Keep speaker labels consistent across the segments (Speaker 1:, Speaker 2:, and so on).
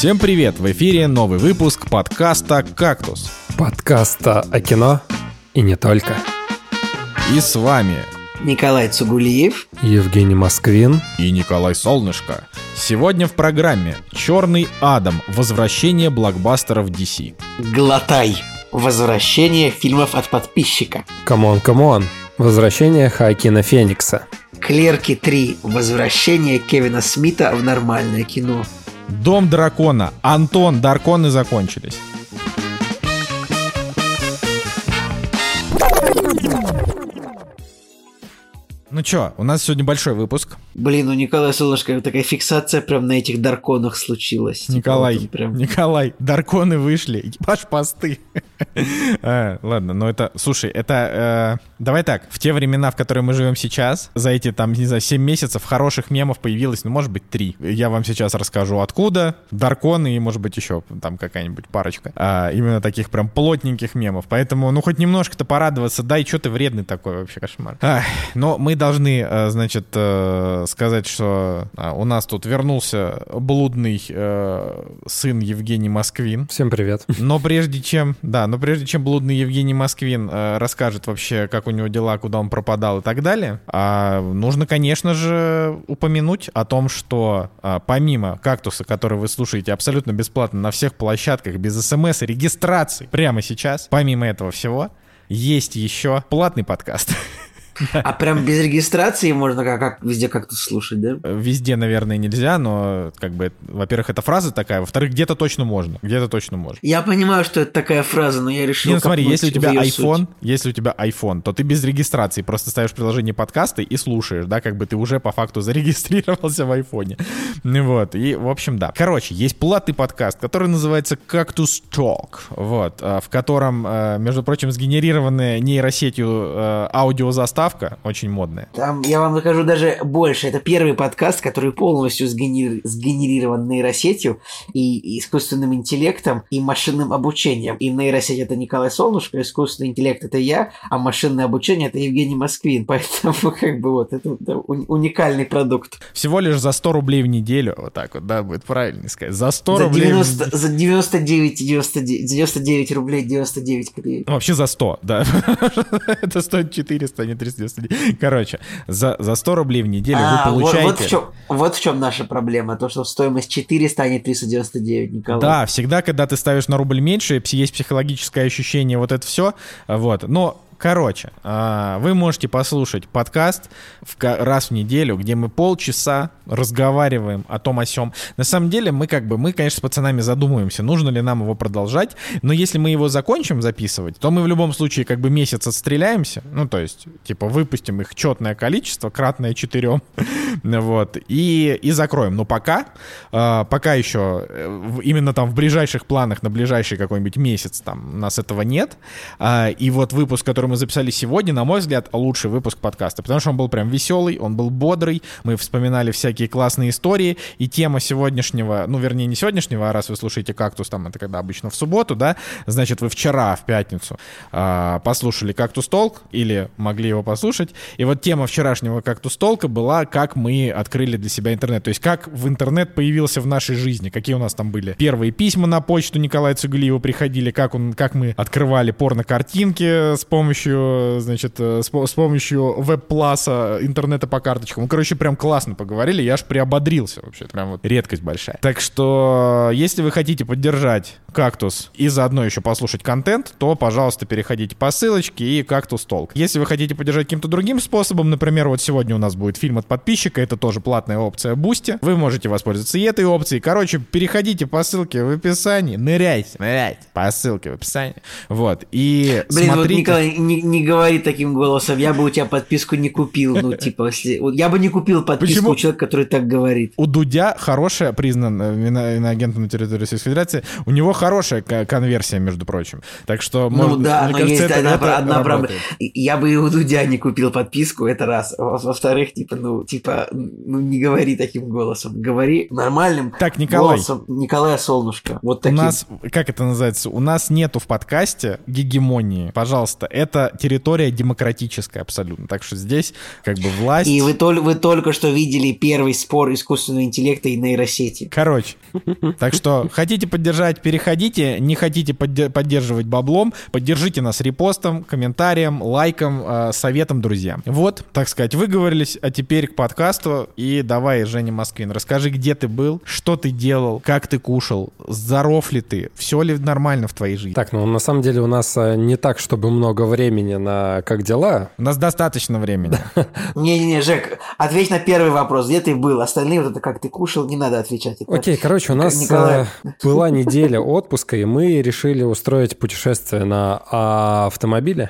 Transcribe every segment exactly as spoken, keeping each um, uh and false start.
Speaker 1: Всем привет! В эфире новый выпуск подкаста «Кактус».
Speaker 2: Подкаста о кино и не только.
Speaker 1: И с вами
Speaker 3: Николай Цугулиев,
Speaker 2: Евгений Москвин
Speaker 1: и Николай Солнышко. Сегодня в программе «Черный Адам. Возвращение блокбастеров ди си».
Speaker 3: Глотай. Возвращение фильмов от подписчика.
Speaker 2: Камон, камон. Возвращение Хоакина Феникса.
Speaker 3: Клерки три. Возвращение Кевина Смита в нормальное кино.
Speaker 1: Дом дракона. Антон, драконы закончились. Ну чё, у нас сегодня большой выпуск.
Speaker 3: Блин, у Николая Солнышко такая фиксация прям на этих дарконах случилась.
Speaker 1: Николай,
Speaker 3: типа, вот прям...
Speaker 1: Николай, дарконы вышли, экипаж посты. а, ладно, но это, слушай, это, э, давай так, в те времена, в которые мы живем сейчас, за эти там, не знаю, семь месяцев хороших мемов появилось, ну, может быть, три. Я вам сейчас расскажу, откуда. Дарконы и, может быть, еще там какая-нибудь парочка. А, именно таких прям плотненьких мемов. Поэтому, ну, хоть немножко-то порадоваться. Да, и что ты вредный такой вообще, кошмар. Ах, но мы должны, значит, сказать, что у нас тут вернулся блудный э, сын Евгений Москвин.
Speaker 2: Всем привет.
Speaker 1: Но прежде чем, да, но прежде чем блудный Евгений Москвин э, расскажет вообще, как у него дела, куда он пропадал и так далее, э, нужно, конечно же, упомянуть о том, что э, помимо «Кактуса», который вы слушаете абсолютно бесплатно на всех площадках, без смс и регистрации прямо сейчас, помимо этого всего, есть еще платный подкаст.
Speaker 3: А прям без регистрации можно как, как везде как-то слушать, да?
Speaker 1: Везде, наверное, нельзя, но, как бы, во-первых, это фраза такая, во-вторых, где-то точно можно, где-то точно можно.
Speaker 3: Я понимаю, что это такая фраза, но я решил...
Speaker 1: Не, ну смотри, если у тебя iPhone,
Speaker 3: суть.
Speaker 1: если у тебя iPhone, то ты без регистрации просто ставишь приложение подкасты и слушаешь, да, как бы ты уже по факту зарегистрировался в айфоне. Вот, и, в общем, да. Короче, есть платный подкаст, который называется «Cactus Talk», вот, в котором, между прочим, сгенерированная нейросетью аудиозаставка, очень модная.
Speaker 3: Там, я вам скажу даже больше. Это первый подкаст, который полностью сгенери... сгенерирован нейросетью и искусственным интеллектом и машинным обучением. И нейросеть — это Николай Солнышко, искусственный интеллект — это я, а машинное обучение — это Евгений Москвин. Поэтому, как бы, вот, это, это уникальный продукт.
Speaker 1: Всего лишь за сто рублей в неделю, вот так вот, да, будет правильно сказать. За сто
Speaker 3: за
Speaker 1: рублей
Speaker 3: девяносто,
Speaker 1: в неделю.
Speaker 3: За девяносто девять, девяносто девять, девяносто девять рублей девяносто девять копеек.
Speaker 1: Ну, вообще за сто, да. Это стоит четыреста, а не триста девяносто девять. Короче, за, за сто рублей в неделю а, вы получаете...
Speaker 3: Вот, вот, в чем, вот в чем наша проблема. То, что стоимость четыреста, а не триста девяносто девять, Николай.
Speaker 1: Да, всегда, когда ты ставишь на рубль меньше, есть психологическое ощущение, вот это все. Вот, но... Короче, вы можете послушать подкаст раз в неделю, где мы полчаса разговариваем о том о сём. На самом деле мы как бы, мы, конечно, с пацанами задумываемся, нужно ли нам его продолжать, но если мы его закончим записывать, то мы в любом случае как бы месяц отстреляемся, ну то есть типа выпустим их четное количество, кратное четырем, вот, и, и закроем. Но пока, пока еще именно там в ближайших планах на ближайший какой-нибудь месяц там у нас этого нет, и вот выпуск, который мы записали сегодня, на мой взгляд, лучший выпуск подкаста, потому что он был прям веселый, он был бодрый, мы вспоминали всякие классные истории, и тема сегодняшнего, ну, вернее, не сегодняшнего, а раз вы слушаете «Кактус», там, это когда обычно в субботу, да, значит, вы вчера, в пятницу, э, послушали «Кактус Толк», или могли его послушать, и вот тема вчерашнего «Кактус Толка» была, как мы открыли для себя интернет, то есть как в интернет появился в нашей жизни, какие у нас там были первые письма на почту Николая Цугулиева приходили, как, он, как мы открывали порно-картинки с помощью значит, с, с помощью веб-пласа, интернета по карточкам. Ну, короче, прям классно поговорили, я аж приободрился вообще, прям вот редкость большая. Так что, если вы хотите поддержать «Кактус» и заодно еще послушать контент, то, пожалуйста, переходите по ссылочке и «Кактус Толк». Если вы хотите поддержать каким-то другим способом, например, вот сегодня у нас будет фильм от подписчика, это тоже платная опция Boosty, вы можете воспользоваться и этой опцией. Короче, переходите по ссылке в описании, ныряйте, ныряйте по ссылке в описании. Вот, и
Speaker 3: Блин,
Speaker 1: смотрите...
Speaker 3: вот, Николай, не, не говори таким голосом, я бы у тебя подписку не купил, ну, типа, если... Я бы не купил подписку Почему? у человека, который так говорит.
Speaker 1: У Дудя хорошая, признан иноагентом на территории Российской Федерации, у него хорошая конверсия, между прочим. Так что...
Speaker 3: Ну
Speaker 1: может,
Speaker 3: да, но
Speaker 1: кажется,
Speaker 3: есть
Speaker 1: это,
Speaker 3: одна,
Speaker 1: это
Speaker 3: одна проблема. Я бы и у Дудя не купил подписку, это раз. Во-вторых, типа, ну, типа, ну, не говори таким голосом. Говори нормальным
Speaker 1: так, Николай.
Speaker 3: голосом Николая Солнышко. Вот
Speaker 1: у
Speaker 3: таким.
Speaker 1: нас, как это называется, у нас нету в подкасте гегемонии. Пожалуйста, это это территория демократическая абсолютно. Так что здесь как бы власть...
Speaker 3: И вы, тол- вы только что видели первый спор искусственного интеллекта и нейросети.
Speaker 1: Короче, так что хотите поддержать, переходите. Не хотите подде- поддерживать баблом, поддержите нас репостом, комментарием, лайком, э, советом друзьям. Вот, так сказать, выговорились, а теперь к подкасту. И давай, Женя Москвин, расскажи, где ты был, что ты делал, как ты кушал, здоров ли ты, все ли нормально в твоей жизни.
Speaker 2: Так, ну на самом деле у нас не так, чтобы много времени на как дела.
Speaker 1: У нас достаточно времени.
Speaker 3: Не-не-не, Жек, ответь на первый вопрос, где ты был, остальные вот это как ты кушал, не надо отвечать. Это...
Speaker 2: Окей, короче, у нас
Speaker 3: Николай.
Speaker 2: была неделя отпуска, и мы решили устроить путешествие на автомобиле,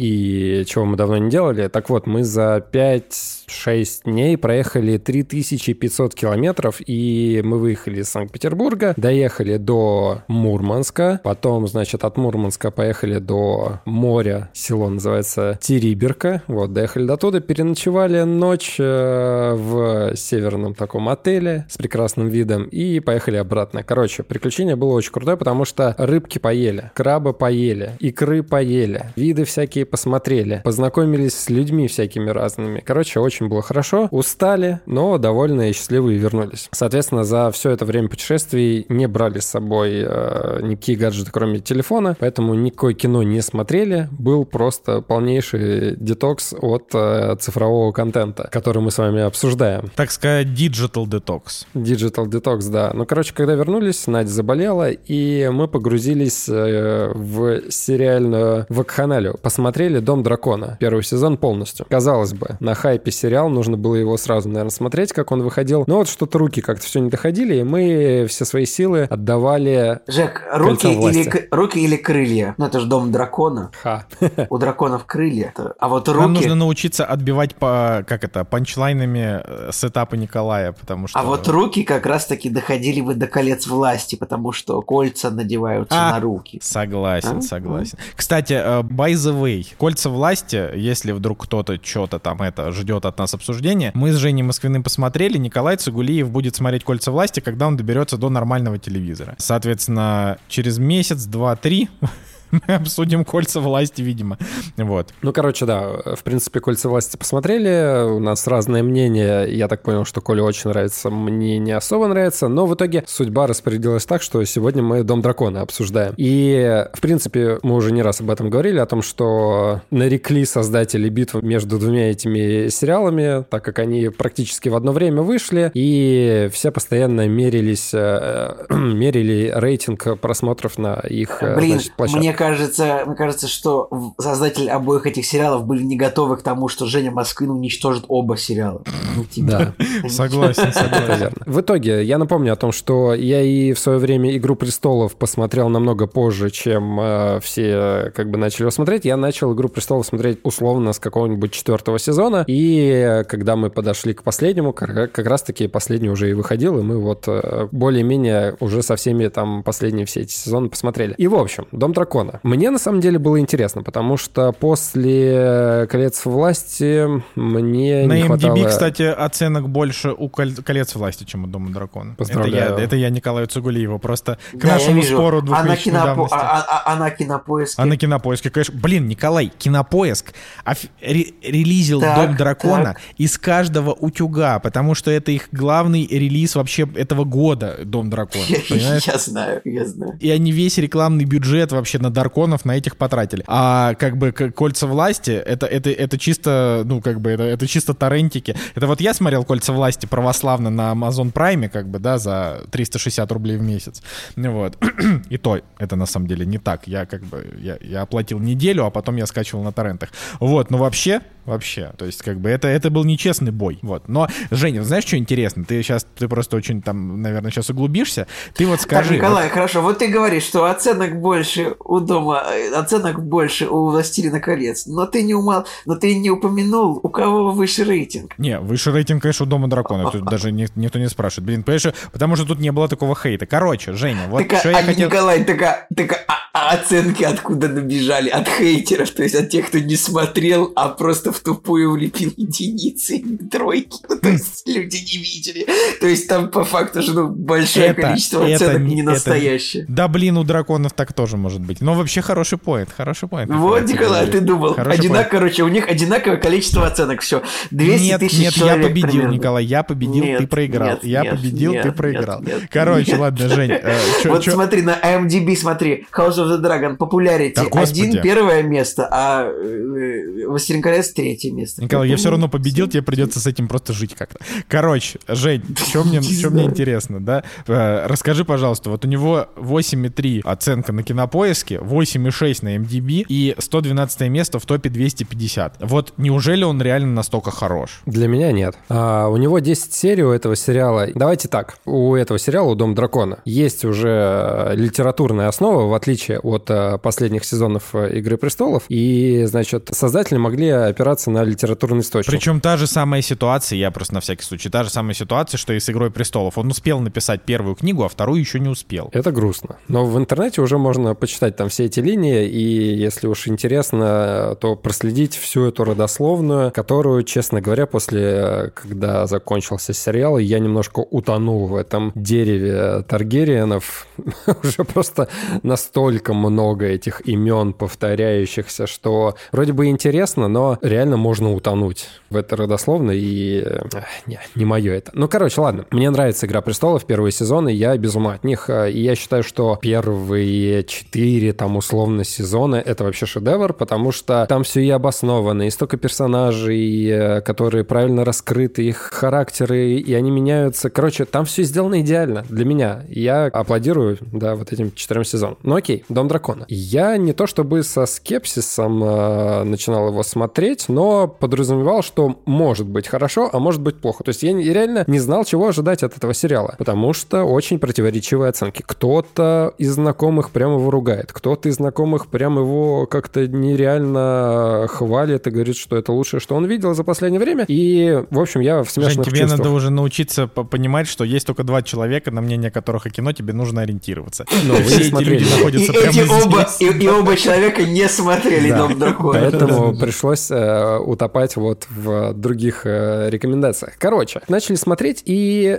Speaker 2: и чего мы давно не делали. Так вот, мы за пять-шесть дней проехали три тысячи пятьсот километров, и мы выехали из Санкт-Петербурга, доехали до Мурманска, потом, значит, от Мурманска поехали до моря, село называется Териберка, вот, доехали до туда, переночевали ночь э, в северном таком отеле с прекрасным видом и поехали обратно. Короче, приключение было очень крутое, потому что рыбки поели, крабы поели, икры поели, виды всякие посмотрели, познакомились с людьми всякими разными. Короче, очень было хорошо, устали, но довольны и счастливые вернулись. Соответственно, за все это время путешествий не брали с собой э, никакие гаджеты, кроме телефона, поэтому никакое кино не смотрели, был просто полнейший детокс от э, цифрового контента, который мы с вами обсуждаем.
Speaker 1: Так сказать, digital detox.
Speaker 2: Digital detox, да. Ну, короче, когда вернулись, Надя заболела, и мы погрузились э, в сериальную вакханалию. Посмотрели «Дом дракона», первый сезон полностью. Казалось бы, на хайпе сериал, нужно было его сразу, наверное, смотреть, как он выходил. Но вот что-то руки как-то все не доходили, и мы все свои силы отдавали...
Speaker 3: Жек, руки или, руки или крылья? Ну, это же «Дом дракона».
Speaker 2: Ха.
Speaker 3: У драконов крылья. А вот руки...
Speaker 1: Нам нужно научиться отбивать по, как это, панчлайнами сетапа Николая, потому что...
Speaker 3: А вот руки как раз-таки доходили бы до колец власти, потому что кольца надеваются а, на руки.
Speaker 1: Согласен, а? согласен. А? Кстати, by the way, кольца власти, если вдруг кто-то что-то там это ждет от нас обсуждения, мы с Женей Москвиным посмотрели, Николай Цугулиев будет смотреть кольца власти, когда он доберется до нормального телевизора. Соответственно, через месяц, два, три... Мы обсудим «Кольца власти», видимо. Вот.
Speaker 2: Ну, короче, да, в принципе, «Кольца власти» посмотрели. У нас разное мнение. Я так понял, что Коле очень нравится, мне не особо нравится. Но в итоге судьба распорядилась так, что сегодня мы «Дом дракона» обсуждаем. И, в принципе, мы уже не раз об этом говорили, о том, что нарекли создатели битву между двумя этими сериалами, так как они практически в одно время вышли, и все постоянно мерились, мерили рейтинг просмотров на их,
Speaker 3: Блин,
Speaker 2: значит, площадках.
Speaker 3: Кажется, мне кажется, что создатели обоих этих сериалов были не готовы к тому, что Женя Москвин уничтожит оба сериала.
Speaker 2: Да,
Speaker 1: согласен, согласен.
Speaker 2: В итоге, я напомню о том, что я и в свое время «Игру престолов» посмотрел намного позже, чем э, все как бы начали его смотреть. Я начал «Игру престолов» смотреть условно с какого-нибудь четвертого сезона, и когда мы подошли к последнему, как, как раз-таки последний уже и выходил, и мы вот э, более-менее уже со всеми там последние все эти сезоны посмотрели. И в общем, «Дом дракона». Мне на самом деле было интересно, потому что после «Колец власти» мне
Speaker 1: на
Speaker 2: не хватало...
Speaker 1: На эм ди би, кстати, оценок больше у «Колец власти», чем у «Дома дракона».
Speaker 2: Поздравляю.
Speaker 1: Это я, это я Николаю Цугулиеву. Просто к
Speaker 3: да,
Speaker 1: нашему спору двухмесячной
Speaker 3: а
Speaker 1: давности.
Speaker 3: А, а, а на Кинопоиске?
Speaker 1: А на Кинопоиске, конечно. Блин, Николай, Кинопоиск оф... ре- релизил
Speaker 3: так,
Speaker 1: «Дом дракона»
Speaker 3: так.
Speaker 1: из каждого утюга, потому что это их главный релиз вообще этого года, «Дом дракона».
Speaker 3: Я, я знаю, я знаю.
Speaker 1: И они весь рекламный бюджет вообще на драконов на этих потратили. А как бы «Кольца власти» это, это, это чисто, ну как бы это, это чисто торрентики. Это вот я смотрел «Кольца власти» православно на Amazon Prime, как бы, да, за триста шестьдесят рублей в месяц. Вот. И то это на самом деле не так. Я как бы, я, я оплатил неделю, а потом я скачивал на торрентах. Вот, но вообще, вообще, то есть как бы это, это был нечестный бой. Вот. Но, Женя, знаешь, что интересно? Ты сейчас, ты просто очень там, наверное, сейчас углубишься. Ты вот скажи...
Speaker 3: Так, Николай,
Speaker 1: вот...
Speaker 3: хорошо, вот ты говоришь, что оценок больше у дома, оценок больше у «Властелина колец», но ты не умал, но ты не упомянул, у кого выше рейтинг.
Speaker 1: Не, выше рейтинг, конечно, у «Дома дракона». Тут даже не, никто не спрашивает. Блин, понимаешь, потому что тут не было такого хейта. Короче, Женя, вот
Speaker 3: так,
Speaker 1: что
Speaker 3: а,
Speaker 1: я
Speaker 3: а,
Speaker 1: хотел...
Speaker 3: Николай, так, а, так, а, а, А оценки откуда набежали? От хейтеров, то есть от тех, кто не смотрел, а просто в тупую влепил единицы и тройки. Ну, то есть люди не видели. То есть там по факту же ну, большое это, количество это, оценок не настоящее.
Speaker 1: Да блин, у драконов так тоже может быть. Но вообще хороший поинт, хороший поинт.
Speaker 3: Вот, Николай, ты думал. Одинаково, короче, у них одинаковое количество оценок. Все, двести тысяч
Speaker 1: нет,
Speaker 3: человек.
Speaker 1: Нет, я победил,
Speaker 3: примерно.
Speaker 1: Николай, я победил,
Speaker 3: нет,
Speaker 1: ты проиграл.
Speaker 3: Нет,
Speaker 1: я
Speaker 3: нет,
Speaker 1: победил,
Speaker 3: нет,
Speaker 1: ты проиграл.
Speaker 3: Нет, нет,
Speaker 1: короче,
Speaker 3: нет.
Speaker 1: ладно, Жень. Э, чё,
Speaker 3: вот
Speaker 1: чё?
Speaker 3: смотри, на ай эм ди би смотри, House of the Dragon, Popularity
Speaker 1: да,
Speaker 3: один первое место, а э, Властелин колец третье место.
Speaker 1: Николай, я все равно победил, тебе придется с этим просто жить как-то. Короче, Жень, что мне, мне интересно, да? Э, расскажи, пожалуйста, вот у него восемь и три оценка на Кинопоиске, восемь и шесть на эм ди би и сто двенадцатое место в топе двести пятьдесят. Вот неужели он реально настолько хорош?
Speaker 2: Для меня нет. А, у него десять серий у этого сериала. Давайте так, у этого сериала, у «Дом дракона», есть уже литературная основа, в отличие от а, последних сезонов «Игры престолов», и, значит, создатели могли опираться на литературный источник.
Speaker 1: Причем та же самая ситуация, я просто на всякий случай, та же самая ситуация, что и с «Игрой престолов». Он успел написать первую книгу, а вторую еще не успел.
Speaker 2: Это грустно. Но в интернете уже можно почитать там все эти линии, и если уж интересно, то проследить всю эту родословную, которую, честно говоря, после, когда закончился сериал, я немножко утонул в этом дереве Таргериенов. Уже просто настолько много этих имен повторяющихся, что вроде бы интересно, но реально можно утонуть в этой родословной, и не, не мое это. Ну, короче, ладно. Мне нравится «Игра престолов», первые сезоны, я без ума от них, и я считаю, что первые четыре, там, условно, сезона — это вообще шедевр, потому что там все и обосновано, и столько персонажей, которые правильно раскрыты, их характеры, и они меняются. Короче, там все сделано идеально для меня. Я аплодирую, да, вот этим четырем сезонам. Ну окей, «Дом дракона». Я не то чтобы со скепсисом э, начинал его смотреть, но подразумевал, что может быть хорошо, а может быть плохо. То есть я реально не знал, чего ожидать от этого сериала, потому что очень противоречивые оценки. Кто-то из знакомых прямо его ругает, кто-то из знакомых прямо его как-то нереально хвалит и говорит, что это лучшее, что он видел за последнее время. И, в общем, я в смешанных
Speaker 1: Жень, тебе
Speaker 2: чувствах.
Speaker 1: надо уже научиться понимать, что есть только два человека, на мнение которых о кино тебе нужно ориентироваться.
Speaker 2: Но вы
Speaker 1: все
Speaker 2: не смотрели.
Speaker 1: эти люди находятся
Speaker 3: и
Speaker 1: прямо
Speaker 3: эти
Speaker 1: здесь.
Speaker 3: оба, и, и оба человека не смотрели
Speaker 2: Да.
Speaker 3: «Дом дракона».
Speaker 2: Поэтому пришлось э, утопать вот в других э, рекомендациях. Короче, начали смотреть, и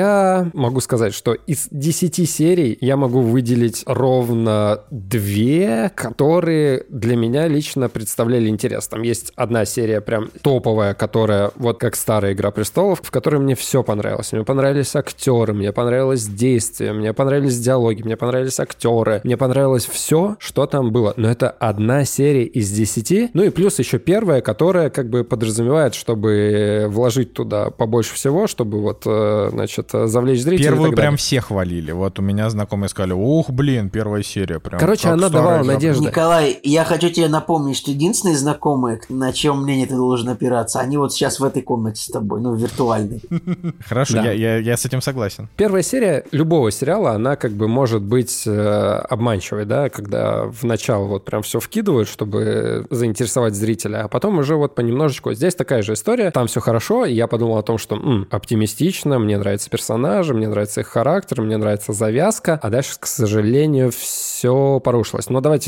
Speaker 2: я могу сказать, что из десяти серий я могу выделить ровно две, которые для меня лично представляли интерес. Там есть одна серия прям топовая, которая вот как старая «Игра престолов», в которой мне все понравилось. Мне понравились актеры, мне понравилось действие, мне понравились диалоги, мне понравились актеры, мне понравилось все, что там было. Но это одна серия из десяти. Ну и плюс еще первая, которая как бы подразумевает, чтобы вложить туда побольше всего, чтобы вот, значит, завлечь зрителей.
Speaker 1: Первую прям все хвалили. Вот у меня знакомые сказали, ух, блин, первая серия. Прям
Speaker 2: Короче, она давала надежды.
Speaker 3: Николай, я хочу тебе напомнить, что единственные знакомые, на чьем мнение ты должен опираться, они вот сейчас в этой комнате с тобой, ну, виртуальной.
Speaker 1: Хорошо,
Speaker 2: Да.
Speaker 1: я, я, я с этим согласен.
Speaker 2: Первая серия любого сериала, она как бы может быть э, обманчивой, да, когда в начало вот прям все вкидывают, чтобы заинтересовать зрителя, а потом уже вот понемножечку. Здесь такая же история, там все хорошо, и я подумал о том, что м, оптимистично, мне нравятся персонажи, мне нравится их характер, мне нравится завязка, а дальше, к сожалению, все порушилось. Но давайте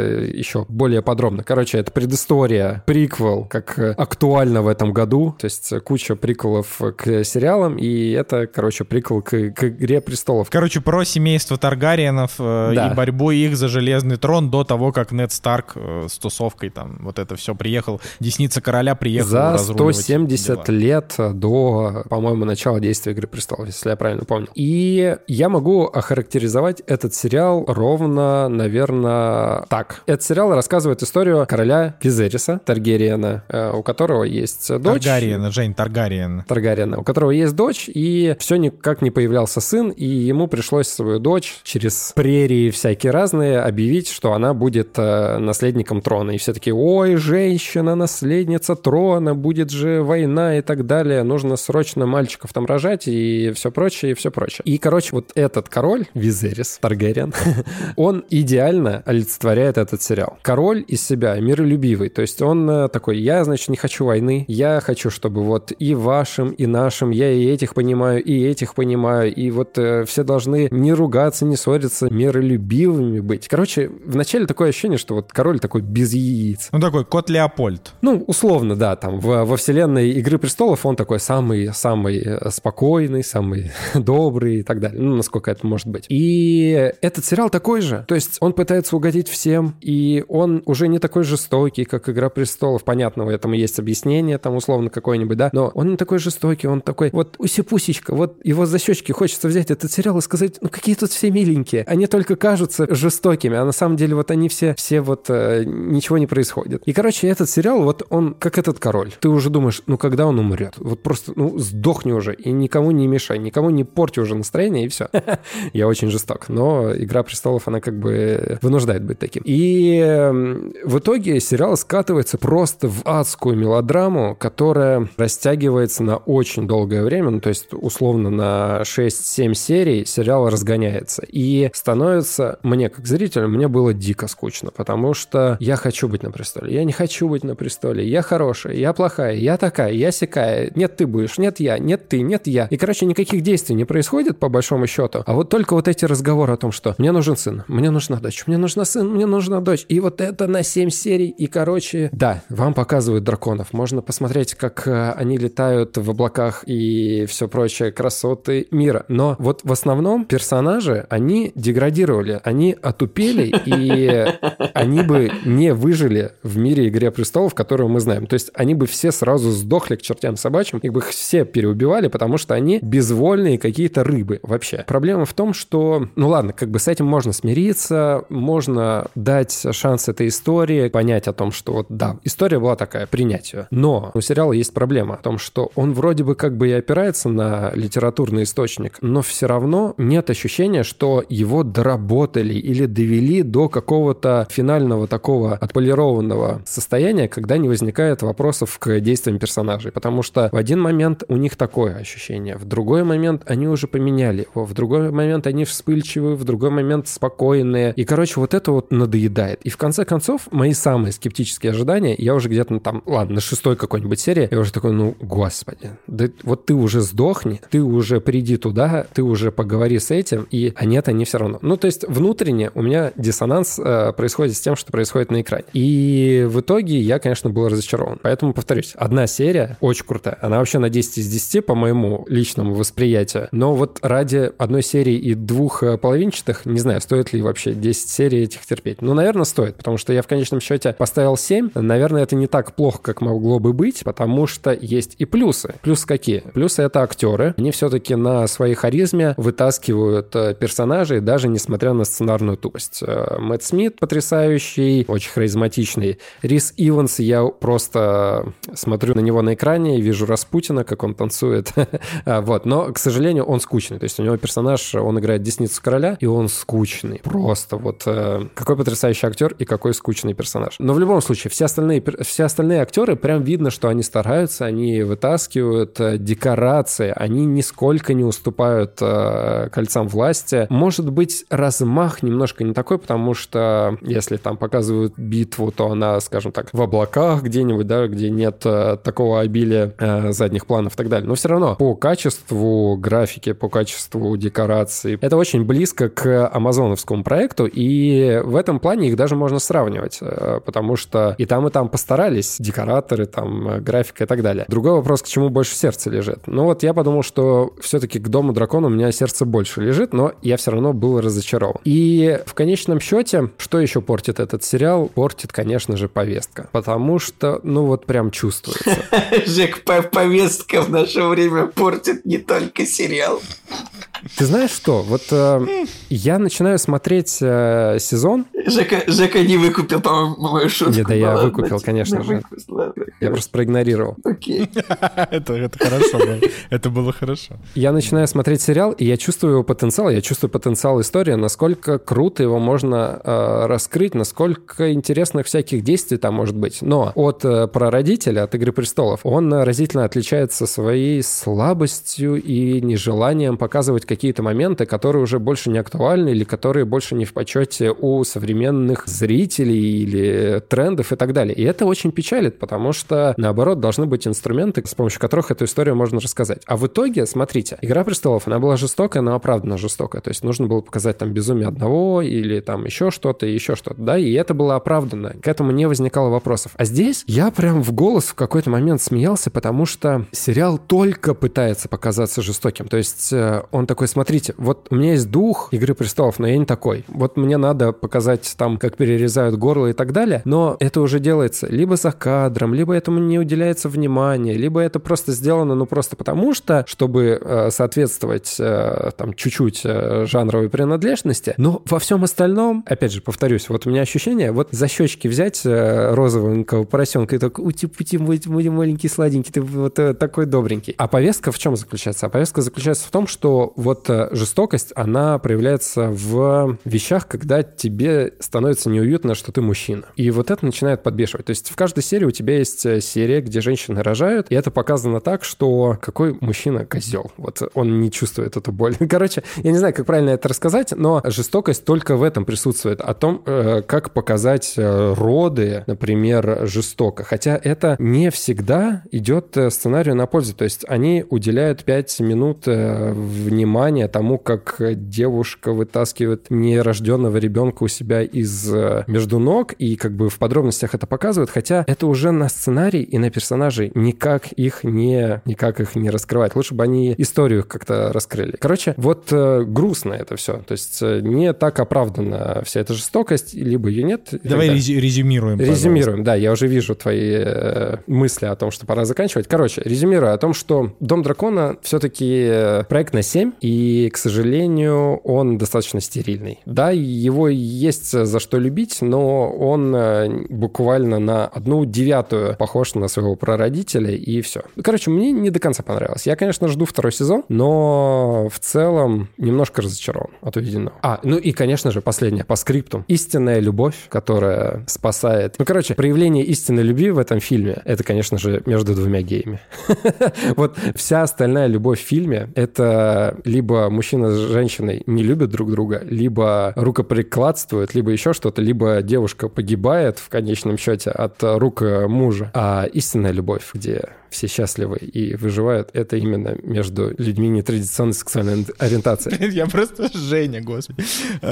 Speaker 2: еще более подробно. Короче, это предыстория, приквел, как актуально в этом году, то есть куча приквелов к сериалам, и это, короче, приквел к, к «Игре престолов».
Speaker 1: Короче, про семейство Таргариенов э,
Speaker 2: Да.
Speaker 1: и борьбу их за железный трон до того, как Нед Старк э, с тусовкой там вот это все приехал, Десница короля приехал
Speaker 2: За
Speaker 1: разруливать
Speaker 2: сто семьдесят
Speaker 1: дела.
Speaker 2: лет до, по-моему, начала действия «Игры престолов», если я правильно помню. И я могу охарактеризовать этот сериал ровно, наверное, так. Этот сериал рассказывает историю короля Визериса Таргериена, э, у которого есть дочь.
Speaker 1: Таргариена, Жень, Таргариен.
Speaker 2: Таргариена, у которого есть дочь, и все никак не появлялся сын, и ему пришлось свою дочь через прерии всякие разные объявить, что она будет э, наследником трона. И все такие, ой, женщина, наследница трона, будет же война и так далее, нужно срочно мальчиков там рожать и все прочее, и все прочее. И, короче, вот этот король, Визерис Таргариен, он идеально олицетворяет этот сериал. Король из себя миролюбивый, то есть он э, такой, я, значит, не хочу войны, я хочу, чтобы вот и вашим, и нашим, я и этих понимаю, и этих понимаю, и вот э, все должны не ругаться, не ссориться, миролюбивыми быть. Короче, вначале такое ощущение, что вот король такой без яиц.
Speaker 1: Ну, такой кот Леопольд.
Speaker 2: Ну, условно, да, там в, во вселенной «Игры престолов» он такой самый-самый спокойный, самый добрый и так далее. Ну, насколько это может быть. И этот сериал такой же. То есть он пытается угодить всем, и он уже не такой жестокий, как «Игра престолов». Понятно, у этому есть объяснение, там, условно, какое-нибудь, да, но он не такой жестокий, он такой, вот уси-пусечка, вот его за щечки хочется взять этот сериал и сказать, ну, какие тут все миленькие. Они только кажутся жестокими, а на самом деле вот они все, все вот э, ничего не происходит. И, короче, этот сериал, вот он как этот король. Ты уже думаешь, ну, когда он умрет? Вот просто, ну, сдохни уже и никому не мешай, никому не порти уже настроение, и все. Я очень жесток, но «Игра престолов», она как бы вынуждает быть таким. И в итоге сериал скатывается просто в адскую мелодраму, которая растягивается на очень долгое время, ну, то есть, условно, на шесть-семь серий сериал разгоняется. И становится, мне как зрителю, мне было дико скучно, потому что я хочу быть на престоле, я не хочу быть на престоле, я хорошая, я плохая, я такая, я сякая, нет, ты будешь, нет, я, нет, ты, нет, я. И, короче, никаких действий не происходит, по большому счету, а вот только вот эти разговоры о том, что мне нужен сын, мне нужна дочь, мне нужна сын, мне нужна дочь, и вот это на семь серий, и, короче, да, вам показывают драконов, можно посмотреть, как они летают в облаках и все прочее, красоты мира, но вот в основном персонажи, они деградировали, они отупели, и они бы не выжили в мире «Игры престолов», которую мы знаем. То есть они бы все сразу сдохли к чертям собачьим, их бы все переубивали, потому что они безвольные какие-то рыбы вообще. Проблема в том, что, ну ладно, как бы с этим можно смириться, можно дать шанс этой истории, понять о том, что вот да, история была такая, принять ее. Но у сериала есть проблема в том, что он вроде бы как бы и опирается на литературный источник, но все равно нет ощущения, что его доработали или довели до какого-то финального такого отполированного состояния, когда не возникает вопросов к действиям персонажей. Потому что в один момент у них такое ощущение, в другой момент они уже поменяли его, в другой момент они вспыльчивые, в другой момент спокойные. И, короче, вот это вот надоедает. И в конце концов, мои самые скептические ожидания, я уже где-то, ну, там, ладно, на шестой какой-нибудь серии, я уже такой, ну, господи, да вот ты уже сдохни, ты уже приди туда, ты уже поговори с этим, и а нет, они все равно. Ну, то есть внутренне у меня диссонанс э, происходит с тем, что происходит на экране. И в итоге я, конечно, был разочарован. Поэтому, повторюсь, одна серия очень крутая. Она вообще на десять из десяти, по моему личному восприятию. Но вот ради одной серии и двух половинчатых, не знаю, стоит ли вообще десять серий этих терпеть. Ну, наверное, стоит, потому что я в конечном счете поставил семь. Наверное, это не так плохо, как могло бы быть, потому что есть и плюсы. Плюсы какие? Плюсы — это актеры. Они все-таки на своей харизме вытаскивают персонажей, даже несмотря на сценарную тупость. Мэтт Смит потрясающий, очень харизматичный. Рис Иванс, я просто смотрю на него на экране и вижу Распутина, как он танцует. Вот. Но, к сожалению, он скучный. То есть у него персонаж, он играет Десницу Короля, и он скучный. Просто вот какой потрясающий актер и какой скучный персонаж. Но в любом случае, все остальные, все остальные актеры, прям видно, что они стараются, они вытаскивают декорации, они нисколько не уступают кольцам власти. Может быть, размах немножко не такой, потому что если там показывают битву, то она, скажем так, в облаках где-нибудь, да, где нет э, такого обилия э, задних планов и так далее. Но все равно по качеству графики, по качеству декораций, это очень близко к амазоновскому проекту, и в этом плане их даже можно сравнивать, э, потому что и там, и там постарались декораторы, там, графика и так далее. Другой вопрос, к чему больше сердце лежит. Ну вот я подумал, что все-таки к «Дому дракона» у меня сердце больше лежит, но я все равно был разочарован. И в конечном счете, что еще портит этот сериал? Портит, конечно же, повестка. Потому что, ну вот прям чувствуется.
Speaker 3: Жек, повестка в наше время портит не только сериал.
Speaker 2: Ты знаешь что? Вот э, я начинаю смотреть э, сезон.
Speaker 3: Жека, Жека не выкупил, по-моему, мою шутку.
Speaker 2: Нет, да я выкупил, конечно же. Я просто проигнорировал.
Speaker 3: Окей.
Speaker 1: Это хорошо было. Это было хорошо.
Speaker 2: Я начинаю смотреть сериал, и я чувствую его потенциал, я чувствую потенциал истории, насколько круто его можно э, раскрыть, насколько интересных всяких действий там может быть. Но от э, прародителя, от «Игры престолов», он разительно отличается своей слабостью и нежеланием показывать какие-то моменты, которые уже больше не актуальны или которые больше не в почете у современных зрителей или трендов и так далее. И это очень печалит, потому что что, наоборот, должны быть инструменты, с помощью которых эту историю можно рассказать. А в итоге, смотрите, «Игра престолов», она была жестокая, но оправданно жестокая. То есть нужно было показать там безумие одного или там еще что-то, еще что-то, да, и это было оправданно. К этому не возникало вопросов. А здесь я прям в голос в какой-то момент смеялся, потому что сериал только пытается показаться жестоким. То есть он такой, смотрите, вот у меня есть дух «Игры престолов», но я не такой. Вот мне надо показать там, как перерезают горло и так далее, но это уже делается либо за кадром, либо этому не уделяется внимания, либо это просто сделано, ну, просто потому что, чтобы э, соответствовать э, там чуть-чуть э, жанровой принадлежности, но во всем остальном, опять же, повторюсь, вот у меня ощущение, вот за щечки взять э, розовенького поросенка и так, ути-пути, мой маленький сладенький, ты вот э, такой добренький. А повестка в чем заключается? А повестка заключается в том, что вот э, жестокость, она проявляется в вещах, когда тебе становится неуютно, что ты мужчина. И вот это начинает подбешивать. То есть в каждой серии у тебя есть серия, где женщины рожают, и это показано так, что какой мужчина козел. Вот он не чувствует эту боль. Короче, я не знаю, как правильно это рассказать, но жестокость только в этом присутствует. О том, как показать роды, например, жестоко. Хотя это не всегда идет сценарию на пользу. То есть они уделяют пять минут внимания тому, как девушка вытаскивает нерожденного ребенка у себя из между ног, и как бы в подробностях это показывают, хотя это уже на сценарий и на персонажей никак их не, никак их не раскрывать. Лучше бы они историю как-то раскрыли. Короче, вот э, грустно это все. То есть э, не так оправдана вся эта жестокость, либо ее нет.
Speaker 1: Давай рез- резюмируем,
Speaker 2: Резюмируем, пожалуйста. Да, я уже вижу твои э, мысли о том, что пора заканчивать. Короче, резюмирую о том, что «Дом дракона» все-таки проект на семь, и, к сожалению, он достаточно стерильный. Да, его есть за что любить, но он э, буквально на одну девятую похож на своего прародителя, и все. Короче, мне не до конца понравилось. Я, конечно, жду второй сезон, но в целом немножко разочарован от увиденного. А, ну и, конечно же, последнее, по скрипту. Истинная любовь, которая спасает... Ну, короче, проявление истинной любви в этом фильме, это, конечно же, между двумя геями. Вот вся остальная любовь в фильме, это либо мужчина с женщиной не любят друг друга, либо рукоприкладствуют, либо еще что-то, либо девушка погибает в конечном счете от рук мужа. А истинная любовь, где все счастливы и выживают, это именно между людьми нетрадиционной сексуальной ориентации.
Speaker 1: Я просто Женя, господи.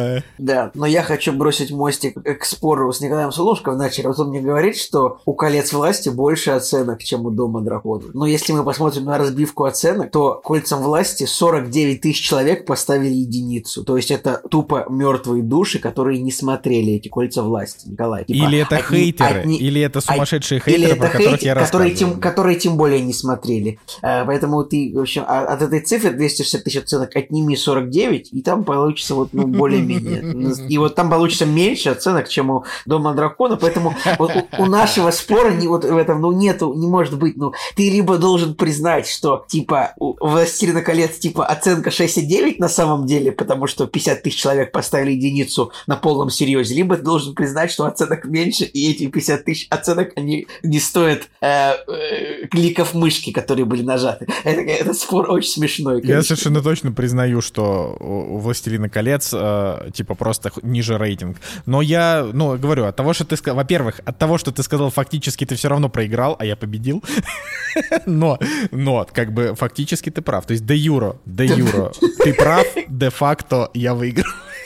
Speaker 3: Да, но я хочу бросить мостик к спору с Николаем Солнышковым. Начали. Вот он мне говорит, что у «Колец власти» больше оценок, чем у «Дома дракона». Но если мы посмотрим на разбивку оценок, то «Кольцам власти» сорок девять тысяч человек поставили единицу. То есть это тупо мертвые души, которые не смотрели эти «Кольца власти», Николай. Типа,
Speaker 1: или это
Speaker 3: одни,
Speaker 1: хейтеры,
Speaker 3: одни,
Speaker 1: или это сумасшедшие
Speaker 3: од...
Speaker 1: хейтеры,
Speaker 3: или
Speaker 1: про
Speaker 3: это
Speaker 1: которых
Speaker 3: хейт,
Speaker 1: я
Speaker 3: которые
Speaker 1: рассказывал.
Speaker 3: тем, которые тем более не смотрели. Поэтому ты, в общем, от этой цифры двести шестьдесят тысяч оценок отними сорок девять, и там получится вот, ну, более-менее. И вот там получится меньше оценок, чем у «Дома дракона», поэтому вот у, у нашего спора не, вот в этом, ну, нету, не может быть, ну, ты либо должен признать, что, типа, у «Властелина колец», типа, оценка шестьдесят девять на самом деле, потому что пятьдесят тысяч человек поставили единицу на полном серьезе, либо ты должен признать, что оценок меньше, и эти пятьдесят тысяч оценок, они не стоят э, э, кликов мышки, которые были нажаты. Это, этот спор очень смешной. Конечно.
Speaker 1: Я совершенно точно признаю, что у «Властелина колец» э, типа просто ниже рейтинг. Но я, ну, говорю, от того, что ты сказал... Во-первых, от того, что ты сказал, фактически ты все равно проиграл, а я победил. но, но, как бы, фактически ты прав. То есть де юро, де юро ты прав, де-факто я выиграл.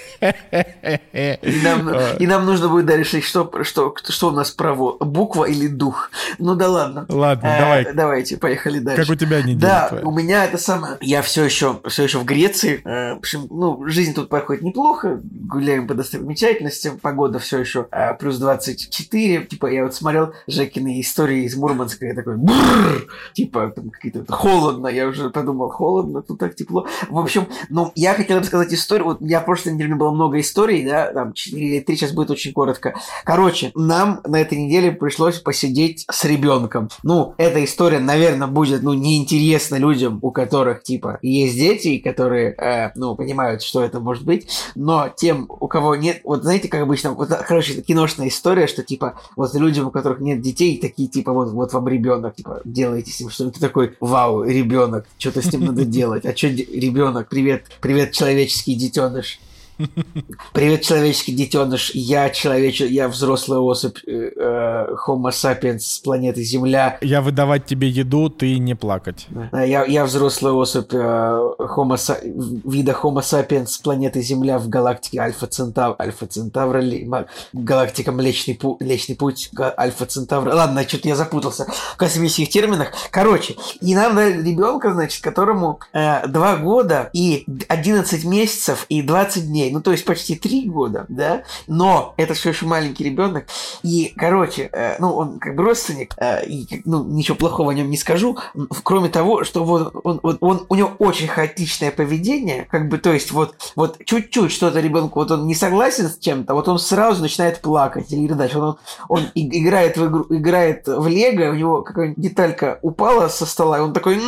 Speaker 3: И нам, и нам нужно будет да, решить, что, что, что у нас право, буква или дух. Ну да ладно.
Speaker 1: Ладно,
Speaker 3: э,
Speaker 1: давай.
Speaker 3: Давайте, поехали дальше.
Speaker 1: Как у тебя неделя
Speaker 3: Да,
Speaker 1: твоя?
Speaker 3: У меня это самое. Я все еще, все еще в Греции. Э, в общем, ну, жизнь тут проходит неплохо. Гуляем по достопримечательностям. Погода все еще э, плюс двадцать четыре. Типа, я вот смотрел Жекины истории из Мурманска. Я такой, бррр, типа, там какие-то холодно. Я уже подумал, холодно, тут так тепло. В общем, ну, я хотел рассказать историю. Вот я просто неделю был много историй, да, там четыре или три, сейчас будет очень коротко. Короче, нам на этой неделе пришлось посидеть с ребенком. Ну, эта история, наверное, будет, ну, неинтересна людям, у которых, типа, есть дети, которые, э, ну, понимают, что это может быть, но тем, у кого нет, вот знаете, как обычно, вот, короче, это киношная история, что, типа, вот людям, у которых нет детей, такие, типа, вот, вот вам ребенок, типа, делайте с ним что-нибудь. Ты такой, вау, ребенок, что-то с ним надо делать. А что ребенок? Привет, привет, человеческий детеныш. Привет, человеческий детеныш. Я человеч... я взрослая особь э, э, Homo sapiens с планеты Земля.
Speaker 1: Я выдавать тебе еду, ты не плакать.
Speaker 3: Я, я взрослая особь э, Homo sa... вида Homo sapiens с планеты Земля в галактике Альфа Центавр. Альфа Центавра, галактика Млечный, Пу... Млечный Путь, Альфа Центавра. Ладно, что-то я запутался в космических терминах. Короче, и нам дали ребенка, значит, которому э, два года и одиннадцать месяцев и двадцать дней. Ну, то есть почти три года, да? Но это все еще маленький ребенок. И, короче, э, ну, он как бы родственник, э, и, ну, ничего плохого о нем не скажу, кроме того, что вот он, он, он, у него очень хаотичное поведение, как бы, то есть вот, вот чуть-чуть что-то ребенку, вот он не согласен с чем-то, вот он сразу начинает плакать или дальше. Он, он играет в игру, играет в лего, у него какая-нибудь деталька упала со стола, и он такой: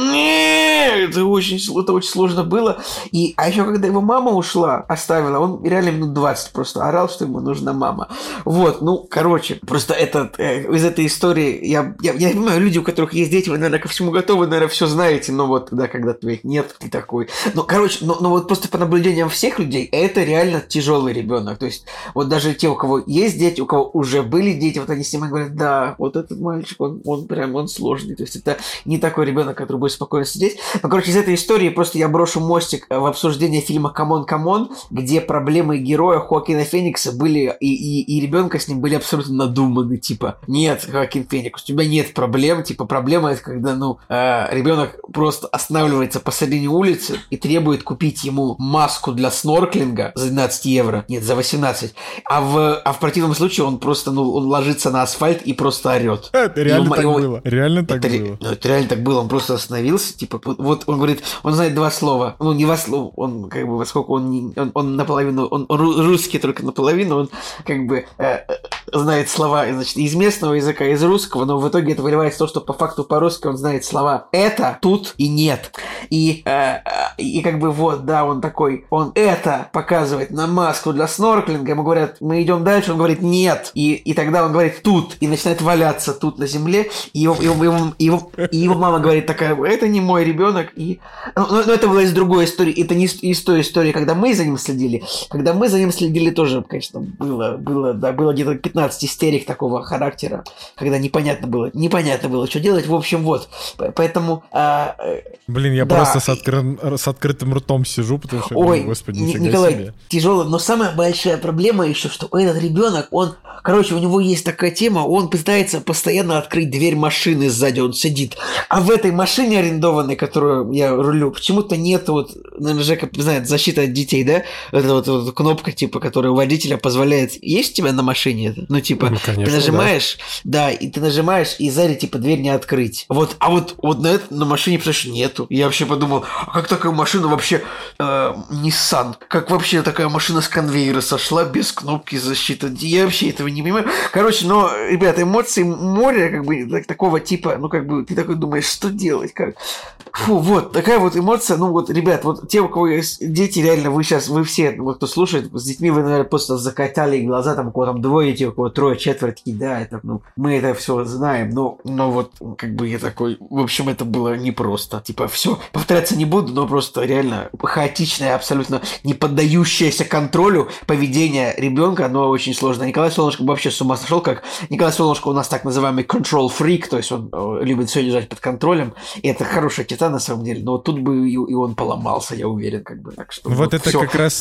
Speaker 3: нет, это очень, это очень сложно было. И, а еще когда его мама ушла, оставила, он реально минут двадцать просто орал, что ему нужна мама. Вот, ну, короче, просто этот, э, из этой истории, я, я, я понимаю, люди, у которых есть дети, вы, наверное, ко всему готовы, наверное, все знаете, но вот, да, когда твоих нет, ты такой. Ну, короче, ну, ну вот просто по наблюдениям всех людей, это реально тяжелый ребенок. То есть, вот даже те, у кого есть дети, у кого уже были дети, вот они с ним говорят: да, вот этот мальчик, он, он прям, он сложный. То есть, это не такой ребенок, который будет спокойно сидеть. Ну, короче, из этой истории просто я брошу мостик в обсуждение фильма «Камон, камон», где проблемы героя Хоакина Феникса были, и, и, и ребенка с ним были абсолютно надуманы. Типа: нет, Хоакин Феникс, у тебя нет проблем. Типа, проблема это когда, ну, э, ребенок просто останавливается посередине улицы и требует купить ему маску для снорклинга за двенадцать евро. Нет, за восемнадцать. А в, а в противном случае он просто, ну, он ложится на асфальт и просто орет.
Speaker 1: Это реально так было. Реально так было.
Speaker 3: Ну, это реально так было. Он просто остановился, типа, вот он говорит, он знает два слова. Ну, не два слова, он как бы, поскольку он, не, он, он наполовину, он, он русский только наполовину, он как бы э, знает слова, значит, из местного языка, из русского, но в итоге это выливается в то, что по факту по-русски он знает слова «это», «тут» и «нет». И, э, и как бы вот, да, он такой, он это показывает на маску для снорклинга, ему говорят: мы идем дальше, он говорит: нет. И, и тогда он говорит «тут», и начинает валяться тут на земле, и его, его, его, его, и его мама говорит такая: это не мой ребенок. И... Но, но это было из другой истории, это не из той истории, когда мы за ним следили. Когда мы за ним следили, тоже, конечно, было, было, да, было где-то пятнадцать истерик такого характера, когда непонятно было, непонятно было, что делать. В общем, вот, поэтому... А,
Speaker 1: Блин, я
Speaker 3: да.
Speaker 1: просто с, откры... с открытым ртом сижу, потому что,
Speaker 3: ой,
Speaker 1: господи, нифига
Speaker 3: Николай,
Speaker 1: себе.
Speaker 3: Тяжело, но самая большая проблема еще, что этот ребенок, он, короче, у него есть такая тема, он пытается постоянно открыть дверь машины сзади, он сидит, а в этой машине арендованной, которую я рулю, почему-то нет, вот, наверное, Жека знает, защита от детей, да, это вот, вот кнопка, типа, которая у водителя позволяет, есть у тебя на машине это? Ну, типа, ну, конечно, ты нажимаешь, да. да, и ты нажимаешь, и сзади, типа, дверь не открыть. Вот, а вот, вот на это на машине, потому что нету. Я вообще подумал, а как такая машина вообще, э, Nissan, как вообще такая машина с конвейера сошла без кнопки защиты? Я вообще этого не понимаю. Короче, но, ребята, эмоции моря, как бы, так, такого типа, ну, как бы, ты такой думаешь, что делать, как? Фу, вот, такая вот эмоция, ну, вот, ребят, вот, те, у кого есть дети, реально, вы сейчас, вы все, вот, кто слушает, с детьми вы, наверное, просто закатали глаза, там, у кого там двое детей, у кого трое, четверо, такие, да, это, ну, мы это все знаем, но, но вот, как бы, я такой, в общем, это было непросто. Типа, все, повторяться не буду, но просто реально хаотичное, абсолютно не поддающееся контролю поведение ребенка, оно очень сложно. Николай Солнышко вообще с ума сошел, как Николай Солнышко у нас так называемый control freak, то есть он любит все держать под контролем, и это хорошая чита на самом деле, но вот тут бы и, и он поломался, я уверен, как бы, так что...
Speaker 1: Вот, вот это
Speaker 3: всё.
Speaker 1: как раз,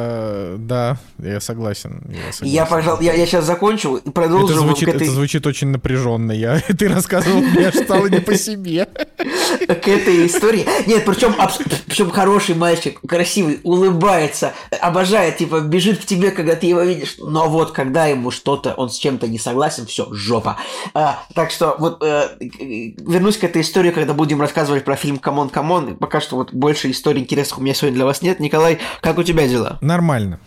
Speaker 1: э, да, я согласен. Я, согласен.
Speaker 3: я пожалуй, я, я сейчас закончу и продолжу.
Speaker 1: Это звучит,
Speaker 3: этой...
Speaker 1: это звучит очень напряженно, я, ты рассказывал, мне аж стало не по себе.
Speaker 3: К этой истории. Нет, причем, причем хороший мальчик, красивый, улыбается, обожает, типа, бежит к тебе, когда ты его видишь. Но вот, когда ему что-то, он с чем-то не согласен, все, жопа. А, так что, вот, э, вернусь к этой истории, когда будем рассказывать про фильм «Камон, камон». Пока что вот больше историй интересных у меня сегодня для вас нет. Николай, как у тебя дела?
Speaker 1: Нормально.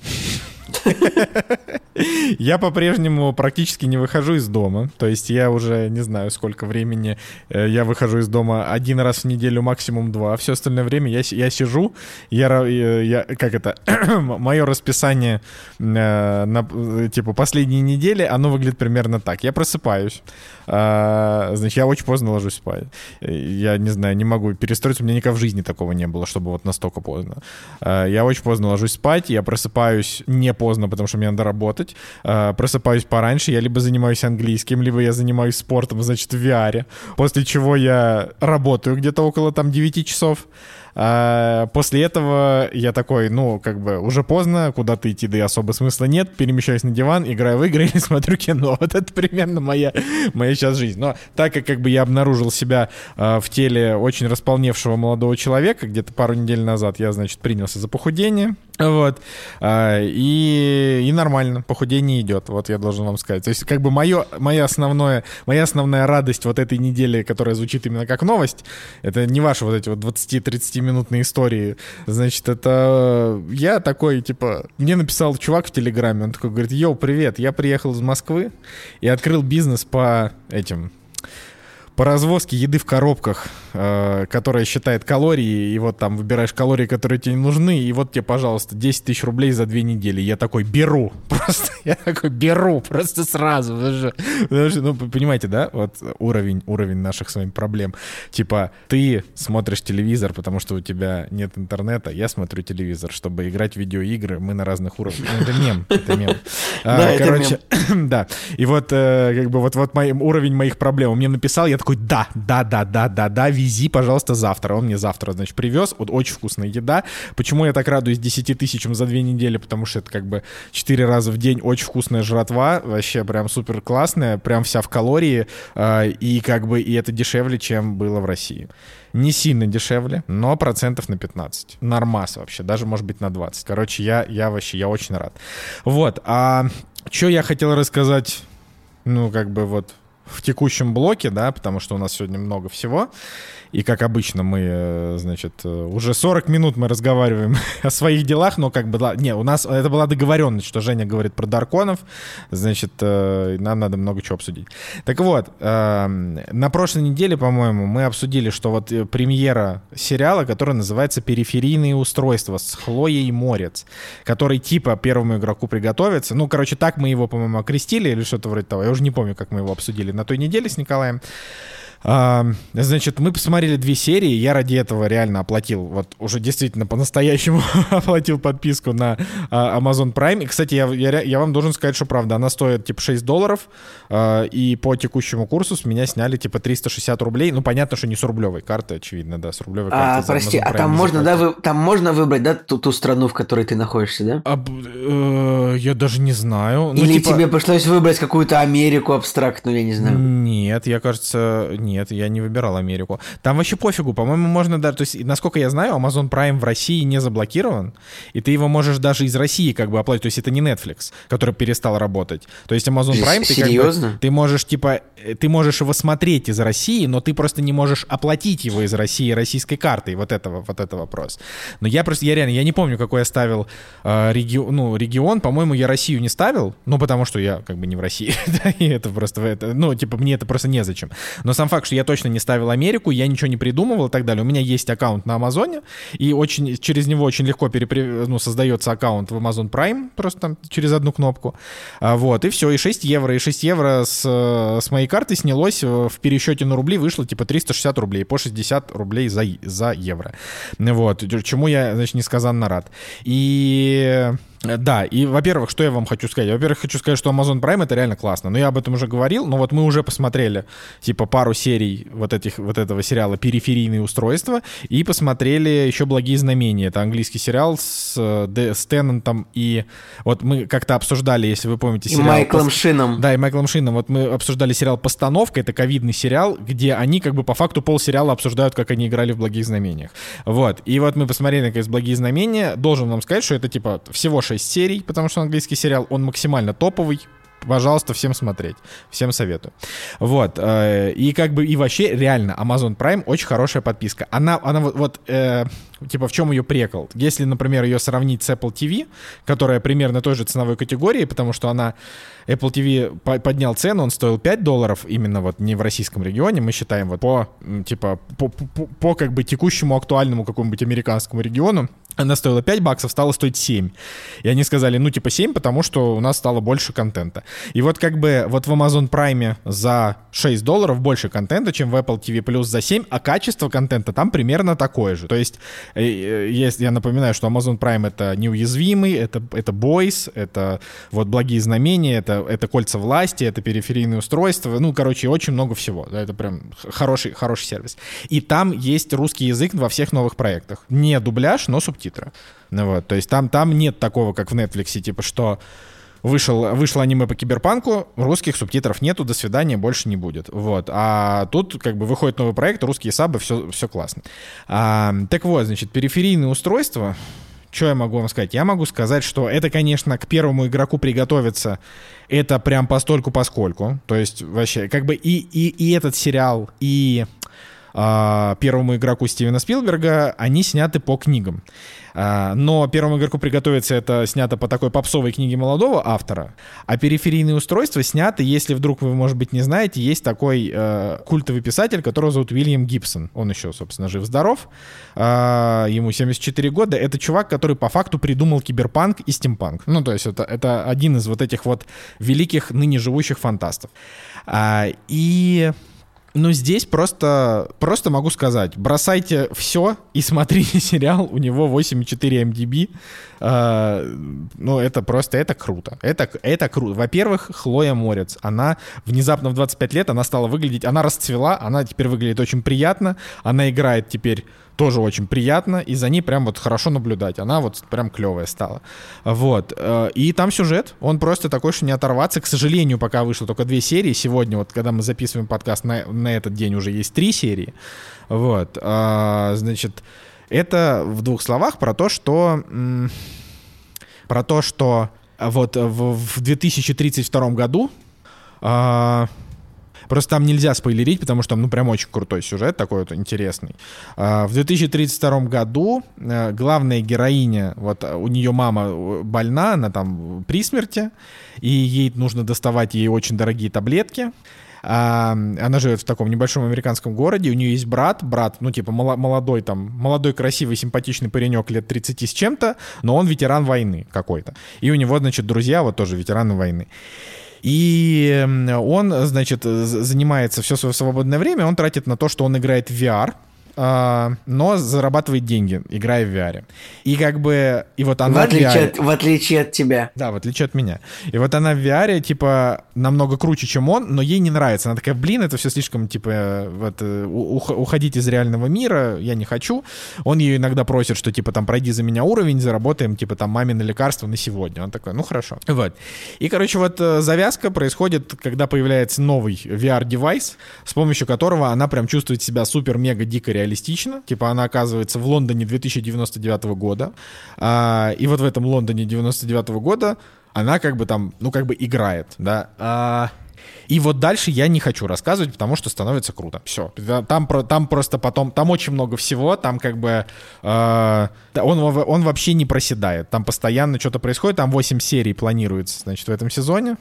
Speaker 1: Я по-прежнему практически не выхожу из дома. То есть я уже не знаю, сколько времени я выхожу из дома. Один раз в неделю, максимум два. Все остальное время я, я сижу. Я, я, как это? Мое расписание на типа последние недели, оно выглядит примерно так. Я просыпаюсь. А, значит, я очень поздно ложусь спать. Я не знаю, не могу перестроиться. У меня никогда в жизни такого не было, чтобы вот настолько поздно. А, я очень поздно ложусь спать. Я просыпаюсь не поздно, потому что мне надо работать. А, просыпаюсь пораньше. Я либо занимаюсь английским, либо я занимаюсь спортом, значит, в ви ар. После чего я работаю где-то около там девяти часов. А после этого я такой, ну, как бы, уже поздно, куда-то идти, да и особо смысла нет, перемещаюсь на диван, играю в игры или смотрю кино. Вот это примерно моя, моя сейчас жизнь. Но так как, как бы, я обнаружил себя э, в теле очень располневшего молодого человека, где-то пару недель назад я, значит, принялся за похудение. Вот. А, и, и нормально, похудение идет, вот я должен вам сказать. То есть, как бы, мое, моя, основное, моя основная радость вот этой недели, которая звучит именно как новость, это не ваши вот эти вот двадцати-тридцатиминутные истории. Значит, это я такой, типа, мне написал чувак в Телеграме, он такой говорит: йоу, привет, я приехал из Москвы и открыл бизнес по этим... по развозке еды в коробках, э, которая считает калории, и вот там выбираешь калории, которые тебе не нужны, и вот тебе, пожалуйста, десять тысяч рублей за две недели. Я такой беру, просто, я такой беру, просто сразу. Потому что, потому что, ну, понимаете, да, вот уровень, уровень наших с вами проблем. Типа, ты смотришь телевизор, потому что у тебя нет интернета, я смотрю телевизор, чтобы играть в видеоигры, мы на разных уровнях. Ну, это мем, это мем.
Speaker 3: Да,
Speaker 1: короче, да. И вот, как бы, вот уровень моих проблем. Он мне написал, я такой: да, да, да, да, да, да, вези, пожалуйста, завтра. Он мне завтра, значит, привез. Вот очень вкусная еда. Почему я так радуюсь десяти тысячам за две недели? Потому что это как бы четыре раза в день очень вкусная жратва. Вообще прям супер классная. Прям вся в калории. Э, и как бы и это дешевле, чем было в России. Не сильно дешевле, но процентов на пятнадцать. Нормас вообще. Даже, может быть, на двадцать. Короче, я, я вообще, я очень рад. Вот. А что я хотел рассказать, ну, как бы вот... в текущем блоке, да, потому что у нас сегодня много всего. И, как обычно, мы, значит, уже сорок минут мы разговариваем о своих делах, но как бы... Не, у нас это была договоренность, что Женя говорит про Дарконов, значит, нам надо много чего обсудить. Так вот, на прошлой неделе, по-моему, мы обсудили, что вот премьера сериала, который называется «Периферийные устройства» с Хлоей Морец, который типа первому игроку приготовится. Ну, короче, так мы его, по-моему, окрестили или что-то вроде того. Я уже не помню, как мы его обсудили на той неделе с Николаем. А, значит, мы посмотрели две серии, я ради этого реально оплатил, вот уже действительно по-настоящему оплатил подписку на а, Amazon Prime. И, кстати, я, я, я вам должен сказать, что правда, она стоит типа шесть долларов, а, и по текущему курсу с меня сняли типа триста шестьдесят рублей. Ну, понятно, что не с рублевой карты, очевидно, да, с рублевой карты.
Speaker 3: А, прости, а там можно, да, вы, там можно выбрать, да, ту, ту страну, в которой ты находишься, да?
Speaker 1: А, э, я даже не знаю.
Speaker 3: Или
Speaker 1: ну, типа... тебе
Speaker 3: пришлось выбрать какую-то Америку абстрактную, я не знаю.
Speaker 1: Нет, я, кажется, нет, я не выбирал Америку. Там вообще пофигу, по-моему, можно даже... То есть, насколько я знаю, Amazon Prime в России не заблокирован, и ты его можешь даже из России как бы оплатить. То есть это не Netflix, который перестал работать. То есть Amazon Prime... Ты
Speaker 3: Серьезно?
Speaker 1: Как бы, ты можешь, типа... Ты можешь его смотреть из России, но ты просто не можешь оплатить его из России российской картой. Вот это, вот это вопрос. Но я просто... Я реально... Я не помню, какой я ставил э, регион... Ну, регион. По-моему, я Россию не ставил. Ну, потому что я как бы не в России. И это просто... Это, ну, типа, мне это просто незачем. Но сам факт, что я точно не ставил Америку, я ничего не придумывал и так далее. У меня есть аккаунт на Амазоне, и очень, через него очень легко перепри... ну, создается аккаунт в Amazon Prime, просто там через одну кнопку. А, вот, и все, и шесть евро. И шесть евро с, с моей карты снялось, в пересчете на рубли вышло типа триста шестьдесят рублей, по шестьдесят рублей за, за евро. Вот, чему я, значит, несказанно рад. И... Да, и, во-первых, что я вам хочу сказать? Во-первых, хочу сказать, что Amazon Prime — это реально классно. Но я об этом уже говорил, но вот мы уже посмотрели, типа, пару серий вот, этих, вот этого сериала «Периферийные устройства» и посмотрели еще «Благие знамения». Это английский сериал с, с Теннантом и... Вот мы как-то обсуждали, если вы помните, сериал...
Speaker 3: И Майклом Пос... Шином.
Speaker 1: Да, и Майклом Шином. Вот мы обсуждали сериал «Постановка». Это ковидный сериал, где они как бы по факту полсериала обсуждают, как они играли в «Благих знамениях». Вот. И вот мы посмотрели, наконец, «Благие знамения». Должен вам сказать, что это, типа, всего шесть серий, потому что английский сериал, он максимально топовый. Пожалуйста, всем смотреть. Всем советую. Вот. И как бы, и вообще, реально, Amazon Prime очень хорошая подписка. Она, она вот, вот э, типа, в чем ее прикол? Если, например, ее сравнить с Apple ти ви, которая примерно той же ценовой категории, потому что она, Apple ти ви поднял цену, он стоил пять долларов, именно вот не в российском регионе, мы считаем вот по, типа, по, по, по как бы текущему актуальному какому-нибудь американскому региону, Она стоила пять баксов, стала стоить семь. И они сказали, ну, типа семь, потому что у нас стало больше контента. И вот как бы вот в Amazon Prime за шесть долларов больше контента, чем в Apple ти ви Plus за семь, а качество контента там примерно такое же. То есть, если я напоминаю, что Amazon Prime — это неуязвимый, это, это Boys, это вот благие знамения, это, это кольца власти, это периферийные устройства, ну, короче, очень много всего. Это прям хороший, хороший сервис. И там есть русский язык во всех новых проектах. Не дубляж, но субтитры. Ну вот, то есть там, там нет такого, как в Netflix, типа, что вышел, вышло аниме по киберпанку, русских субтитров нету, до свидания, больше не будет. Вот. А тут как бы выходит новый проект, русские сабы, все, все классно. А, так вот, значит, периферийные устройства, что я могу вам сказать? Я могу сказать, что это, конечно, к первому игроку приготовиться, это прям постольку-поскольку. То есть вообще, как бы и, и, и этот сериал, и... первому игроку Стивена Спилберга, они сняты по книгам. Но первому игроку приготовиться, это снято по такой попсовой книге молодого автора, а периферийные устройства сняты, если вдруг вы, может быть, не знаете, есть такой э, культовый писатель, которого зовут Уильям Гибсон. Он еще, собственно, жив-здоров. Э, ему семьдесят четыре года. Это чувак, который по факту придумал киберпанк и стимпанк. Ну, то есть это, это один из вот этих вот великих ныне живущих фантастов. А, и... Ну, здесь просто, просто могу сказать, бросайте все и смотрите сериал, у него восемь и четыре эм ди би. А, ну, это просто, это круто. Это, это круто. Во-первых, Хлоя Морец, она внезапно в двадцать пять лет, она стала выглядеть, она расцвела, она теперь выглядит очень приятно, она играет теперь тоже очень приятно, и за ней прям вот хорошо наблюдать. Она вот прям клевая стала. Вот. И там сюжет, он просто такой, что не оторваться. К сожалению, пока вышло только две серии. Сегодня, вот когда мы записываем подкаст, на, на этот день уже есть три серии. Вот. Значит, это в двух словах про то, что... Про то, что вот в, в две тысячи тридцать втором году... Просто там нельзя спойлерить, потому что там, ну, прям очень крутой сюжет, такой вот интересный. В две тысячи тридцать втором году главная героиня, вот у нее мама больна, она там при смерти, и ей нужно доставать ей очень дорогие таблетки. Она живет в таком небольшом американском городе, у нее есть брат, брат, ну, типа, молодой там, молодой, красивый, симпатичный паренек лет тридцати с чем-то, но он ветеран войны какой-то. И у него, значит, друзья вот тоже ветераны войны. И он, значит, занимается все свое свободное время, он тратит на то, что он играет в ви ар, но зарабатывает деньги, играя в ви ар. И как бы... И вот она
Speaker 3: в, отличие от, в отличие от тебя.
Speaker 1: Да, в отличие от меня. И вот она в ви ар, типа, намного круче, чем он, но ей не нравится. Она такая, блин, это все слишком, типа, вот, уходить из реального мира, я не хочу. Он ее иногда просит, что, типа, там, пройди за меня уровень, заработаем, типа, там, мамины лекарства на сегодня. Он такой, ну, хорошо. Вот. И, короче, вот завязка происходит, когда появляется новый ви ар-девайс, с помощью которого она прям чувствует себя супер-мега-дико реалистично. Типа она оказывается в Лондоне две тысячи девяносто девятого года. А, и вот в этом Лондоне девяносто девятого года она как бы там, ну как бы играет, да. А, и вот дальше я не хочу рассказывать, потому что становится круто. Все. Там, там просто потом, там очень много всего, там как бы э, он, он вообще не проседает. Там постоянно что-то происходит, там восемь серий планируется, значит, в этом сезоне.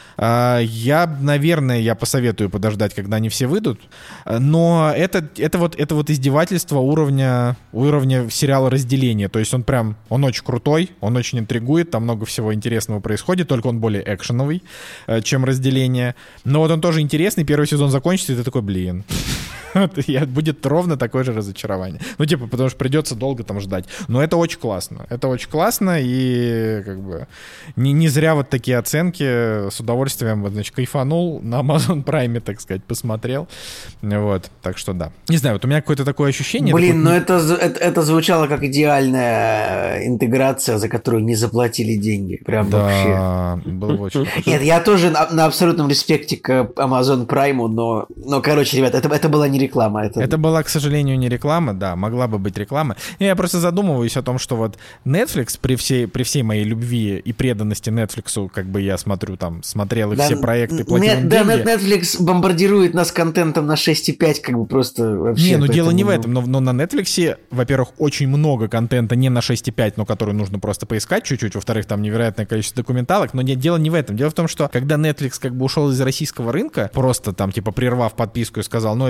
Speaker 1: Я, наверное, я посоветую подождать, когда они все выйдут, но это, это, вот, это вот издевательство уровня, уровня сериала «Разделение», то есть он прям, он очень крутой, он очень интригует, там много всего интересного происходит, только он более экшеновый, чем «Разделение», но вот он тоже интересный, первый сезон закончится, и ты такой, блин... Будет ровно такое же разочарование. Ну, типа, потому что придется долго там ждать. Но это очень классно. Это очень классно, и как бы не, не зря вот такие оценки. С удовольствием, вот, значит, кайфанул на Amazon Prime, так сказать, посмотрел. Вот, так что да. Не знаю, вот у меня какое-то такое ощущение.
Speaker 3: Блин,
Speaker 1: такое...
Speaker 3: ну это, это, это звучало как идеальная интеграция, за которую не заплатили деньги. Прям
Speaker 1: да,
Speaker 3: вообще.
Speaker 1: Было очень...
Speaker 3: Нет, я тоже на, на абсолютном респекте к Amazon Prime, но, но короче, ребят, это, это была не реклама. Это...
Speaker 1: это была, к сожалению, не реклама, да, могла бы быть реклама. Я просто задумываюсь о том, что вот Netflix, при всей, при всей моей любви и преданности Netflix, как бы я смотрю там, смотрел их да, все проекты, платил им
Speaker 3: да,
Speaker 1: деньги.
Speaker 3: Netflix бомбардирует нас контентом на шесть и пять, как бы просто вообще.
Speaker 1: Не, ну дело не в
Speaker 3: ну...
Speaker 1: этом, но, но на Netflix, во-первых, очень много контента не на шесть и пять, но который нужно просто поискать чуть-чуть, во-вторых, там невероятное количество документалок, но нет, дело не в этом. Дело в том, что когда Netflix как бы ушел из российского рынка, просто там типа прервав подписку и сказал, ну этот месяц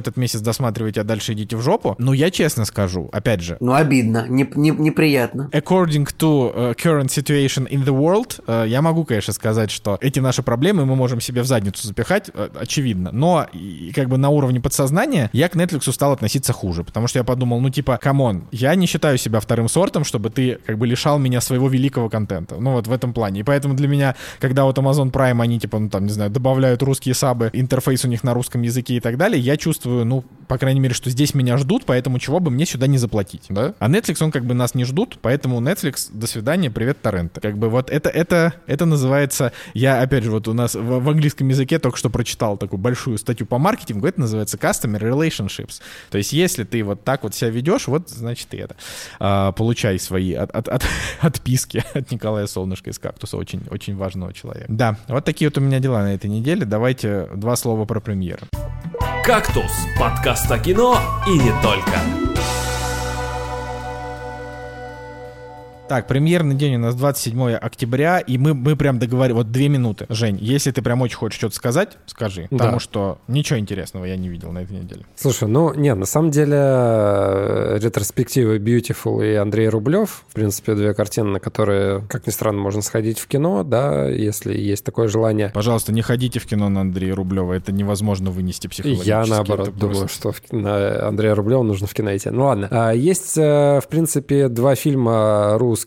Speaker 1: досматривайте, а дальше идите в жопу. Но я честно скажу, опять же.
Speaker 3: Ну, обидно, не, не, неприятно.
Speaker 1: According to uh, current situation in the world, uh, я могу, конечно, сказать, что эти наши проблемы мы можем себе в задницу запихать, uh, очевидно. Но и, как бы на уровне подсознания я к Netflix стал относиться хуже, потому что я подумал, ну типа, камон, я не считаю себя вторым сортом, чтобы ты как бы лишал меня своего великого контента. Ну вот в этом плане. И поэтому для меня, когда вот Amazon Prime, они типа, ну там, не знаю, добавляют русские сабы, интерфейс у них на русском языке и так далее, я чувствую, ну, по крайней мере, что здесь меня ждут, поэтому чего бы мне сюда не заплатить, да? А Netflix, он как бы нас не ждут, поэтому Netflix, до свидания, привет, торренты. Как бы вот это, это, это называется, я, опять же, вот у нас в, в английском языке только что прочитал такую большую статью по маркетингу, это называется Customer Relationships. То есть если ты вот так вот себя ведешь, вот, значит, ты это, а, получай свои от, от, от, отписки от Николая Солнышко из «Кактуса», очень, очень важного человека. Да, вот такие вот у меня дела на этой неделе. Давайте два слова про премьеры.
Speaker 4: «Кактус» — подкаст о кино и не только.
Speaker 1: Так, премьерный день у нас двадцать седьмое октября, и мы, мы прям договорились, вот две минуты. Жень, если ты прям очень хочешь что-то сказать, скажи,
Speaker 2: да.
Speaker 1: Потому что ничего интересного я не видел на этой неделе.
Speaker 2: Слушай, ну, нет, на самом деле ретроспективы Beautiful и Андрей Рублев, в принципе, две картины, на которые, как ни странно, можно сходить в кино, да, если есть такое желание.
Speaker 1: Пожалуйста, не ходите в кино на Андрея Рублева, это невозможно вынести психологически.
Speaker 2: Я, наоборот,
Speaker 1: это
Speaker 2: думаю,
Speaker 1: просто...
Speaker 2: что в... на Андрея Рублева нужно в кино идти. Ну, ладно. Есть, в принципе, два фильма русских,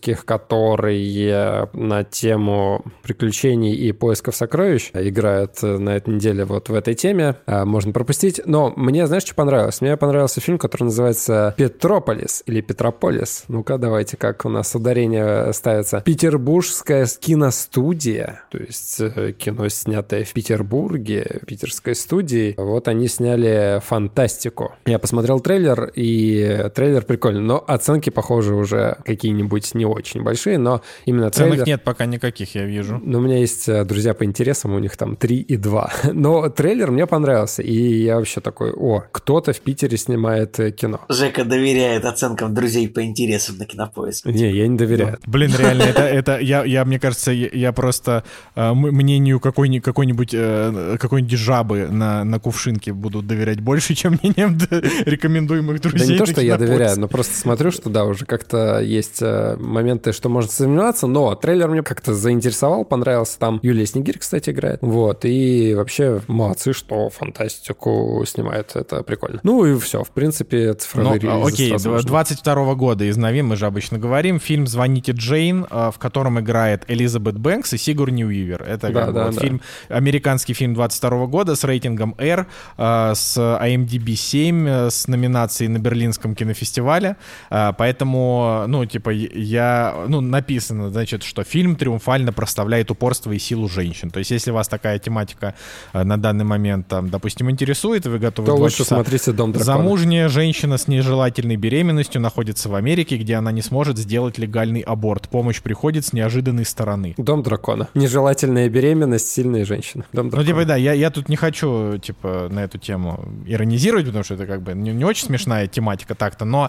Speaker 2: которые на тему приключений и поисков сокровищ играют на этой неделе вот в этой теме. Можно пропустить. Но мне, знаешь, что понравилось? Мне понравился фильм, который называется «Петрополис» или «Петрополис». Ну-ка, давайте, как у нас ударение ставится. Петербургская киностудия. То есть кино, снятое в Петербурге, питерской студии. Вот они сняли фантастику. Я посмотрел трейлер, и трейлер прикольный. Но оценки, похоже, уже какие-нибудь не очень большие, но именно трейлер...
Speaker 1: Ценных нет пока никаких, я вижу.
Speaker 2: Но у меня есть друзья по интересам, у них там три и два. Но трейлер мне понравился, и я вообще такой, о, кто-то в Питере снимает кино.
Speaker 3: Жека доверяет оценкам друзей по интересам на Кинопоиске.
Speaker 2: Не, я не доверяю.
Speaker 1: Ну, блин, реально, это, это я, я, мне кажется, я, я просто э, мнению какой-нибудь, какой-нибудь, э, какой-нибудь жабы на, на кувшинке буду доверять больше, чем мнением рекомендуемых друзей.
Speaker 2: Да не то, что я доверяю, но просто смотрю, что да, уже как-то есть моменты, что можно сомневаться, но трейлер мне как-то заинтересовал, понравился. Там Юлия Снегирь, кстати, играет. Вот, и вообще молодцы, что фантастику снимают, это прикольно. Ну и все, в принципе, цифровые
Speaker 1: ну,
Speaker 2: релизы.
Speaker 1: Окей, двадцать второго года из новин, мы же обычно говорим, фильм «Звоните Джейн», в котором играет Элизабет Бэнкс и Сигурни Уивер. Это
Speaker 2: да,
Speaker 1: как
Speaker 2: да,
Speaker 1: бы, вот,
Speaker 2: да.
Speaker 1: фильм, американский фильм двадцать второго года с рейтингом R, с ай эм ди би семь, с номинацией на Берлинском кинофестивале. Поэтому, ну, типа, я, ну, написано, значит, что фильм триумфально прославляет упорство и силу женщин. То есть, если вас такая тематика на данный момент, там, допустим, интересует, и вы готовы
Speaker 2: то
Speaker 1: два
Speaker 2: лучше
Speaker 1: часа...
Speaker 2: смотрите «Дом дракона».
Speaker 1: Замужняя женщина с нежелательной беременностью находится в Америке, где она не сможет сделать легальный аборт. Помощь приходит с неожиданной стороны.
Speaker 2: «Дом дракона». Нежелательная беременность, сильные женщины. «Дом дракона».
Speaker 1: Ну, типа, да, я, я тут не хочу, типа, на эту тему иронизировать, потому что это, как бы, не, не очень смешная тематика так-то, но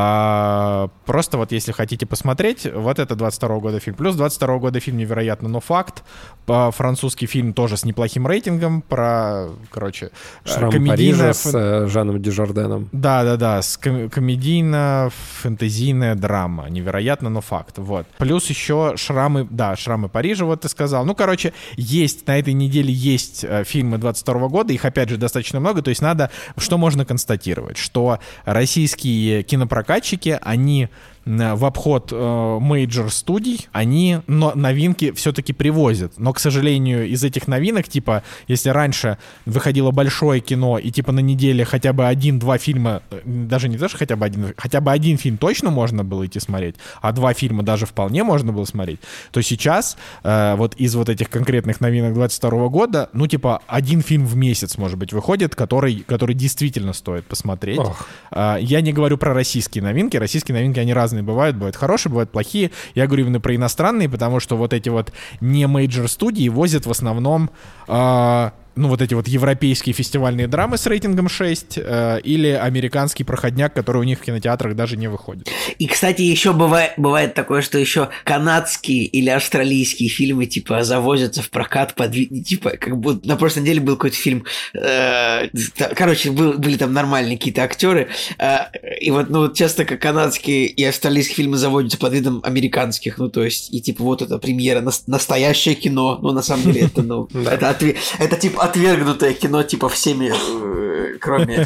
Speaker 1: а, просто вот если хотите посмотреть, вот это двадцать второго года фильм. Плюс двадцать второго года фильм «Невероятно, но факт». Французский фильм тоже с неплохим рейтингом про, короче,
Speaker 2: «Шрам
Speaker 1: комедийно...
Speaker 2: Парижа» с э, Жаном Дюжарденом.
Speaker 1: Да-да-да, с ком- комедийно-фэнтезийная драма. «Невероятно, но факт». Вот. Плюс еще «Шрамы», да, «Шрамы Парижа», вот ты сказал. Ну, короче, есть, на этой неделе есть э, фильмы двадцать второго года, их, опять же, достаточно много, то есть надо, что можно констатировать, что российские кинопрокатчики, они в обход мейджор студий, они но новинки все-таки привозят. Но, к сожалению, из этих новинок, типа, если раньше выходило большое кино, и типа на неделе хотя бы один-два фильма, даже не то, что хотя бы один, хотя бы один фильм точно можно было идти смотреть, а два фильма даже вполне можно было смотреть, то сейчас э, вот из вот этих конкретных новинок двадцать второго года, ну, типа, один фильм в месяц, может быть, выходит, который, который действительно стоит посмотреть. Э, я не говорю про российские новинки. Российские новинки, они разные бывают, бывают хорошие, бывают плохие. Я говорю именно про иностранные, потому что вот эти вот не мейджор студии возят в основном э, ну, вот эти вот европейские фестивальные драмы с рейтингом шесть, э, или американский проходняк, который у них в кинотеатрах даже не выходит.
Speaker 3: И, кстати, еще бывает, бывает такое, что еще канадские или австралийские фильмы, типа, завозятся в прокат под... Типа, как будто на прошлой неделе был какой-то фильм... Э, короче, был, были там нормальные какие-то актеры, э, и вот, ну, часто как канадские и австралийские фильмы заводятся под видом американских, ну, то есть, и, типа, вот это премьера, настоящее кино, ну, на самом деле, это, ну, это, это, типа, отвергнутое кино, типа, всеми, кроме...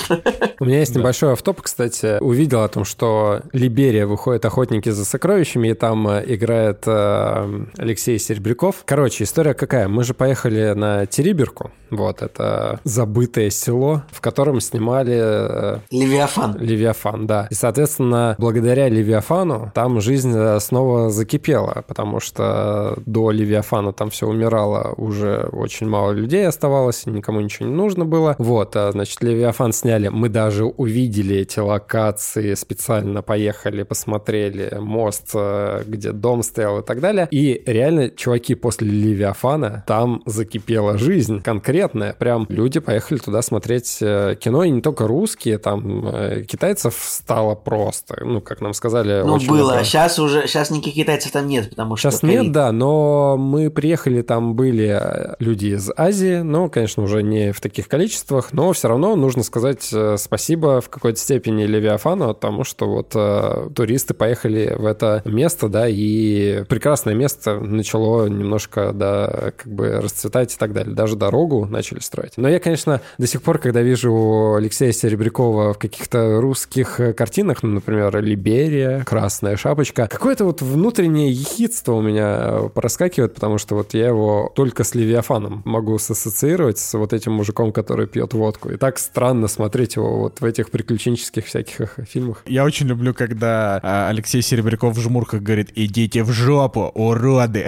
Speaker 2: У меня есть небольшой автоп, кстати. Увидел о том, что Либерия выходит «Охотники за сокровищами», и там играет э, Алексей Серебряков. Короче, история какая? Мы же поехали на Териберку. Вот, это забытое село, в котором снимали... Э,
Speaker 3: Левиафан.
Speaker 2: Левиафан, да. И, соответственно, благодаря Левиафану там жизнь снова закипела, потому что до Левиафана там все умирало, уже очень мало людей оставалось, никому ничего не нужно было. Вот, а, значит, Левиафан сняли. Мы даже увидели эти локации, специально поехали, посмотрели мост, где дом стоял и так далее. И реально, чуваки, после Левиафана там закипела жизнь конкретная. Прям люди поехали туда смотреть кино, и не только русские, там китайцев стало просто. Ну, как нам сказали...
Speaker 3: Ну,
Speaker 2: очень
Speaker 3: было.
Speaker 2: много...
Speaker 3: Сейчас уже, сейчас никаких китайцев там нет, потому что...
Speaker 2: Сейчас нет, да, но мы приехали, там были люди из Азии, ну, конечно, уже не в таких количествах, но все равно нужно сказать спасибо в какой-то степени Левиафану, потому что вот э, туристы поехали в это место, да, и прекрасное место начало немножко, да, как бы расцветать и так далее. Даже дорогу начали строить. Но я, конечно, до сих пор, когда вижу Алексея Серебрякова в каких-то русских картинах, ну, например, «Либерия», «Красная шапочка», какое-то вот внутреннее ехидство у меня проскакивает, потому что вот я его только с Левиафаном могу ассоциировать, с вот этим мужиком, который пьет водку. И так странно смотреть его вот в этих приключенческих всяких фильмах.
Speaker 1: Я очень люблю, когда а, Алексей Серебряков в жмурках говорит: «Идите в жопу, уроды!»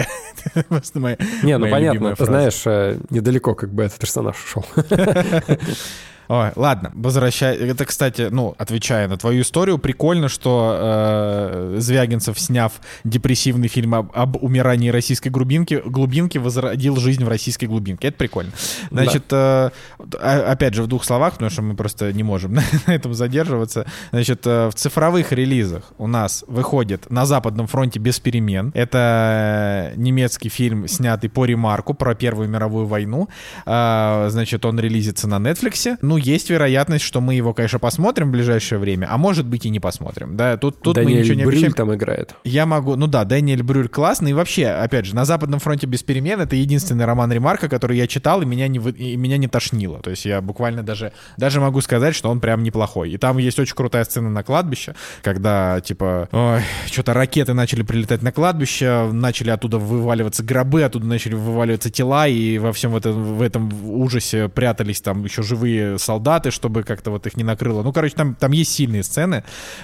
Speaker 2: Не, ну понятно, ты знаешь, недалеко как бы этот персонаж ушел.
Speaker 1: Ой, ладно, возвращай. Это, кстати, ну, отвечая на твою историю, прикольно, что э, Звягинцев, сняв депрессивный фильм об, об умирании российской глубинки, глубинки, возродил жизнь в российской глубинке. Это прикольно. Значит, да. э, опять же, в двух словах, потому что мы просто не можем на, на этом задерживаться. Значит, э, в цифровых релизах у нас выходит «На Западном фронте без перемен». Это немецкий фильм, снятый по ремарку про Первую мировую войну. Э, значит, он релизится на Netflix. Ну, есть вероятность, что мы его, конечно, посмотрим в ближайшее время, а может быть и не посмотрим. Да, тут, тут мы ничего не обещаем.
Speaker 2: Брюль там играет.
Speaker 1: Я могу... Ну да, Дэниэль Брюль классный. И вообще, опять же, «На Западном фронте без перемен» — это единственный роман Ремарка, который я читал, и меня не, вы... и меня не тошнило. То есть я буквально даже... Даже могу сказать, что он прям неплохой. И там есть очень крутая сцена на кладбище, когда, типа, ой, что-то ракеты начали прилетать на кладбище, начали оттуда вываливаться гробы, оттуда начали вываливаться тела, и во всем этом, в этом ужасе прятались там еще живые солдаты, чтобы как-то вот их не накрыло. Ну, короче, там, там есть сильные сцены,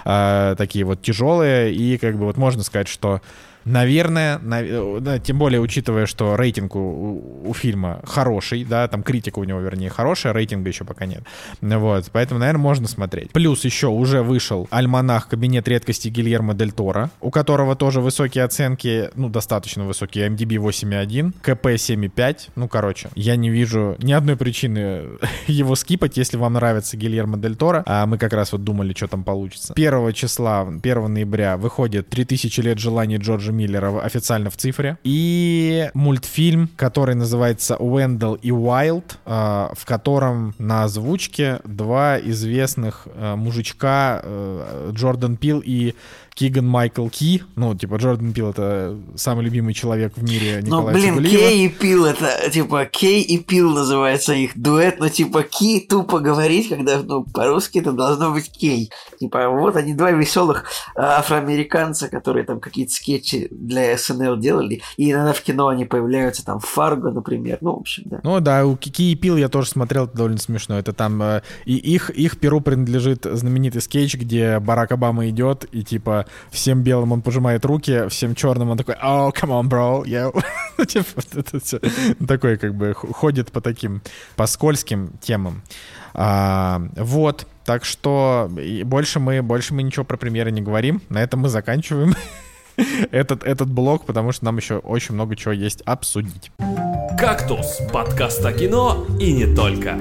Speaker 1: э, такие вот тяжелые, и как бы вот можно сказать, что наверное, на, тем более учитывая, что рейтинг у, у фильма хороший, да, там критика у него, вернее, хорошая, рейтинга еще пока нет. Вот, поэтому, наверное, можно смотреть. Плюс еще уже вышел «Альманах. Кабинет редкостей» Гильермо дель Торо, у которого тоже высокие оценки, ну, достаточно высокие, эм ди би восемь и один, ка пэ семь и пять. Ну, короче, я не вижу ни одной причины его скипать, если вам нравится Гильермо дель Торо. А мы как раз вот думали, что там получится. первого числа, первого ноября выходит «три тысячи лет желаний» Джорджа Миллера официально в цифре. И мультфильм, который называется «Уэндell и Уайлд», э, в котором на озвучке два известных э, мужичка, э, Джордан Пил и Киган Майкл Ки. Ну, типа, Джордан Пил — это самый любимый человек в мире Николая
Speaker 3: Ну, блин,
Speaker 1: Цигулиева.
Speaker 3: Кей и Пил — это, типа, Кей и Пил называется их дуэт, но, типа, Ки тупо говорить, когда, ну, по-русски это должно быть Кей. Типа, вот они, два веселых афроамериканца, которые там какие-то скетчи для эс эн эл делали, и иногда в кино они появляются, там, Фарго, например, ну, в общем, да.
Speaker 1: Ну, да, у Ки и Пил я тоже смотрел, это довольно смешно. Это там, э, и их, их перу принадлежит знаменитый скетч, где Барак Обама идет, и, типа, всем белым он пожимает руки, всем черным он такой: «Oh, come on, bro, yo». Типа, это все такой, как бы, ходит по таким, по скользким темам. А, вот, так что больше мы, больше мы ничего про премьеры не говорим. На этом мы заканчиваем этот, этот блок, потому что нам еще очень много чего есть обсудить.
Speaker 4: «Кактус» — подкаст о кино и не только.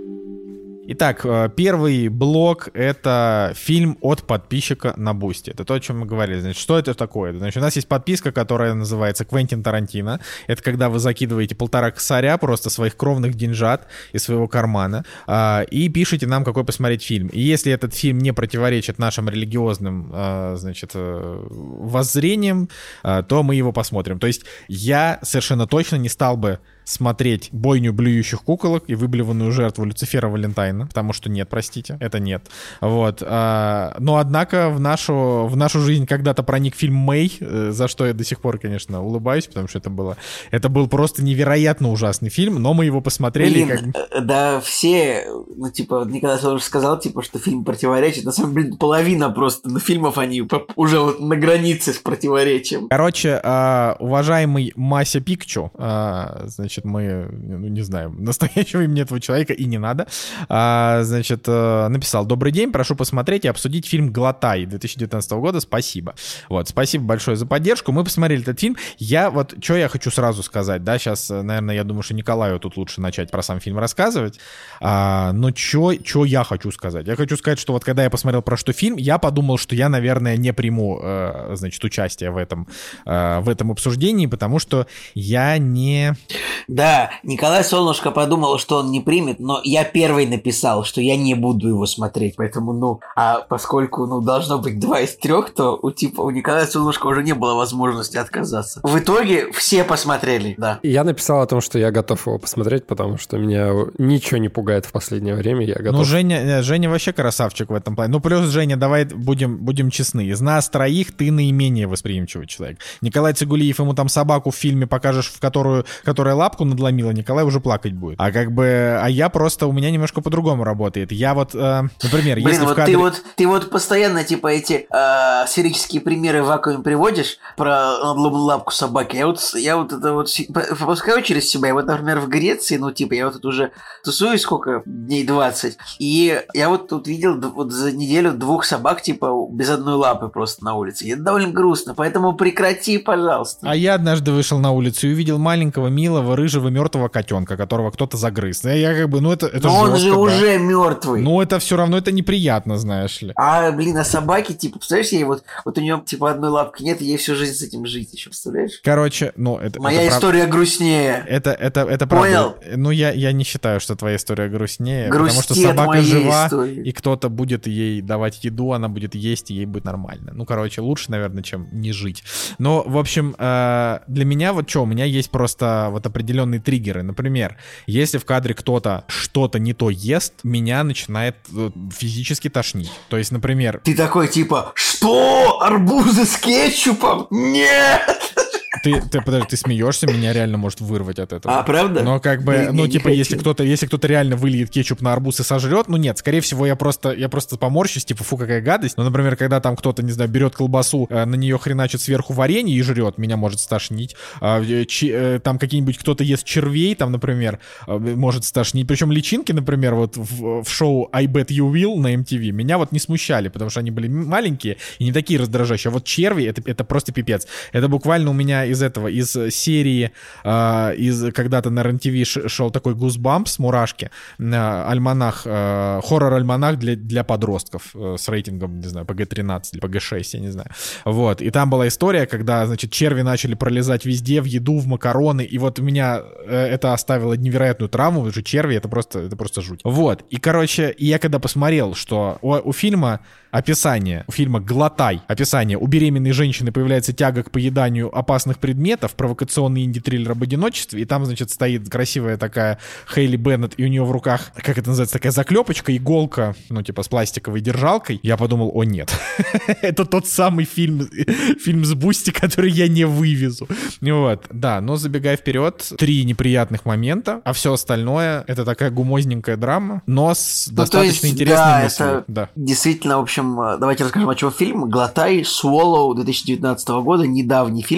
Speaker 1: Итак, первый блок — это фильм от подписчика на Бусти. Это то, о чем мы говорили. Значит, что это такое? Значит, у нас есть подписка, которая называется «Квентин Тарантино». Это когда вы закидываете полтора косаря просто своих кровных деньжат из своего кармана э, и пишете нам, какой посмотреть фильм. И если этот фильм не противоречит нашим религиозным, э, значит, э, воззрениям, э, то мы его посмотрим. То есть я совершенно точно не стал бы смотреть «Бойню блюющих куколок» и выблеванную жертву Люцифера Валентайна, потому что нет, простите, это нет. Вот. Но, однако, в нашу, в нашу жизнь когда-то проник фильм «Мэй», за что я до сих пор, конечно, улыбаюсь, потому что это было... Это был просто невероятно ужасный фильм, но мы его посмотрели.
Speaker 3: Блин,
Speaker 1: как...
Speaker 3: да, все, ну, типа, Николай Солнышко сказал, типа, что фильм противоречит. На самом деле, половина просто ну, фильмов, они уже вот на границе с противоречием.
Speaker 1: Короче, уважаемый Мася Пикчу, значит, мы, ну, не знаем, настоящего имени этого человека и не надо, а, значит, написал: «Добрый день, прошу посмотреть и обсудить фильм «Глотай» две тысячи девятнадцатого года, спасибо». Вот, спасибо большое за поддержку, мы посмотрели этот фильм. Я вот, что я хочу сразу сказать, да, сейчас, наверное, я думаю, что Николаю тут лучше начать про сам фильм рассказывать, а, но что я хочу сказать? Я хочу сказать, что вот когда я посмотрел про что фильм, я подумал, что я, наверное, не приму, э, значит, участие в этом, э, в этом обсуждении, потому что я не...
Speaker 3: Да, Николай Солнышко подумал, что он не примет, но я первый написал, что я не буду его смотреть, поэтому, ну, а поскольку, ну, должно быть два из трех, то у типа у Николая Солнышко уже не было возможности отказаться. В итоге все посмотрели, да.
Speaker 2: Я написал о том, что я готов его посмотреть, потому что меня ничего не пугает в последнее время, я готов.
Speaker 1: Ну, Женя, Женя вообще красавчик в этом плане. Ну, плюс, Женя, давай будем, будем честны, из нас троих ты наименее восприимчивый человек. Николай Цигулиев, ему там собаку в фильме покажешь, в которую, которая лапку надломила, Николай уже плакать будет. А как бы, а я просто, у меня немножко по-другому работает. Я вот, э, например,
Speaker 3: Блин,
Speaker 1: если
Speaker 3: вот
Speaker 1: в кадре...
Speaker 3: ты вот, ты вот постоянно, типа, эти э, сферические примеры в вакууме приводишь про надломанную лапку собаки. Я вот, я вот это вот пропускаю через себя. Я вот, например, в Греции, ну, типа, я вот тут уже тусуюсь сколько? Дней двадцать. И я вот тут видел вот за неделю двух собак, типа, без одной лапы просто на улице. И это довольно грустно, поэтому прекрати, пожалуйста.
Speaker 1: А я однажды вышел на улицу и увидел маленького, милого, рыжего, мертвого котенка, которого кто-то загрыз. Я как бы, ну это, это
Speaker 3: Но
Speaker 1: жестко,
Speaker 3: он же
Speaker 1: да.
Speaker 3: уже мертвый.
Speaker 1: Ну это все равно, это неприятно, знаешь ли.
Speaker 3: А, блин, а собаки, типа, представляешь, ей вот, вот у нее, типа, одной лапки нет, и ей всю жизнь с этим жить еще, представляешь?
Speaker 1: Короче, ну это...
Speaker 3: Моя
Speaker 1: это
Speaker 3: история
Speaker 1: прав...
Speaker 3: грустнее.
Speaker 1: Это, это, это
Speaker 3: Понял?
Speaker 1: правда. Ну я, я не считаю, что твоя история грустнее,
Speaker 3: Грустит
Speaker 1: потому что собака жива,
Speaker 3: истории.
Speaker 1: и кто-то будет ей давать еду, она будет есть, и ей будет нормально. Ну, короче, лучше, наверное, чем не жить. Но, в общем, для меня вот что, у меня есть просто вот определенные триггеры. Например, если в кадре кто-то что-то не то ест, меня начинает физически тошнить. То есть, например...
Speaker 3: Ты такой, типа, что? Арбузы с кетчупом? Нет!
Speaker 1: Ты, ты, подожди, ты смеешься, меня реально может вырвать от этого.
Speaker 3: А, правда?
Speaker 1: Но как бы,
Speaker 3: Я,
Speaker 1: ну,
Speaker 3: я
Speaker 1: типа, если кто-то, если кто-то реально выльет кетчуп на арбуз и сожрет, ну, нет, скорее всего, я просто, я просто поморщусь, типа, фу, какая гадость. Ну, например, когда там кто-то, не знаю, берет колбасу, э, на нее хреначит сверху варенье и жрет, меня может стошнить. Э, ч, э, там какие-нибудь кто-то ест червей, там, например, э, может стошнить. Причем личинки, например, вот в, в шоу I Bet You Will на эм ти ви меня вот не смущали, потому что они были маленькие и не такие раздражающие. А вот черви, это, это просто пипец. Это буквально у меня из этого, из серии, э, из когда-то на эр эн ти ви шел такой Goosebumps, мурашки, э, альманах, э, хоррор-альманах для, для подростков э, с рейтингом, не знаю, пэ гэ тринадцать или пэ гэ шесть, я не знаю. Вот, и там была история, когда, значит, черви начали пролезать везде, в еду, в макароны, и вот у меня э, это оставило невероятную травму, потому что черви — это просто, это просто жуть. Вот, и, короче, и я когда посмотрел, что у, у фильма описание, у фильма «Глотай», описание: у беременной женщины появляется тяга к поеданию опасных предметов, провокационный инди-триллер об одиночестве, и там, значит, стоит красивая такая Хейли Беннет, и у нее в руках, как это называется, такая заклепочка, иголка, ну, типа, с пластиковой держалкой. Я подумал, о, нет, это тот самый фильм, фильм с Бусти, который я не вывезу. Вот, да, но забегая вперед, три неприятных момента, а все остальное — это такая гумозненькая драма, но с ну, достаточно есть, интересной
Speaker 3: да,
Speaker 1: мыслью.
Speaker 3: Это
Speaker 1: да,
Speaker 3: действительно, в общем, давайте расскажем, о чем фильм. «Глотай», Swallow две тысячи девятнадцатого года, недавний фильм. Он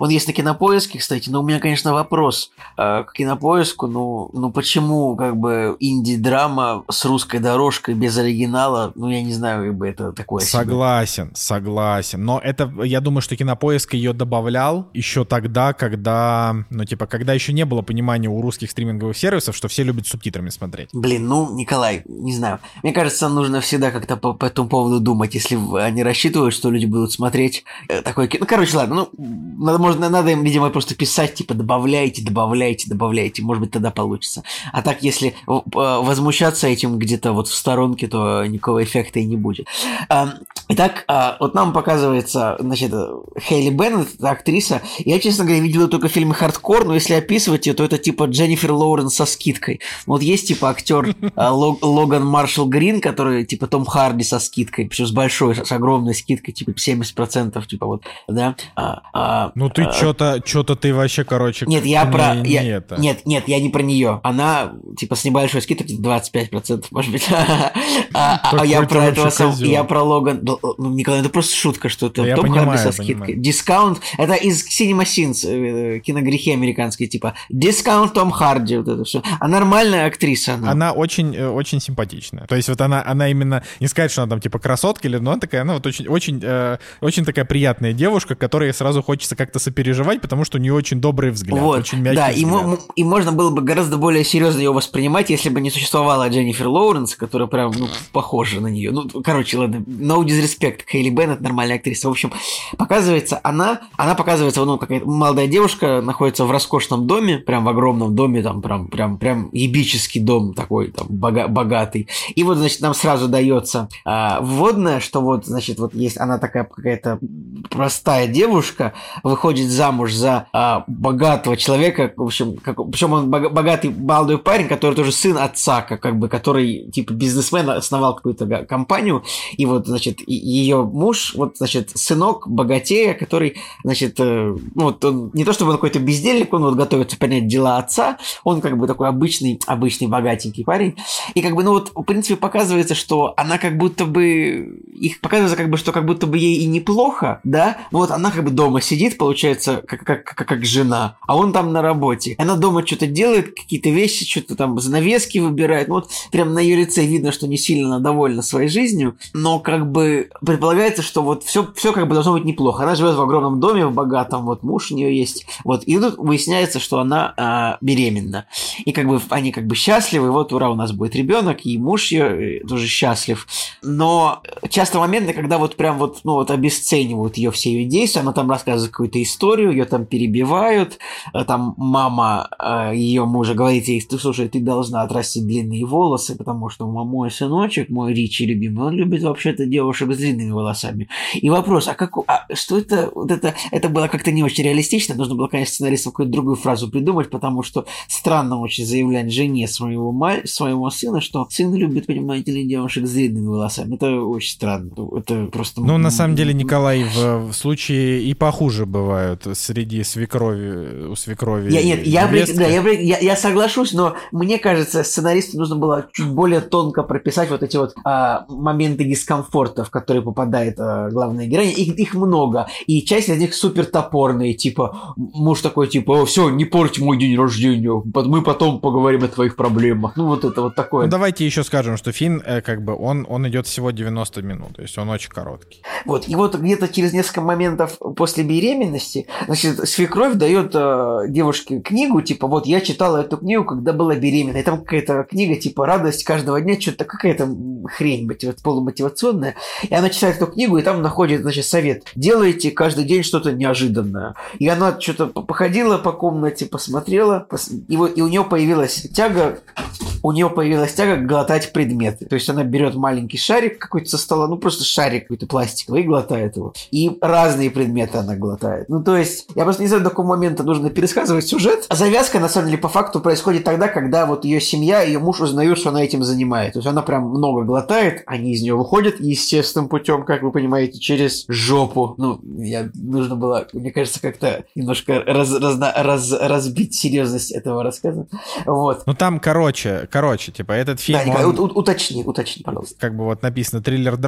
Speaker 3: Он есть на Кинопоиске, кстати, но у меня, конечно, вопрос э, к Кинопоиску. Ну, ну почему как бы инди-драма с русской дорожкой без оригинала? Ну, я не знаю, как бы это такое себе.
Speaker 1: Согласен, согласен. Но это, я думаю, что Кинопоиск ее добавлял еще тогда, когда, ну, типа, когда еще не было понимания у русских стриминговых сервисов, что все любят с субтитрами смотреть.
Speaker 3: Блин, ну, Николай, не знаю. Мне кажется, нужно всегда как-то по, по этому поводу думать, если они рассчитывают, что люди будут смотреть э, такое кино. Ну, короче, ладно, ну, надо, можно, надо им, видимо, просто писать, типа, добавляйте, добавляйте, добавляйте. Может быть, тогда получится. А так, если э, возмущаться этим где-то вот в сторонке, то никакого эффекта и не будет. А, итак, а, вот нам показывается, значит, Хейли Беннет, это актриса. Я, честно говоря, видел ее только в фильме «Хардкор», но если описывать ее, то это типа Дженнифер Лоуренс со скидкой. Вот есть типа актер а, Лог, Логан Маршалл Грин, который типа Том Харди со скидкой, причем с большой, с огромной скидкой, типа семьдесят процентов, типа вот, да. А, а,
Speaker 1: ну ты а, что-то, что-то ты вообще, короче...
Speaker 3: Нет, я
Speaker 1: не,
Speaker 3: про...
Speaker 1: Не
Speaker 3: я,
Speaker 1: это.
Speaker 3: Нет, нет, я не про нее. Она типа с небольшой скидкой, двадцать пять процентов, может быть. А я про этого сам... Я про Логан... Ну, Николай, это просто шутка, что это Том Харди со скидкой. Дискаунт. Это из Cinema Sins, киногрехи американские, типа дискаунт Том Харди, вот это все. А нормальная актриса она.
Speaker 1: Она очень, очень симпатичная. То есть вот она, она именно, не сказать, что она там типа красотка, или, но она такая, она вот очень, очень, э, очень такая приятная девушка, которой сразу хочется как-то сопереживать, потому что у нее очень добрый взгляд, вот, очень мягкий
Speaker 3: да,
Speaker 1: взгляд.
Speaker 3: Да, и, и можно было бы гораздо более серьезно ее воспринимать, если бы не существовала Дженнифер Лоуренс, которая прям, ну, похожа на нее. Ну, короче, ладно, no disrespect, Хейли Беннет, нормальная актриса. В общем, показывается она, она показывается, ну, какая-то молодая девушка находится в роскошном доме, прям в огромном доме, там, прям, прям, прям ебический дом такой, там, бога- богатый. И вот, значит, нам сразу дается а, вводное, что вот, значит, вот есть она такая какая-то простая девушка, выходит замуж за а, богатого человека, в общем, как, причем он богатый молодой парень, который тоже сын отца, как, как бы, который, типа, бизнесмен, основал какую-то компанию, и вот, значит, ее муж, вот, значит, сынок богатея, который, значит, э, ну, вот он, не то чтобы он какой-то бездельник, он вот готовится принять дела отца, он как бы такой обычный, обычный богатенький парень, и как бы, ну вот, в принципе, показывается, что она как будто бы, их показывается как бы, что как будто бы ей и неплохо, да, вот она как бы дома сидит, получается, как, как, как, как жена, а он там на работе, она дома что-то делает, какие-то вещи, что-то там занавески выбирает, ну вот, прям на ее лице видно, что не сильно она довольна своей жизнью, но как бы предполагается, что вот все, все как бы должно быть неплохо, она живет в огромном доме, в богатом, вот муж у нее есть, вот, и тут выясняется, что она а, беременна, и как бы они как бы счастливы, вот, ура, у нас будет ребенок, и муж ее тоже счастлив, но часто моменты, когда вот прям вот, ну вот обесценивают ее все ее действия, она там рассказывает какую-то историю, ее там перебивают, там мама э, ее мужа говорит ей, ты слушай, ты должна отрастить длинные волосы, потому что мой сыночек, мой Ричи любимый, он любит вообще-то девушек с длинными волосами. И вопрос, а как, а что это, вот это, это было как-то не очень реалистично, нужно было, конечно, сценаристу какую-то другую фразу придумать, потому что странно очень заявлять жене своего, маль, своего сына, что сын любит, понимаете ли, девушек с длинными волосами. Это очень странно. Это просто...
Speaker 1: Ну, на самом деле, Николай, в, в случае и похуже бывают среди свекрови, у свекрови.
Speaker 3: Я, нет, я, да, я, я, я соглашусь, но мне кажется, сценаристу нужно было чуть более тонко прописать вот эти вот а, моменты дискомфорта, в которые попадает а, главная героиня. Их, их много. И часть из них супер топорные. Типа, муж такой, типа, все, не порть мой день рождения. Мы потом поговорим о твоих проблемах. Ну, вот это вот такое.
Speaker 1: Ну, давайте еще скажем, что фильм, э, как бы, он, он идет всего девяносто минут. То есть он очень короткий.
Speaker 3: Вот. И вот где-то через несколько моментов после беременности, значит, свекровь дает э, девушке книгу, типа, вот я читала эту книгу, когда была беременна. И там какая-то книга, типа, радость каждого дня, что-то какая-то хрень мотив... полумотивационная. И она читает эту книгу, и там находит, значит, совет. Делайте каждый день что-то неожиданное. И она что-то походила по комнате, посмотрела, пос... и, вот, и у нее появилась тяга, у нее появилась тяга глотать предметы. То есть она берет маленький шарик какой-то со стола, ну просто шарик какой-то пластиковый, и глотает его. И разные предметы она глотает. Ну то есть, я просто не знаю, до какого момента нужно пересказывать сюжет. А завязка, на самом деле, по факту происходит тогда, когда вот ее семья, ее муж узнают, что она этим занимается. То есть она прям много глотает, они из нее выходят естественным путем, как вы понимаете, через жопу. Ну, я, нужно было, мне кажется, как-то немножко раз, разно, раз, разбить серьезность этого рассказа. Вот.
Speaker 1: Ну там, короче, короче, типа этот фильм...
Speaker 3: Да, Николай,
Speaker 1: он...
Speaker 3: у, уточни, уточни, пожалуйста.
Speaker 1: Как бы вот написано триллер-драма,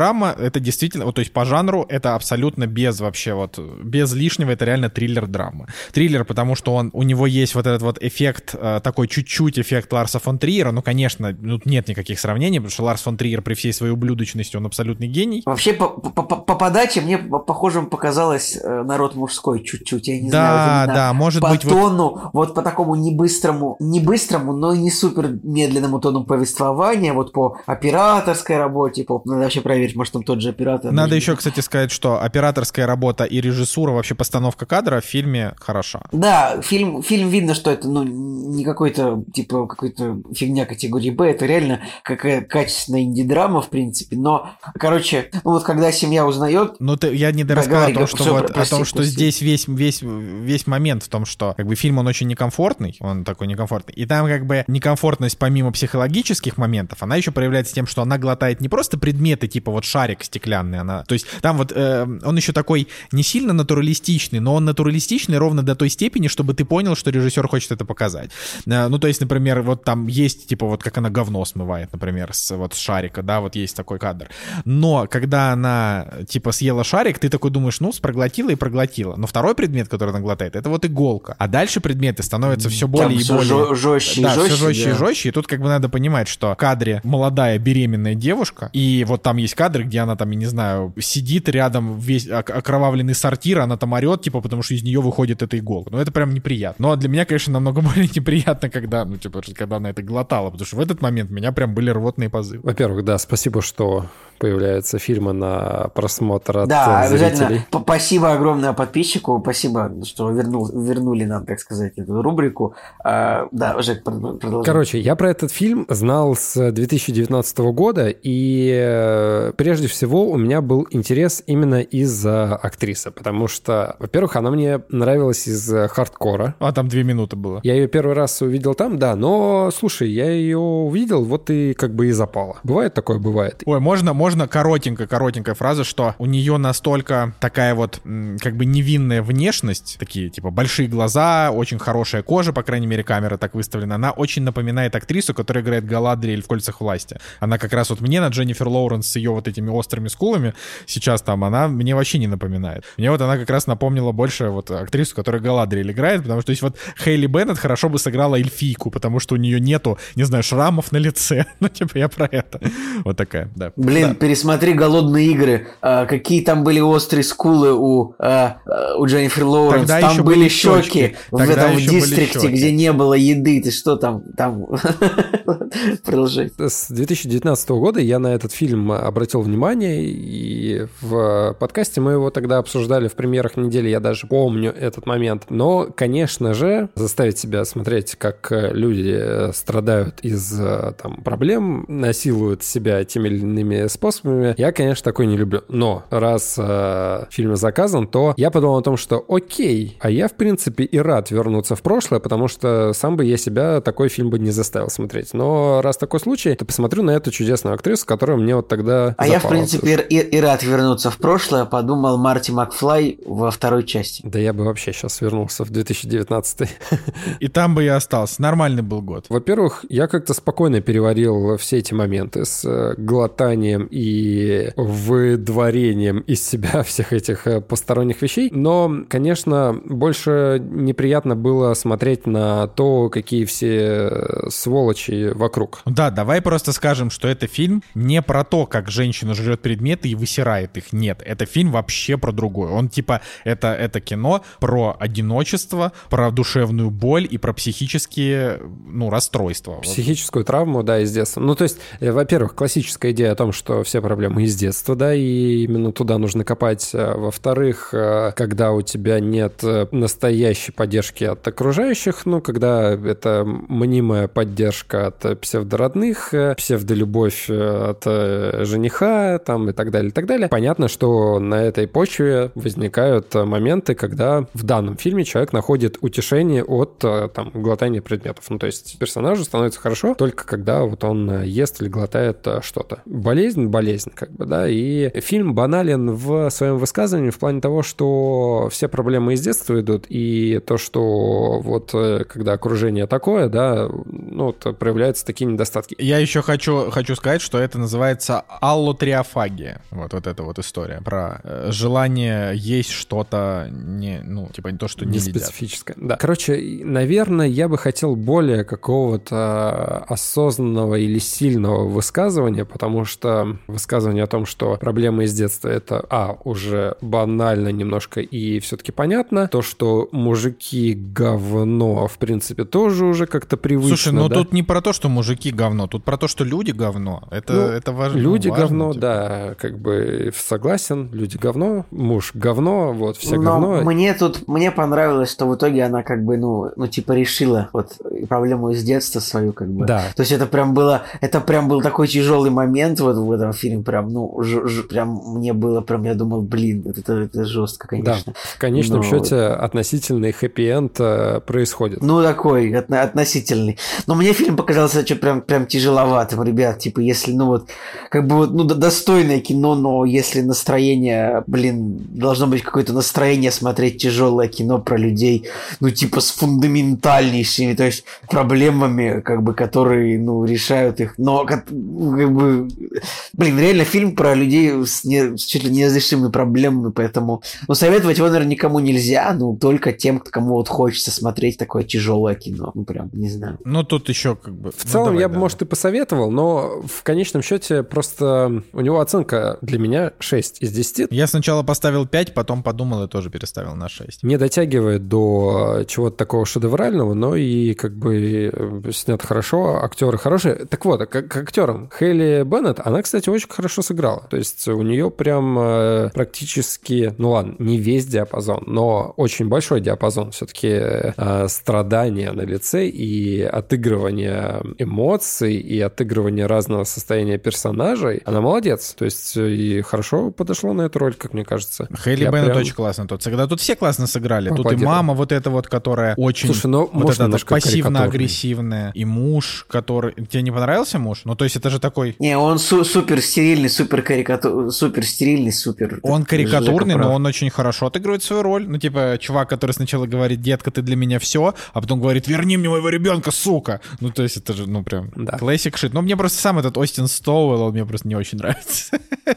Speaker 1: триллер-драма, это действительно, вот, то есть по жанру это абсолютно без вообще вот, без лишнего, это реально триллер-драма. Триллер, потому что он, у него есть вот этот вот эффект, такой чуть-чуть эффект Ларса фон Триера, ну, конечно, тут нет никаких сравнений, потому что Ларс фон Триер при всей своей ублюдочности, он абсолютный гений.
Speaker 3: Вообще, по, по, по подаче мне похожим показалось народ мужской чуть-чуть, я не
Speaker 1: да,
Speaker 3: знаю.
Speaker 1: Да, да, может
Speaker 3: по
Speaker 1: быть...
Speaker 3: По тону, вот... вот по такому небыстрому, не быстрому, но и не супер медленному тону повествования, вот по операторской работе, по... надо вообще проверить, может, там тот же оператор.
Speaker 1: Надо еще, кстати, сказать, что операторская работа и режиссура, вообще постановка кадра в фильме хороша.
Speaker 3: Да, фильм, фильм видно, что это, ну, не какой-то, типа, какой-то фигня категории Б, это реально какая качественная инди-драма, в принципе, но, короче, ну вот когда семья узнает...
Speaker 1: Ну, ты, я не дорассказал о том, что, все, вот, прости, о том, что здесь весь, весь, весь момент в том, что как бы фильм, он очень некомфортный, он такой некомфортный, и там как бы некомфортность помимо психологических моментов, она еще проявляется тем, что она глотает не просто предметы, типа вот шарик стеклянный, она, то есть там вот э, он еще такой не сильно натуралистичный, но он натуралистичный ровно до той степени, чтобы ты понял, что режиссер хочет это показать. Э, ну, то есть, например, вот там есть, типа вот как она говно смывает, например, с, вот с шарика, да, вот есть такой кадр. Но когда она, типа, съела шарик, ты такой думаешь, ну, проглотила и проглотила. Но второй предмет, который она глотает, это вот иголка. А дальше предметы становятся все более
Speaker 3: там
Speaker 1: и
Speaker 3: все
Speaker 1: более...
Speaker 3: жестче,
Speaker 1: да,
Speaker 3: жестче,
Speaker 1: все жестче
Speaker 3: да.
Speaker 1: и жестче. И тут как бы надо понимать, что в кадре молодая беременная девушка, и вот там есть кадры, где она там, я не знаю, сидит рядом весь окровавленный сортир, она там орет, типа, потому что из нее выходит эта иголка. Ну, это прям неприятно. Но для меня, конечно, намного более неприятно, когда, ну, типа, когда она это глотала, потому что в этот момент у меня прям были рвотные позывы.
Speaker 2: Во-первых, да, спасибо, что появляются фильмы на просмотр от
Speaker 3: да,
Speaker 2: зрителей.
Speaker 3: Обязательно. Спасибо огромное подписчику, спасибо, что вернул, вернули нам, так сказать, эту рубрику. А, да, Жек, продолжай.
Speaker 2: Короче, я про этот фильм знал с две тысячи девятнадцатого года, и прежде всего у меня был интерес именно из-за актрисы, потому что, во-первых, она мне нравилась из хардкора.
Speaker 1: А там две минуты было.
Speaker 2: Я ее первый раз увидел там, да, но, слушай, я ее увидел, вот и как бы и запала. Бывает такое, бывает.
Speaker 1: Ой, можно, можно коротенькая-коротенькая фраза, что у нее настолько такая вот как бы невинная внешность, такие типа большие глаза, очень хорошая кожа, по крайней мере, камера так выставлена. Она очень напоминает актрису, которая играет Галадриэль в «Кольцах власти». Она как раз вот мне на Дженнифер Лоуренс с ее вот этими острыми скулами сейчас там, она мне вообще не напоминает. Мне вот она как раз напомнила больше вот актрису, которая Галадриэль играет, потому что, то есть вот Хейли Беннет хорошо бы сыграла эльфийку, потому что у нее нету, не знаю, шрамов на лице. Ну, типа, я про это. Вот такая, да.
Speaker 3: Блин,
Speaker 1: да.
Speaker 3: Пересмотри «Голодные игры». А, какие там были острые скулы у, а, у Дженнифер Лоуренс.
Speaker 1: Тогда
Speaker 3: там были
Speaker 1: щеки.
Speaker 3: щеки в
Speaker 1: Тогда
Speaker 3: этом в дистрикте, где не было еды. Ты что там? Там... Продолжай.
Speaker 2: С две тысячи девятнадцатого года я на этот фильм обратил внимание, и в подкасте мы его тогда обсуждали в премьерах недели, я даже помню этот момент. Но, конечно же, заставить себя смотреть, как люди страдают из там, проблем, насилуют себя теми или иными способами, я, конечно, такой не люблю. Но раз э, фильм заказан, то я подумал о том, что окей, а я, в принципе, и рад вернуться в прошлое, потому что сам бы я себя такой фильм бы не заставил смотреть. Но раз такой случай, то посмотрю на эту чудесную актрису, которая мне вот тогда
Speaker 3: А
Speaker 2: запала.
Speaker 3: я, в принципе, и, и рад вернуться в прошлое, подумал Марти Макфлай во второй части.
Speaker 2: Да я бы вообще сейчас вернулся в две тысячи девятнадцатый.
Speaker 1: И там бы я остался. Нормальный был год.
Speaker 2: Во-первых, я как-то спокойно переварил все эти моменты с глотанием и выдворением из себя всех этих посторонних вещей. Но, конечно, больше неприятно было смотреть на то, какие все сволочи вокруг.
Speaker 1: Да, давай просто скажем, что это фильм не про то, как женщина жрет предметы и высирает их. Нет, это фильм вообще про другое. Он типа, это, это кино про одиночество, про душевную боль и про психические, ну, расстройства.
Speaker 2: Психическую травму, да, из детства. Ну, то есть, во-первых, классическая идея о том, что все проблемы из детства, да, и именно туда нужно копать. Во-вторых, когда у тебя нет настоящей поддержки от окружающих, ну, когда это мнимая поддержка от псевдородных, псевдолюбовь от жениха, там, и так далее, и так далее. Понятно, что на этой почве возникают моменты, когда в данном фильме человек находит утешение от, там, глотания предметов. Ну, то есть персонажу становится хорошо только когда вот он ест или глотает что-то. Болезнь, болезнь, как бы, да, и фильм банален в своем высказывании в плане того, что все проблемы из детства идут, и то, что вот когда окружение такое, да, ну, вот, проявляются такие недостатки.
Speaker 1: Я еще хочу, хочу сказать, что это называется allo филотриофагия. Вот, вот эта вот история про э, желание есть что-то не, ну, типа не то, что не,
Speaker 2: не
Speaker 1: едят.
Speaker 2: Специфическое. Да. Короче, наверное, я бы хотел более какого-то осознанного или сильного высказывания, потому что высказывание о том, что проблемы из детства — это, а, уже банально немножко и все-таки понятно. То, что мужики говно, в принципе, тоже уже как-то привычно.
Speaker 1: Слушай, ну
Speaker 2: да?
Speaker 1: тут не про то, что мужики говно, тут про то, что люди говно. Это,
Speaker 2: ну,
Speaker 1: это важно.
Speaker 2: Люди
Speaker 1: важно,
Speaker 2: говно,
Speaker 1: типа.
Speaker 2: Да, как бы согласен, люди говно, муж говно, вот, все
Speaker 3: Но
Speaker 2: говно.
Speaker 3: мне тут, мне понравилось, что в итоге она как бы, ну, ну типа решила вот проблему из детства свою, как бы.
Speaker 2: Да.
Speaker 3: То есть это прям было, это прям был такой тяжелый момент вот в этом фильме, прям, ну, ж, ж, прям мне было, прям я думал, блин, это, это жестко, конечно.
Speaker 2: Да, в конечном
Speaker 3: Но...
Speaker 2: счете относительный хэппи-энд э, происходит.
Speaker 3: Ну, такой, от, относительный. Но мне фильм показался что прям, прям тяжеловатым, ребят. Типа, если, ну вот, как бы вот, ну, достойное кино, но если настроение, блин, должно быть какое-то настроение смотреть тяжелое кино про людей, ну, типа, с фундаментальнейшими, то есть, проблемами, как бы, которые, ну, решают их. Но, как, как бы, блин, реально фильм про людей с, не, с чуть ли не неразрешимыми проблемами, поэтому, ну, советовать его, наверное, никому нельзя, ну, только тем, кому вот хочется смотреть такое тяжелое кино. Ну, прям, не знаю.
Speaker 1: Ну, тут еще как бы...
Speaker 2: В
Speaker 1: ну,
Speaker 2: целом,
Speaker 1: давай,
Speaker 2: я бы,
Speaker 1: давай.
Speaker 2: может, и посоветовал, но в конечном счете просто у него оценка для меня шесть из десяти.
Speaker 1: Я сначала поставил пять, потом подумал и тоже переставил на шесть.
Speaker 2: Не дотягивает до чего-то такого шедеврального, но и как бы снят хорошо, актеры хорошие. Так вот, к, к актерам. Хейли Беннет, она, кстати, очень хорошо сыграла. То есть у нее прям э, практически, ну ладно, не весь диапазон, но очень большой диапазон все-таки э, страдания на лице и отыгрывание эмоций, и отыгрывание разного состояния персонажей. Она молодец. То есть и хорошо подошла на эту роль, как мне кажется.
Speaker 1: Хейли
Speaker 2: Я
Speaker 1: Беннет
Speaker 2: прям...
Speaker 1: очень классно тут. Когда тут все классно сыграли. Тут и
Speaker 2: Попадет.
Speaker 1: мама вот эта вот, которая очень
Speaker 2: Слушай, ну,
Speaker 1: вот
Speaker 2: может,
Speaker 1: эта
Speaker 2: немножко
Speaker 1: пассивно-агрессивная. И муж, который... Тебе не понравился муж? Ну, то есть это же такой...
Speaker 3: Не, он су- супер стерильный, супер карикатур, супер стерильный, супер...
Speaker 1: Он карикатурный,
Speaker 3: Жека
Speaker 1: но
Speaker 3: прав.
Speaker 1: он очень хорошо отыгрывает свою роль. Ну, типа, чувак, который сначала говорит, детка, ты для меня все, а потом говорит, верни мне моего ребенка, сука. Ну, то есть это же, ну, прям
Speaker 2: Да.
Speaker 1: классик шит. Но мне просто сам этот Остин Стоуэлл, он мне просто не очень нравится.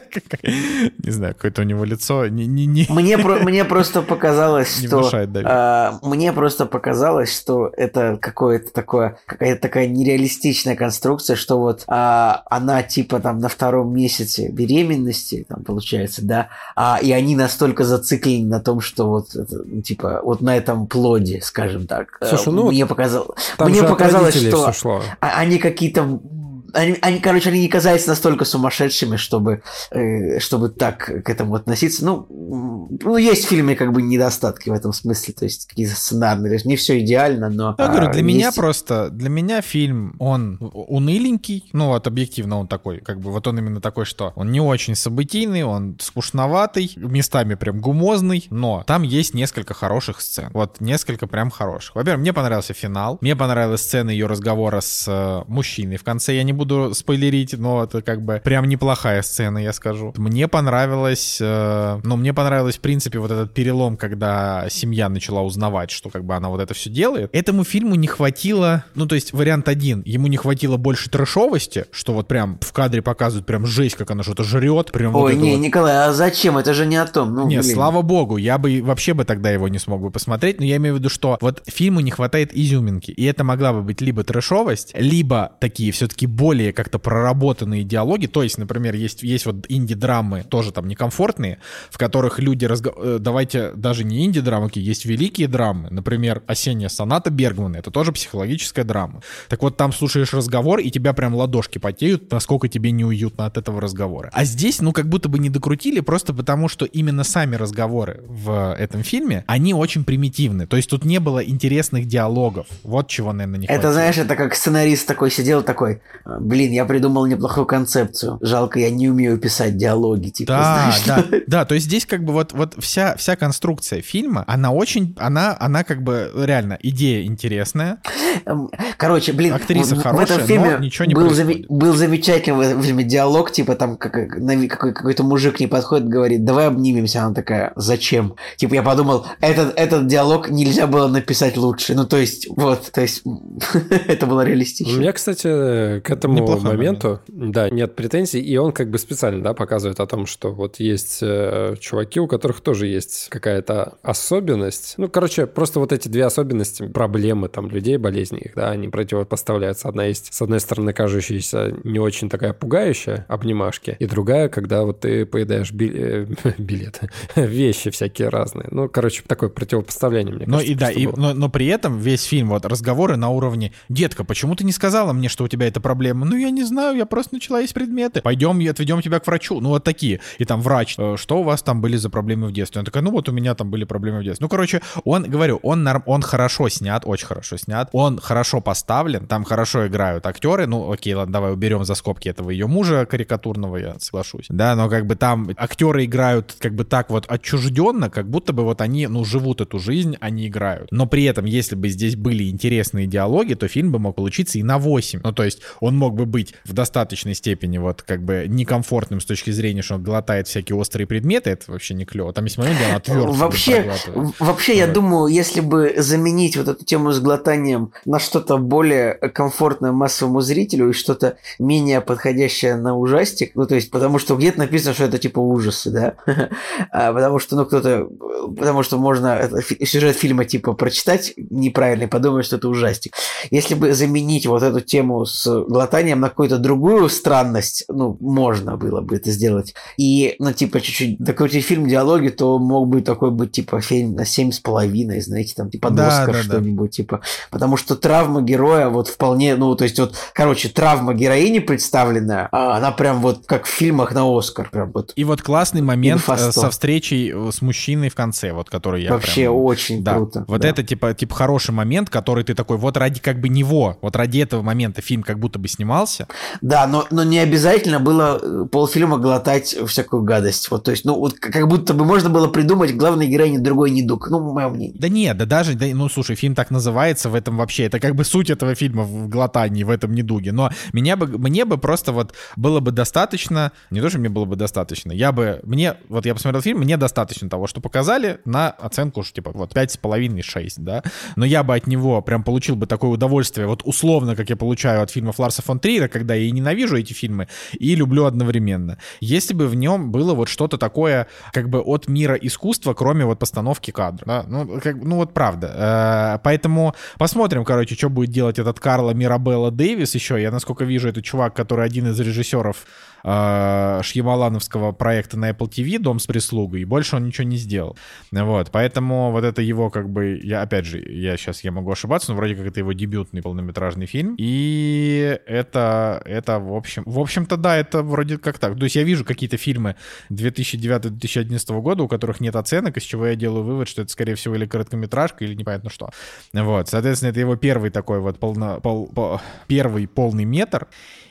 Speaker 1: Не знаю, какое-то у него лицо. не- не- не-
Speaker 3: Мне, про- мне просто показалось,
Speaker 1: Не
Speaker 3: что...
Speaker 1: внушает доверия.
Speaker 3: а, мне просто показалось, что это какое-то такое, какая-то такая нереалистичная конструкция, что вот а, она типа там на втором месяце беременности, там получается, да, а, и они настолько зациклены на том, что вот это, ну, типа вот на этом плоде, скажем так.
Speaker 2: Слушай,
Speaker 3: А,
Speaker 2: ну,
Speaker 3: мне показалось,
Speaker 2: Там
Speaker 3: мне
Speaker 2: же от
Speaker 3: показалось,
Speaker 2: родителей
Speaker 3: что
Speaker 2: всё шло.
Speaker 3: а- они какие-то Они, они, короче, они не казались настолько сумасшедшими, чтобы, э, чтобы так к этому относиться. Ну, м, ну, есть в фильме как бы недостатки в этом смысле, то есть какие-то сценарные, то есть не все идеально, но...
Speaker 1: Я говорю,
Speaker 3: а,
Speaker 1: для меня
Speaker 3: есть-
Speaker 1: просто, для меня фильм, он уныленький, ну вот объективно он такой, как бы вот он именно такой, что он не очень событийный, он скучноватый, местами прям гумозный, но там есть несколько хороших сцен, вот несколько прям хороших. Во-первых, мне понравился финал, мне понравилась сцена ее разговора с э, мужчиной в конце, я не буду спойлерить, но это как бы прям неплохая сцена, я скажу. Мне понравилось, э, ну мне понравилось в принципе вот этот перелом, когда семья начала узнавать, что как бы она вот это все делает. Этому фильму не хватило, ну то есть вариант один, ему не хватило больше трэшовости, что вот прям в кадре показывают прям жесть, как она что-то жрет, прям вот
Speaker 3: Ой,
Speaker 1: это
Speaker 3: не,
Speaker 1: вот.
Speaker 3: Николай, а зачем? Это же не о том. Ну,
Speaker 1: Не,
Speaker 3: блин.
Speaker 1: слава богу, я бы вообще бы тогда его не смог бы посмотреть, но я имею в виду, что вот фильму не хватает изюминки, и это могла бы быть либо трэшовость, либо такие все-таки более как-то проработанные диалоги, то есть, например, есть, есть вот инди-драмы, тоже там некомфортные, в которых люди, разго... э, давайте даже не инди-драмы, есть великие драмы, например, «Осенняя соната» Бергмана, это тоже психологическая драма. Так вот, там слушаешь разговор, и тебя прям ладошки потеют, насколько тебе неуютно от этого разговора. А здесь, ну, как будто бы не докрутили, просто потому, что именно сами разговоры в этом фильме, они очень примитивны. То есть тут не было интересных диалогов. Вот чего, наверное, не хватило.
Speaker 3: Это, знаешь, это как сценарист такой сидел, такой, блин, я придумал неплохую концепцию. Жалко, я не умею писать диалоги. Типа,
Speaker 1: Да,
Speaker 3: знаешь,
Speaker 1: да, да, то есть здесь как бы вот, вот вся, вся конструкция фильма, она очень, она, она как бы реально, идея интересная.
Speaker 3: Короче, блин,
Speaker 1: Актриса
Speaker 3: в,
Speaker 1: хорошая,
Speaker 3: в этом фильме
Speaker 1: но ничего не
Speaker 3: был,
Speaker 1: происходит.
Speaker 3: заме- был замечательный в этом фильме диалог, типа там как, нави- какой, какой-то мужик не подходит, говорит, давай обнимемся. Она такая, зачем? Типа я подумал, этот, этот диалог нельзя было написать лучше. Ну, то есть, вот, то есть, это было
Speaker 2: У
Speaker 3: реалистично.
Speaker 2: меня, кстати, к этому
Speaker 1: Неплохой
Speaker 2: моменту, момент. да, нет претензий, и он как бы специально, да, показывает о том, что вот есть э, чуваки, у которых тоже есть какая-то особенность. Ну, короче, просто вот эти две особенности, проблемы там людей, болезни их, да, они противопоставляются. Одна есть, с одной стороны, кажущаяся не очень такая пугающая, обнимашки, и другая, когда вот ты поедаешь би- билеты, вещи всякие разные. Ну, короче, такое противопоставление, мне
Speaker 1: но
Speaker 2: кажется.
Speaker 1: И да, и, но, но при этом весь фильм, вот разговоры на уровне: детка, почему ты не сказала мне, что у тебя эта проблема? Ну, я не знаю, я просто начала есть предметы. Пойдем, отведем тебя к врачу. Ну, вот такие. И там врач: что у вас там были за проблемы в детстве? Он такой: ну, вот у меня там были проблемы в детстве. Ну, короче, он, говорю, он, норм, он хорошо снят, очень хорошо снят. Он хорошо поставлен, там хорошо играют актеры. Ну, окей, ладно, давай уберем за скобки этого ее мужа карикатурного, я соглашусь. Да, но как бы там актеры играют как бы так вот отчужденно, как будто бы вот они, ну, живут эту жизнь, они играют. Но при этом, если бы здесь были интересные диалоги, то фильм бы мог получиться и на восемь. Ну, то есть он мог бы быть в достаточной степени вот как бы некомфортным с точки зрения, что он глотает всякие острые предметы, это вообще не клево. Там есть момент, где он отвертку
Speaker 3: Вообще, вообще я думаю, если бы заменить вот эту тему с глотанием на что-то более комфортное массовому зрителю и что-то менее подходящее на ужастик, ну, то есть, потому что где-то написано, что это типа ужасы, да, а, потому что, ну, кто-то, потому что можно это, сюжет фильма типа прочитать неправильно и подумать, что это ужастик. Если бы заменить вот эту тему с глотанием на какую-то другую странность, ну, можно было бы это сделать. И, ну, типа, чуть-чуть докрутить фильм диалоги, то мог бы такой быть, типа, фильм на семь с половиной, знаете, там, типа,
Speaker 1: да,
Speaker 3: Оскар
Speaker 1: да,
Speaker 3: что-нибудь, да. Типа. Потому что травма героя вот вполне, ну, то есть вот, короче, травма героини представленная, а она прям вот как в фильмах на Оскар. Прям вот.
Speaker 1: И вот классный момент со встречей с мужчиной в конце, вот, который я
Speaker 3: вообще
Speaker 1: прям...
Speaker 3: очень
Speaker 1: да,
Speaker 3: круто.
Speaker 1: Вот
Speaker 3: да.
Speaker 1: это, типа, типа, хороший момент, который ты такой, вот ради как бы него, вот ради этого момента фильм как будто бы снимался.
Speaker 3: Да, но, но не обязательно было полфильма глотать всякую гадость. Вот, то есть, ну, вот как будто бы можно было придумать главной героине другой недуг. Ну, мое мнение.
Speaker 1: Да нет, да даже, да, ну, слушай, фильм так называется в этом вообще. Это как бы суть этого фильма в глотании, в этом недуге. Но меня бы, мне бы просто вот было бы достаточно, не то, что мне было бы достаточно, я бы, мне, вот я посмотрел фильм, мне достаточно того, что показали, на оценку, что типа вот пять с половиной шесть, да. Но я бы от него прям получил бы такое удовольствие, вот условно, как я получаю от фильмов Ларса фон Триера, когда я и ненавижу эти фильмы, и люблю одновременно. Если бы в нем было вот что-то такое, как бы от мира искусства, кроме вот постановки кадра, да? Ну, как, ну вот правда. Поэтому посмотрим, короче, что будет делать этот Карло Мирабелла Дэвис еще. Я, насколько вижу, это чувак, который один из режиссеров шьямалановского проекта на Apple ти ви «Дом с прислугой», и больше он ничего не сделал. Вот, поэтому вот это его как бы, я опять же, я сейчас я могу ошибаться, но вроде как это его дебютный полнометражный фильм, и это, это в общем, в общем-то, да, это вроде как так. То есть я вижу какие-то фильмы две тысячи девятого - две тысячи одиннадцатого года, у которых нет оценок, из чего я делаю вывод, что это, скорее всего, или короткометражка, или непонятно что. Вот, соответственно, это его первый такой вот полно, пол, пол, первый полный метр,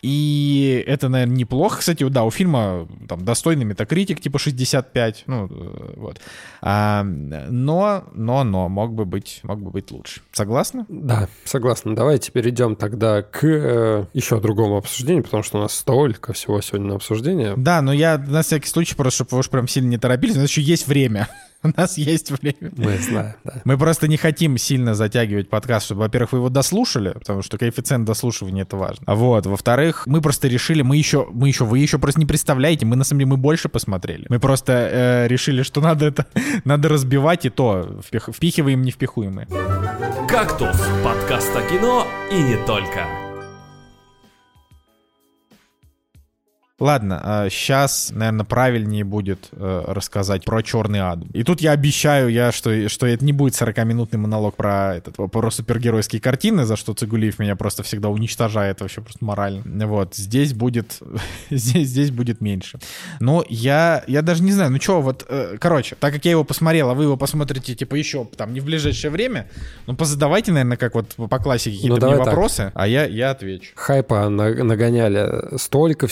Speaker 1: и это, наверное, неплохо. Кстати, да, у фильма там достойный метакритик, типа шестьдесят пять, ну, вот. А, но, но, но, мог бы быть, мог бы быть лучше. Согласны?
Speaker 2: Да, согласна. Давайте перейдем тогда к э, еще другому обсуждению, потому что у нас столько всего сегодня на обсуждение.
Speaker 1: Да, но я на всякий случай, просто чтобы вы уж прям сильно не торопились, у нас еще есть время. У нас есть время.
Speaker 2: Мы знаем, да.
Speaker 1: Мы просто не хотим сильно затягивать подкаст, чтобы, во-первых, вы его дослушали, потому что коэффициент дослушивания — это важно. А вот, во-вторых, мы просто решили, мы еще, мы еще, вы еще просто не представляете, мы на самом деле мы больше посмотрели. Мы просто э, решили, что надо это, надо разбивать, и то впих, впихиваем невпихуемые.
Speaker 4: «Кактус» — подкаст о кино и не только.
Speaker 1: Ладно, сейчас, наверное, правильнее будет э, рассказать про «Черный Адам». И тут я обещаю, я, что, что это не будет сорокаминутный монолог про, этот, про супергеройские картины, за что Цигулиев меня просто всегда уничтожает вообще просто морально. Вот, здесь будет, здесь, здесь будет меньше. Но я, я даже не знаю, ну что, вот, э, короче, так как я его посмотрел, а вы его посмотрите, типа, еще там не в ближайшее время, ну позадавайте, наверное, как вот по классике какие-то ну, мне вопросы, так. а я, я отвечу.
Speaker 2: Хайпа нагоняли столько всего о том,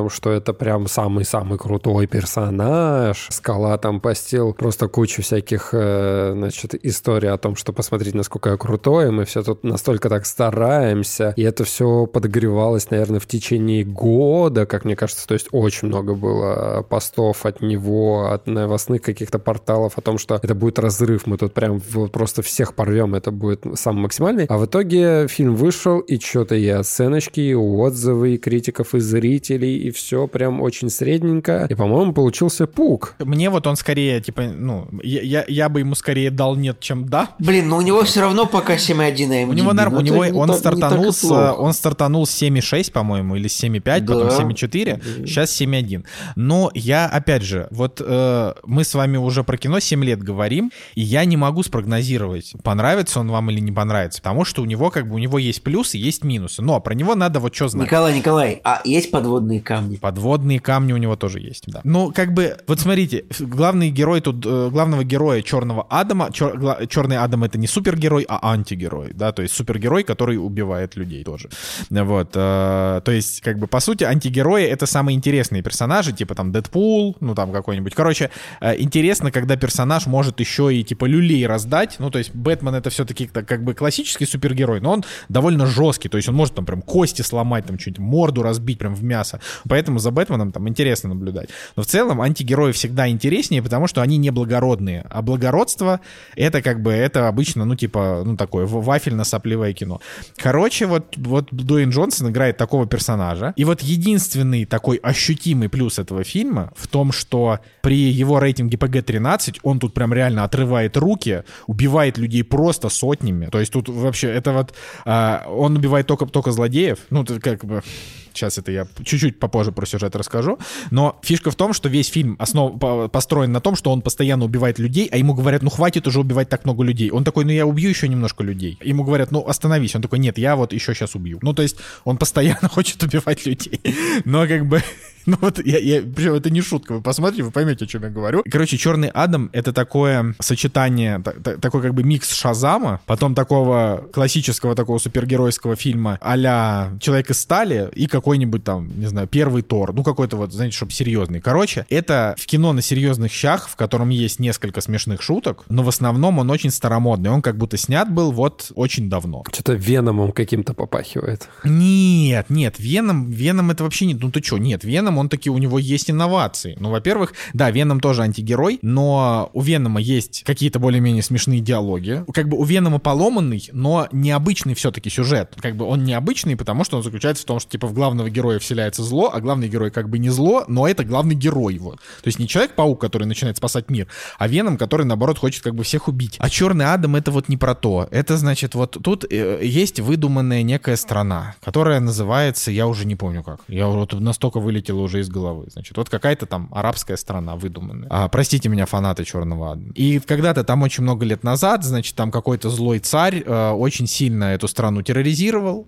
Speaker 2: том, что это прям самый-самый крутой персонаж. Скала там постил просто кучу всяких, значит, историй о том, что посмотрите, насколько я крутой, мы все тут настолько так стараемся. И это все подогревалось, наверное, в течение года, как мне кажется. То есть очень много было постов от него, от новостных каких-то порталов о том, что это будет разрыв, мы тут прям вот просто всех порвем, это будет самый максимальный. А в итоге фильм вышел, и что-то и оценочки, и отзывы, и критиков, и зрителей, и все прям очень средненько. И, по-моему, получился пук.
Speaker 1: Мне вот он скорее, типа, ну, я, я, я бы ему скорее дал нет, чем да.
Speaker 3: Блин, но у него все равно пока семь и один эй эм ди би.
Speaker 1: У него норм, у него он
Speaker 3: так,
Speaker 1: стартанул с, он стартанул с семь и шесть, по-моему, или с семь и пять, да. Потом семь и четыре, да. Сейчас семь и один. Но я, опять же, вот э, мы с вами уже про кино семь лет говорим, и я не могу спрогнозировать, понравится он вам или не понравится, потому что у него как бы у него есть плюсы, есть минусы, но про него надо вот что знать.
Speaker 3: Николай, Николай, а есть подводные камни?
Speaker 1: Подводные камни у него тоже есть, да. Ну, как бы, вот смотрите, главный герой тут, э, главного героя Черного Адама, чер, гла, Черный Адам — это не супергерой, а антигерой, да, то есть супергерой, который убивает людей тоже. Вот, э, то есть, как бы, по сути, антигерои — это самые интересные персонажи, типа там Дэдпул, ну там какой-нибудь. Короче, э, интересно, когда персонаж может еще и типа люлей раздать, ну то есть Бэтмен — это все-таки как бы классический супергерой, но он довольно жесткий, то есть он может там прям кости сломать, там что-нибудь, морду разбить прям в мясо, поэтому за Бэтменом там интересно наблюдать. Но в целом антигерои всегда интереснее, потому что они не благородные, а благородство — это как бы, это обычно, ну типа, ну такое вафельно-сопливое кино. Короче, вот, вот Дуэйн Джонсон играет такого персонажа, и вот единственный такой ощутимый плюс этого фильма в том, что при его рейтинге пэ гэ тринадцать он тут прям реально отрывает руки, убивает людей просто сотнями. То есть тут вообще это вот... А, он убивает только, только злодеев. Ну, как бы... Сейчас это я чуть-чуть попозже про сюжет расскажу. Но фишка в том, что весь фильм основ... построен на том, что он постоянно убивает людей, а ему говорят, ну хватит уже убивать так много людей. Он такой, ну я убью еще немножко людей. Ему говорят, ну остановись. Он такой, нет, я вот еще сейчас убью. Ну то есть он постоянно хочет убивать людей. Но как бы... Ну вот, я, я, причем это не шутка, вы посмотрите, вы поймете, о чем я говорю. Короче, «Черный Адам» — это такое сочетание, та, такой как бы микс Шазама, потом такого классического такого супергеройского фильма а-ля «Человек из стали» и какой-нибудь там, не знаю, «Первый Тор», ну какой-то вот, знаете, чтобы серьезный. Короче, это в кино на серьезных щах, в котором есть несколько смешных шуток, но в основном он очень старомодный, он как будто снят был вот очень давно.
Speaker 2: Что-то Веномом каким-то попахивает.
Speaker 1: Нет, нет, Веном, Веном это вообще не, ну ты что, нет, Веном он таки, у него есть инновации. Ну, во-первых, да, Веном тоже антигерой, но у Венома есть какие-то более-менее смешные диалоги. Как бы у Венома поломанный, но необычный все-таки сюжет. Как бы он необычный, потому что он заключается в том, что типа в главного героя вселяется зло, а главный герой как бы не зло, но это главный герой. Вот. То есть не Человек-паук, который начинает спасать мир, а Веном, который, наоборот, хочет как бы всех убить. А Черный Адам — это вот не про то. Это, значит, вот тут есть выдуманная некая страна, которая называется, я уже не помню как. Я вот настолько вылетел уже из головы. Значит, вот какая-то там арабская страна выдуманная. А, простите меня, фанаты Черного Адама. И когда-то там очень много лет назад, значит, там какой-то злой царь э, очень сильно эту страну терроризировал,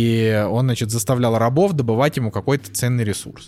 Speaker 1: и он, значит, заставлял рабов добывать ему какой-то ценный ресурс.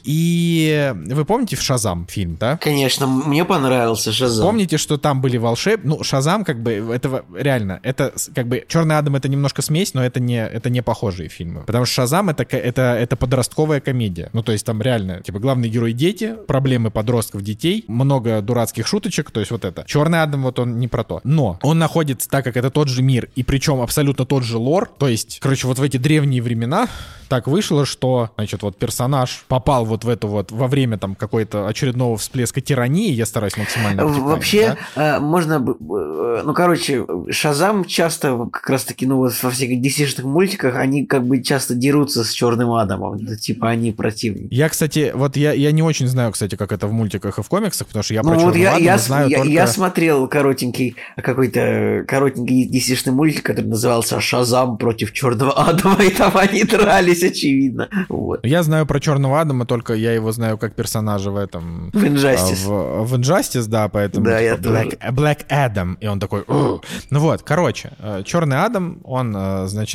Speaker 1: И вы помните в «Шазам» фильм, да?
Speaker 3: Конечно, мне понравился «Шазам».
Speaker 1: Помните, что там были волшеб... Ну, «Шазам» как бы, это реально, это как бы «Черный Адам» — это немножко смесь, но это не, это не похожие фильмы. Потому что «Шазам» — это, это, это подростковая комедия. Ну, то есть там реально типа главный герой — дети, проблемы подростков, детей, много дурацких шуточек, то есть вот это. Черный Адам, вот он не про то. Но он находится, так как это тот же мир, и причем абсолютно тот же лор, то есть, короче, вот в эти древние времена так вышло, что, значит, вот персонаж попал вот в эту вот, во время там какой-то очередного всплеска тирании, я стараюсь максимально обтекать,
Speaker 3: вообще,
Speaker 1: да?
Speaker 3: можно, ну, короче, «Шазам» часто как раз-таки, ну, вот во всяких ди си-шных мультиках, они как бы часто дерутся с Черным Адамом, типа они противники.
Speaker 1: Я, кстати, вот я, я не очень знаю, кстати, как это в мультиках и в комиксах, потому что я
Speaker 3: ну,
Speaker 1: про
Speaker 3: вот
Speaker 1: Черного
Speaker 3: я,
Speaker 1: Адама
Speaker 3: я,
Speaker 1: знаю
Speaker 3: я,
Speaker 1: только...
Speaker 3: Я смотрел коротенький, какой-то коротенький ди си-шный мультик, который назывался «Шазам против Черного Адама», и там они дрались, очевидно. Вот.
Speaker 1: Я знаю про Черного Адама, только я его знаю как персонажа в этом...
Speaker 3: В Injustice.
Speaker 1: В, в Injustice, да, поэтому...
Speaker 3: Да,
Speaker 1: типа,
Speaker 3: я
Speaker 1: Black, Black Adam, и он такой... Ух! Ну вот, короче, Черный Адам, он, значит,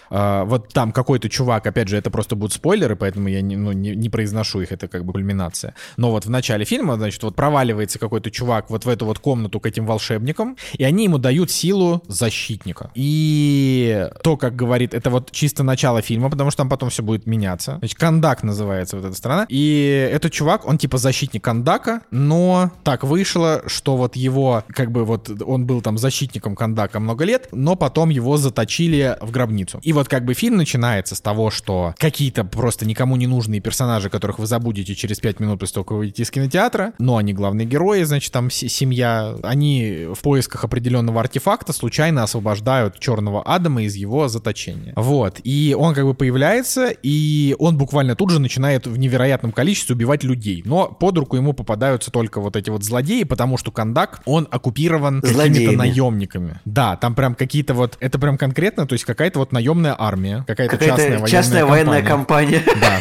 Speaker 1: э, вот там какой-то чувак, опять же, это просто будут спойлеры, поэтому я не, ну, не, не произношу их, это как бы кульминация. Но вот в начале фильма, значит, вот проваливается какой-то чувак вот в эту вот комнату к этим волшебникам, и они ему дают силу защитника. И то, как говорит, это вот чисто начало фильма, потому что там потом все будет меняться. Значит, Кандак называется вот эта страна. И этот чувак, он типа защитник Кандака, но так вышло, что вот его, как бы вот он был там защитником Кандака много лет, но потом его заточили в гробницу. И вот как бы фильм начинается с того, что какие-то просто никому не нужные персонажи, которых вы забудете через пять минут после того, как вы выйдете из кинотеатра, но они главные герои, значит, там семья, они в поисках определенного артефакта случайно освобождают Черного Адама из его заточения. Вот. И он как бы появляется, и он буквально тут же начинает в невероятном количестве убивать людей. Но под руку ему попадаются только вот эти вот злодеи, потому что Кандак, он оккупирован
Speaker 3: Злодеями.
Speaker 1: какими-то наемниками. Да, там прям какие-то вот, это прям конкретно, то есть какая-то вот наемная армия, какая-то,
Speaker 3: Какая-то
Speaker 1: частная военная
Speaker 3: частная
Speaker 1: компания.
Speaker 3: военная компания.
Speaker 1: Да.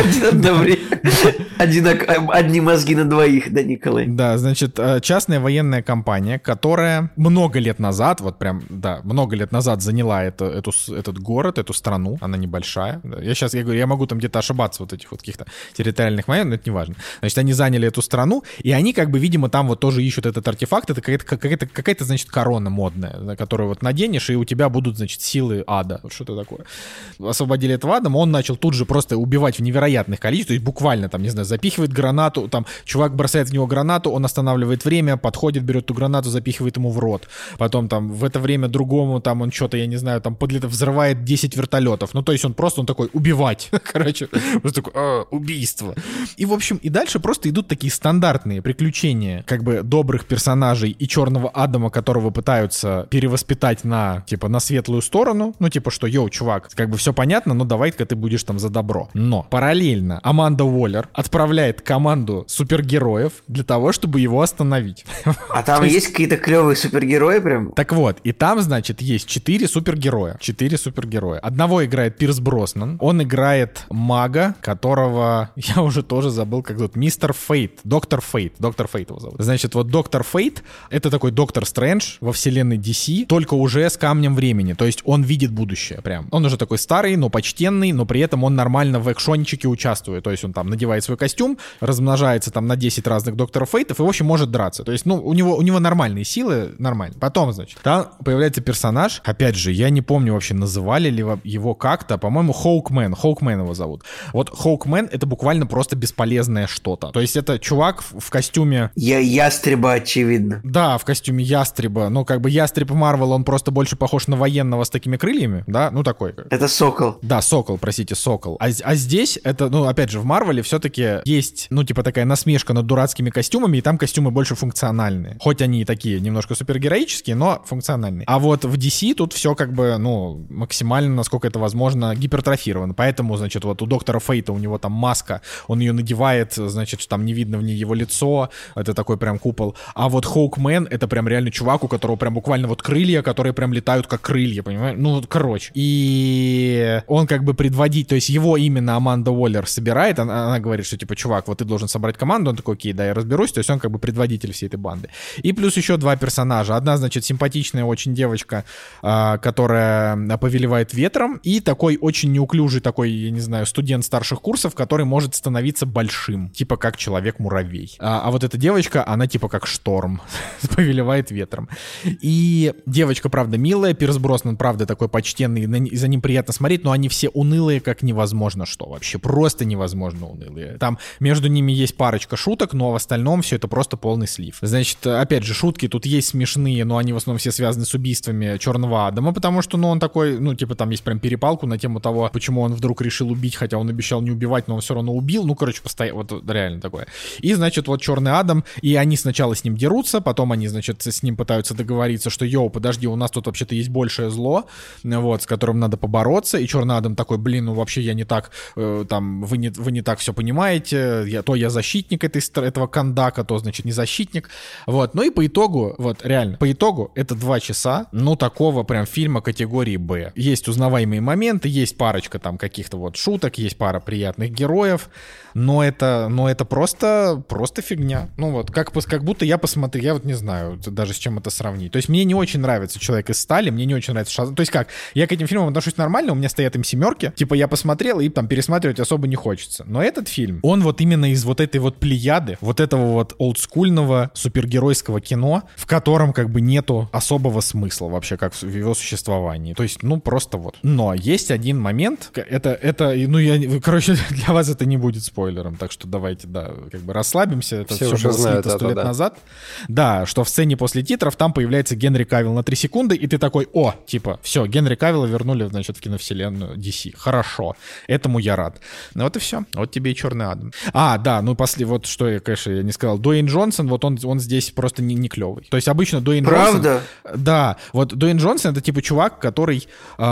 Speaker 3: Одни мозги на двоих, да, Николай?
Speaker 1: Да, значит, частная военная компания, которая много лет назад, вот прям, да, много лет назад заняла это, эту, этот город, эту страну, она небольшая. Я сейчас, я говорю, я могу там где-то ошибаться вот этих вот каких-то территориальных моментов, но это не важно. Значит, они заняли эту страну, и они как бы, видимо, там вот тоже ищут этот артефакт, это какая-то, какая-то, какая-то значит, корона модная, которую вот наденешь, и у тебя будут, значит, силы ада. Вот что-то такое. Освободили этого Адама, он начал тут же просто убивать в невероятных количествах, то есть буквально там, не знаю, запихивает гранату, там чувак бросает в него гранату, он останавливает время, подходит, берет эту гранату, запихивает ему в рот. Потом там в это время другому там он что-то, я не знаю, там подлетает, взрывает десять вертолетов. Ну, то есть он просто, он такой, убивать. Короче, просто такой, а, убийство. И, в общем, и дальше просто идут такие стандартные приключения, как бы, добрых персонажей и Черного Адама, которого пытаются перевоспитать на, типа, на светлую сторону. Ну, типа, что, йоу, чувак, как бы все понятно, но давай-ка ты будешь там за добро. Но параллельно Аманда Уоллер отправляет команду супергероев для того, чтобы его остановить.
Speaker 3: А там есть... есть какие-то клевые супергерои прям?
Speaker 1: Так вот, и там, значит, есть четыре супергероя. Четыре супергероя. Одного играет Пирс Броснан. Он играет мага, которого я уже тоже забыл, как зовут. Мистер Фейт. Доктор Фейт. Доктор Фейт его зовут. Значит, вот Доктор Фейт — это такой Доктор Стрэндж во вселенной ди си, только уже с камнем времени. То есть он видит будущее прям. Он уже такой старый, но почтенный, но при этом он нормально в экшончике участвует. То есть он там надевает свой костюм, размножается там на десять разных Докторов Фейтов и, в общем, может драться. То есть, ну, у него, у него нормальные силы, нормально. Потом, значит, там появляется персонаж, опять же, я не помню вообще, называли ли его как-то, по-моему, Хоукмен. Хоукмен его зовут. Вот Хоукмен — это буквально просто бесполезное что-то. То есть это чувак в, в костюме...
Speaker 3: Я ястреба, очевидно.
Speaker 1: Да, в костюме ястреба. Ну, как бы ястреб Марвел, он просто больше похож на военного с такими крыльями, да? Ну, такой.
Speaker 3: Это сокол.
Speaker 1: Да, сокол, простите, сокол. А, а здесь это, ну, опять же, в Марвеле все-таки есть, ну, типа такая насмешка над дурацкими костюмами, и там костюмы больше функциональные. Хоть они и такие немножко супергероические, но функциональные. А вот в ди си тут все как бы, ну, максимально, насколько это возможно, гипертрофировано. Поэтому, значит, вот у Доктора Фейта у него там маска, он ее надевает, значит, там не видно в ней его лицо, это такой прям купол. А вот Хоукмен — это прям реально чувак, у которого прям буквально вот крылья, которые прям летают как крылья, понимаешь? Ну, короче. И он как бы предводить, то есть его именно Аманда Уоллер собирает, она, она говорит, что типа, чувак, вот ты должен собрать команду, он такой, окей, да, я разберусь, то есть он как бы предводитель всей этой банды. И плюс еще два персонажа. Одна, значит, симпатичная очень девочка, а, которая повелевает ветром, и такой очень неуклюжий такой, я не знаю, студент старших курсов, который может становиться большим, типа как человек-муравей. А, а вот эта девочка, она типа как шторм, повелевает ветром. И девочка, правда, милая, Пирс Броснан, правда, такой почтенный, и за ним приятно смотреть, но они все унылые, как невозможно что вообще, просто невозможно унылые. Там между ними есть парочка шуток, но в остальном все это просто полный слив. Значит, опять же, шутки тут есть смешные, но они в основном все связаны с убийствами Черного Адама, потому что, ну, он такой, ну, типа, там есть прям перепалку на тему того, почему он вдруг решил убить, хотя он обещал не убивать, но он все равно убил, ну, короче, постоянно, вот реально такое. И, значит, вот Черный Адам, и они сначала с ним дерутся, потом они, значит, с ним пытаются договориться, что, йоу, подожди, у нас тут вообще-то есть большее зло, вот, с которым надо побороться, и Черный Адам такой, блин, ну, вообще я не так, э, там, вы не, вы не так все понимаете, я, то я защитник этой, этого Кандака, то, значит, не защитник, вот, ну и по итогу, вот, реально, по итогу это два часа, ну, такого прям фильма категории Б. Есть узнаваемые моменты, есть парочка там каких-то вот шуток, есть пара приятных героев, но это, но это просто, просто фигня. Ну вот, как, как будто я посмотрел, я вот не знаю даже с чем это сравнить. То есть мне не очень нравится «Человек из стали», мне не очень нравится «Шазам». То есть как, я к этим фильмам отношусь нормально, у меня стоят им семерки. Типа я посмотрел, и там пересматривать особо не хочется. Но этот фильм, он вот именно из вот этой вот плеяды, вот этого вот олдскульного супергеройского кино, в котором как бы нету особого смысла вообще, как в его существовании. То есть, ну, просто вот. Но есть один момент, это, это ну, я, короче, для вас это не будет спойлером, так что давайте, да, как бы расслабимся. Это все, все было снято сто лет да. назад. Да, что в сцене после титров там появляется Генри Кавилл на три секунды, и ты такой, о, типа, все, Генри Кавилла вернули, значит, в киновселенную ди си. Хорошо. Этому я рад. Ну вот и все. Вот тебе и Черный Адам. А, да, ну после, вот что я, конечно, я не сказал. Дуэйн Джонсон, вот он, он здесь просто не, не клевый. То есть обычно Дуэйн Джонсон...
Speaker 3: Правда?
Speaker 1: Да. Вот Дуэйн Джонсон — это типа чувак, который,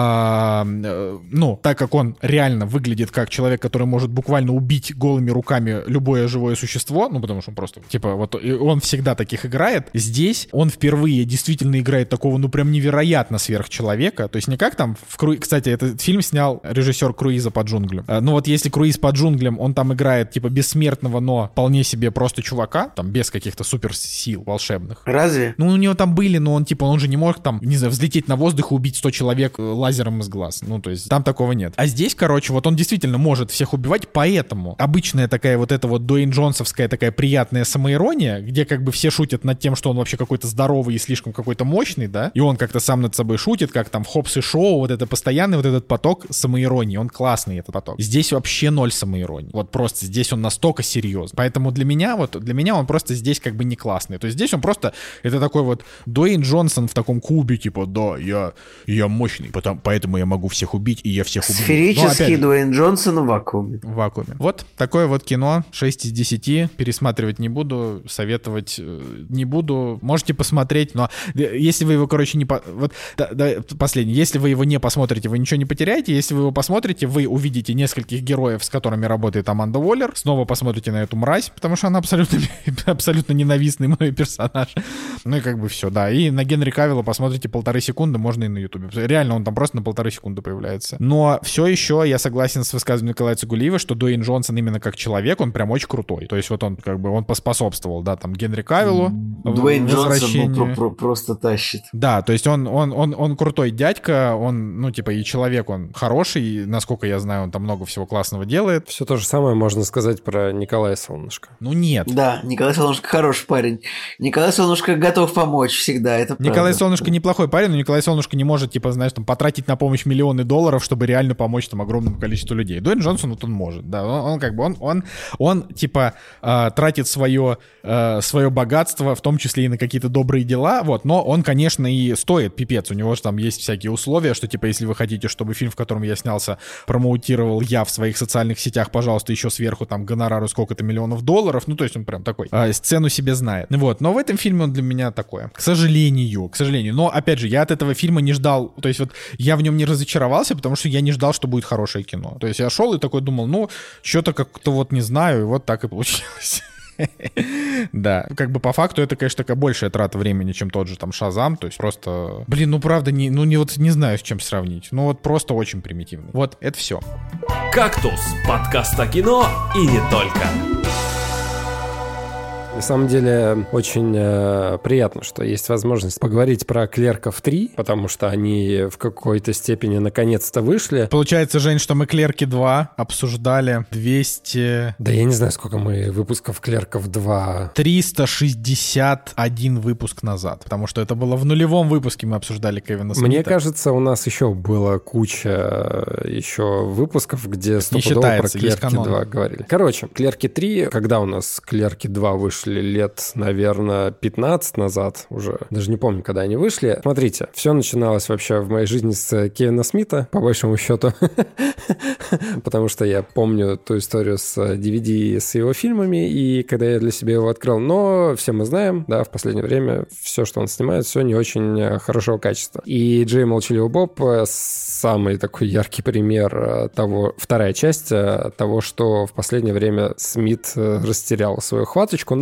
Speaker 1: э, э, ну, так как он реально выглядит как человек, который может буквально убить голыми руками любое живое существо, ну, потому что он просто, типа, вот он всегда таких играет. Здесь он впервые действительно играет такого, ну, прям невероятно сверхчеловека. То есть не как там в Круиз... Кстати, этот фильм снял режиссер «Круиза по джунглям». Ну, вот если «Круиз по джунглям», он там играет, типа, бессмертного, но вполне себе просто чувака, там, без каких-то суперсил волшебных.
Speaker 3: Разве?
Speaker 1: Ну, у него там были, но он, типа, он же не мог там, не знаю, взлететь на воздух и убить сто человек лазером из глаз. Ну, то есть там такого нет. А здесь, короче, вот он действительно может всех убивать, поэтому обычная такая вот эта вот Дуэйн Джонсовская такая приятная самоирония, где как бы все шутят над тем, что он вообще какой-то здоровый и слишком какой-то мощный, да, и он как-то сам над собой шутит, как там в Хопс и Шоу, вот это постоянный вот этот поток самоиронии, он классный, этот поток. Здесь вообще ноль самоиронии. Вот просто здесь он настолько серьезный. Поэтому для меня, вот, для меня он просто здесь как бы не классный. То есть здесь он просто, это такой вот Дуэйн Джонсон в таком кубе, типа, да, я, я мощный, потому, поэтому я могу всех убить, и я всех убью.
Speaker 3: Сферический Дуэйн Джонсон в вакууме.
Speaker 1: В вакууме. Вот такое вот кино, шесть из десяти, пересматривать не буду, советовать не буду. Можете посмотреть, но если вы его, короче, не... По... Вот, да, да, последний. Если вы его не посмотрите, вы ничего не потеряете. Если вы его посмотрите, вы увидите нескольких героев, с которыми работает Аманда Уоллер. Снова посмотрите на эту мразь, потому что она абсолютно, абсолютно ненавистный мой персонаж. Ну и как бы все, да. И на Генри Кавилла посмотрите полторы секунды, можно и на Ютубе. Реально, он там просто на полторы секунды появляется. Но все еще я согласен с высказыванием Николая Цугулиева, что Дуэйн Джонсон именно как человек, он прям очень крутой. То есть вот он как бы, он поспособствовал, да, там, Генри Кавиллу.
Speaker 3: Дуэйн Джонсон ну, про- про- просто тащит.
Speaker 1: Да, то есть он, он, он, он крутой дядька, он, ну, типа, и человек, он хороший, и, насколько я знаю, он там много всего классного делает.
Speaker 2: Все то же самое можно сказать про Николая Солнышко.
Speaker 1: Ну, нет.
Speaker 3: Да, Николай Солнышко хороший парень. Николай Солнышко готов помочь всегда, это правда.
Speaker 1: Николай Солнышко неплохой парень, но Николай Солнышко не может, типа, знаешь, там, потратить на помощь миллионы долларов, чтобы реально помочь там огромному количеству людей. Дуэйн Джонсон, вот он может, да, он, он как бы, он, он, он типа, э, тратит свое, э, свое богатство, в том числе и на какие-то добрые дела, вот, но он, конечно, и стоит пипец, у него же там есть всякие условия, что, типа, если вы хотите, чтобы фильм, в котором я снялся, промоутировал я в своих социальных сетях, пожалуйста, еще сверху там гонорару сколько-то миллионов долларов, ну, то есть он прям такой, э, сцену себе знает, вот, но в этом фильме он для меня такое, к сожалению, к сожалению, но, опять же, я от этого фильма не ждал, то есть вот я в нем не разочаровался, потому что я не ждал, что будет хорошее кино, то есть я шел и такой думал, ну, что-то как-то вот не знаю, и вот так и получилось. Да, как бы по факту это, конечно, такая большая трата времени, чем тот же там Шазам, то есть просто, блин, ну правда, не, ну не вот не знаю, с чем сравнить, ну вот просто очень примитивный. Вот, это все.
Speaker 4: «Кактус» — подкаст о кино и не только.
Speaker 2: На самом деле, очень э, приятно, что есть возможность поговорить про «Клерков три», потому что они в какой-то степени наконец-то вышли.
Speaker 1: Получается, Жень, что мы «Клерки два» обсуждали двести...
Speaker 2: Да я не знаю, сколько мы выпусков «Клерков два».
Speaker 1: триста шестьдесят один выпуск назад, потому что это было в нулевом выпуске, мы обсуждали Кевина Смита.
Speaker 2: Мне кажется, у нас еще было куча еще выпусков, где стопудово про «Клерки два» говорили. Короче, «Клерки три», когда у нас «Клерки два» вышли лет, наверное, пятнадцать назад уже. Даже не помню, когда они вышли. Смотрите, все начиналось вообще в моей жизни с Кевина Смита, по большому счету. Потому что я помню ту историю с ди ви ди с его фильмами, и когда я для себя его открыл. Но все мы знаем, да, в последнее время все, что он снимает, все не очень хорошего качества. И Джей Молчаливый Боб — самый такой яркий пример того, вторая часть того, что в последнее время Смит растерял свою хваточку. Но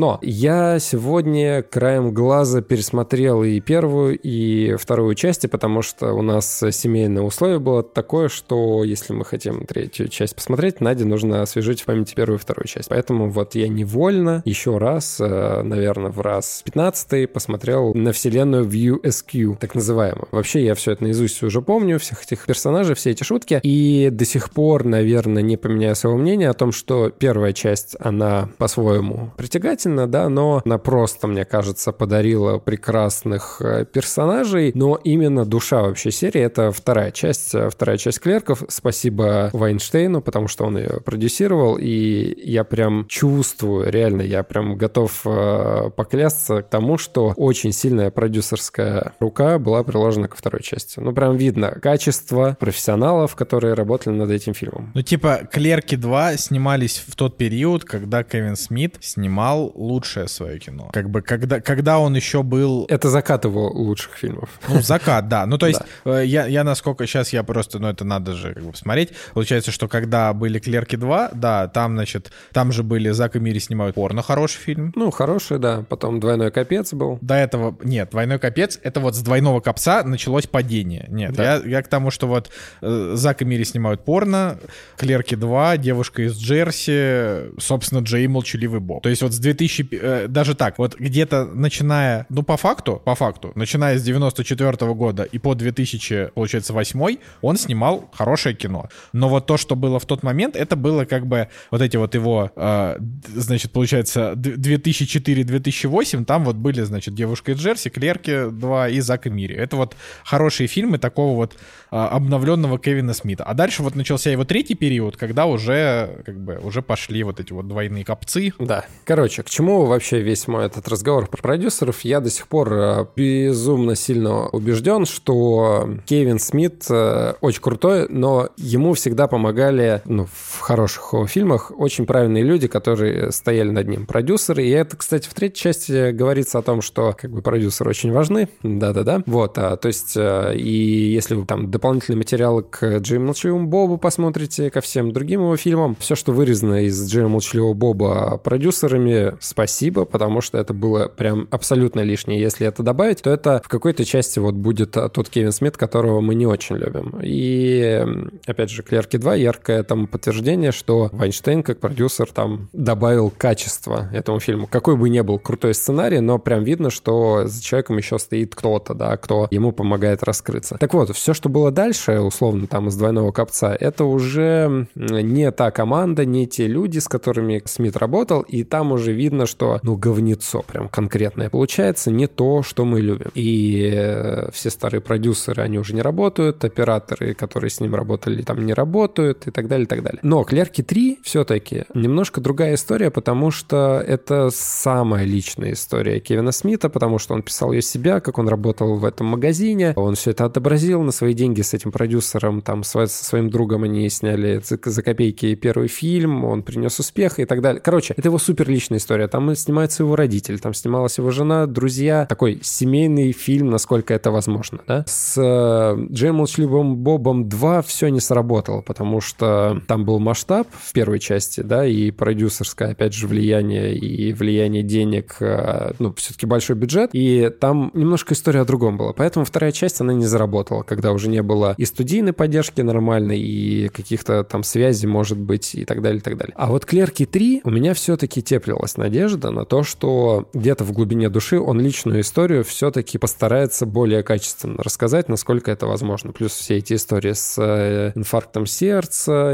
Speaker 2: Но я сегодня краем глаза пересмотрел и первую, и вторую части, потому что у нас семейное условие было такое, что если мы хотим третью часть посмотреть, Наде нужно освежить в памяти первую и вторую часть. Поэтому вот я невольно еще раз, наверное, в раз пятнадцатый посмотрел на вселенную View эс кью, так называемую. Вообще я все это наизусть уже помню, всех этих персонажей, все эти шутки, и до сих пор, наверное, не поменяю своего мнения о том, что первая часть, она по-своему притягательна, да, но она просто, мне кажется, подарила прекрасных персонажей, но именно душа вообще серии — это вторая часть, вторая часть «Клерков». Спасибо Вайнштейну, потому что он ее продюсировал, и я прям чувствую, реально, я прям готов поклясться к тому, что очень сильная продюсерская рука была приложена ко второй части. Ну, прям видно качество профессионалов, которые работали над этим фильмом.
Speaker 1: Ну, типа, «Клерки два» снимались в тот период, когда Кевин Смит снимал лучшее свое кино. Как бы, когда, когда он еще был...
Speaker 2: Это закат его лучших фильмов.
Speaker 1: Ну, закат, да. Ну, то есть, да. я, я насколько... Сейчас я просто... Ну, это надо же как бы посмотреть. Получается, что когда были «Клерки два», да, там, значит, там же были «Зак и Мири снимают порно», хороший фильм.
Speaker 2: Ну, хороший, да. Потом «Двойной капец» был.
Speaker 1: До этого... Нет, «Двойной капец» — это вот с «Двойного капца» началось падение. Нет, да. я, я к тому, что вот э, «Зак и Мири снимают порно», «Клерки два», «Девушка из Джерси», собственно, «Джей и молчаливый Боб». То есть вот с две тысячи... Э, даже так, вот где-то начиная... Ну, по факту, по факту, начиная с девяносто четвёртого года и по две тысячи, получается, восьмой, он снимал хорошее кино. Но вот то, что было в тот момент, это было как бы вот эти вот его, э, значит, получается, две тысячи четыре - две тысячи восемь, там вот были, значит, «Девушка из Джерси», «Клерки два» и «Зак и Мири». Это вот хорошие фильмы такого вот э, обновленного Кевина Смита. А дальше вот начался его третий период, когда уже, как бы, уже пошли вот эти вот двойные капцы.
Speaker 2: Да. Короче, к чему вообще весь мой этот разговор про продюсеров? Я до сих пор э, безумно сильно убежден, что Кевин Смит э, очень крутой, но ему всегда помогали, ну, в хороших фильмах очень правильные люди, которые стояли над ним, продюсеры. И это, кстати, в третьей части говорится о том, что как бы продюсеры очень важны. Да-да-да. Вот, а, то есть, э, и если вы там дополнительные материалы к Джей и молчаливому Бобу посмотрите, ко всем другим его фильмам, все, что вырезано из Джей и молчаливого Боба продюсерами, спасибо, потому что это было прям абсолютно лишнее. Если это добавить, то это в какой-то части вот будет тот Кевин Смит, которого мы не очень любим. И, опять же, «Клерки два» яркое там подтверждение, что Вайнштейн как продюсер там добавил качество этому фильму. Какой бы ни был крутой сценарий, но прям видно, что за человеком еще стоит кто-то, да, кто ему помогает раскрыться. Так вот, все, что было дальше, условно, там из «Двойного капца», это уже не та команда, не те люди, с которыми Смит работал, и там уже видно, что, ну, говнецо прям конкретное получается, не то, что мы любим. И э, все старые продюсеры, они уже не работают, операторы, которые с ним работали, там не работают, и так далее, и так далее. Но «Клерки три» все-таки немножко другая история, потому что это самая личная история Кевина Смита, потому что он писал ее себя, как он работал в этом магазине, он все это отобразил на свои деньги с этим продюсером, там со своим другом они сняли за, за копейки первый фильм, он принес успех и так далее. Короче, это его супер личная история. Там снимается его родитель, там снималась его жена, друзья. Такой семейный фильм, насколько это возможно, да? С э, Джей и молчаливым Бобом два все не сработало, потому что там был масштаб в первой части, да, и продюсерское, опять же, влияние и влияние денег, э, ну, все-таки большой бюджет, и там немножко история о другом была. Поэтому вторая часть, она не заработала, когда уже не было и студийной поддержки нормальной, и каких-то там связей, может быть, и так далее, и так далее. А вот «Клерки три» у меня все-таки теплилась надежда на то, что где-то в глубине души он личную историю все-таки постарается более качественно рассказать, насколько это возможно. Плюс все эти истории с э, инфарктом сердца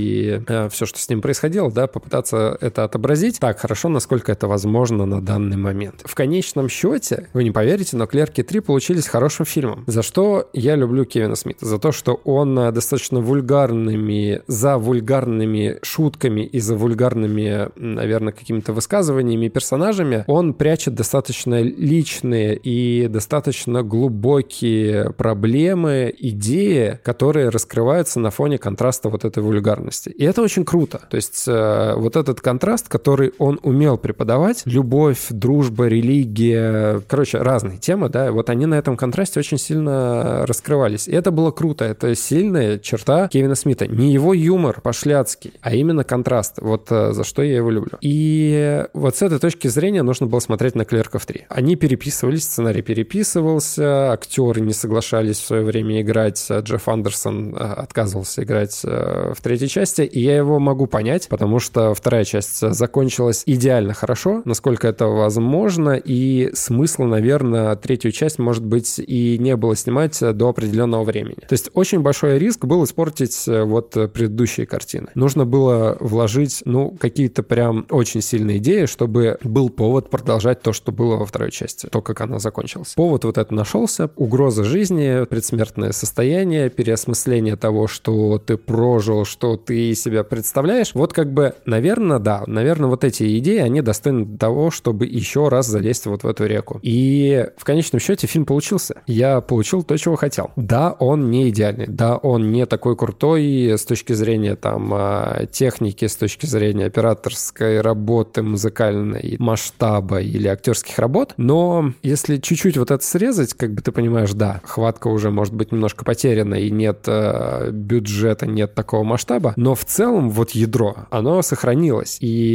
Speaker 2: и э, все, что с ним происходило, да, попытаться это отобразить так хорошо, насколько это возможно на данный момент. В конечном счете, вы не поверите, но «Клерки три» получились хорошим фильмом. За что я люблю Кевина Смита? За то, что он достаточно вульгарными, за вульгарными шутками и за вульгарными, наверное, какими-то высказываниями и персонажами, он прячет достаточно личные и достаточно глубокие проблемы, идеи, которые раскрываются на фоне контраста вот этой вульгарности. И это очень круто. То есть э, вот этот контраст, который он умел преподавать, любовь, дружба, религия, короче, разные темы, да, вот они на этом контрасте очень сильно раскрывались. И это было круто. Это сильная черта Кевина Смита. Не его юмор пошляцкий, а именно контраст. Вот э, за что я его люблю. И вот с этой точки зрения нужно было смотреть на «Клерков три». Они переписывались, сценарий переписывался, актеры не соглашались в свое время играть, Джефф Андерсон отказывался играть в третьей части, и я его могу понять, потому что вторая часть закончилась идеально хорошо, насколько это возможно, и смысла, наверное, третью часть, может быть, и не было снимать до определенного времени. То есть очень большой риск был испортить вот предыдущие картины. Нужно было вложить, ну, какие-то прям очень сильные идеи, чтобы был повод продолжать то, что было во второй части, то, как она закончилась. Повод вот это нашелся, угроза жизни, предсмертное состояние, переосмысление того, что ты прожил, что ты себя представляешь. Вот как бы, наверное, да, наверное, вот эти идеи, они достойны того, чтобы еще раз залезть вот в эту реку. И в конечном счете фильм получился. Я получил то, чего хотел. Да, он не идеальный, да, он не такой крутой с точки зрения там техники, с точки зрения операторской работы, музыкальной, масштаба или актерских работ, но если чуть-чуть вот это срезать, как бы ты понимаешь, да, хватка уже может быть немножко потеряна и нет э, бюджета, нет такого масштаба, но в целом вот ядро, оно сохранилось,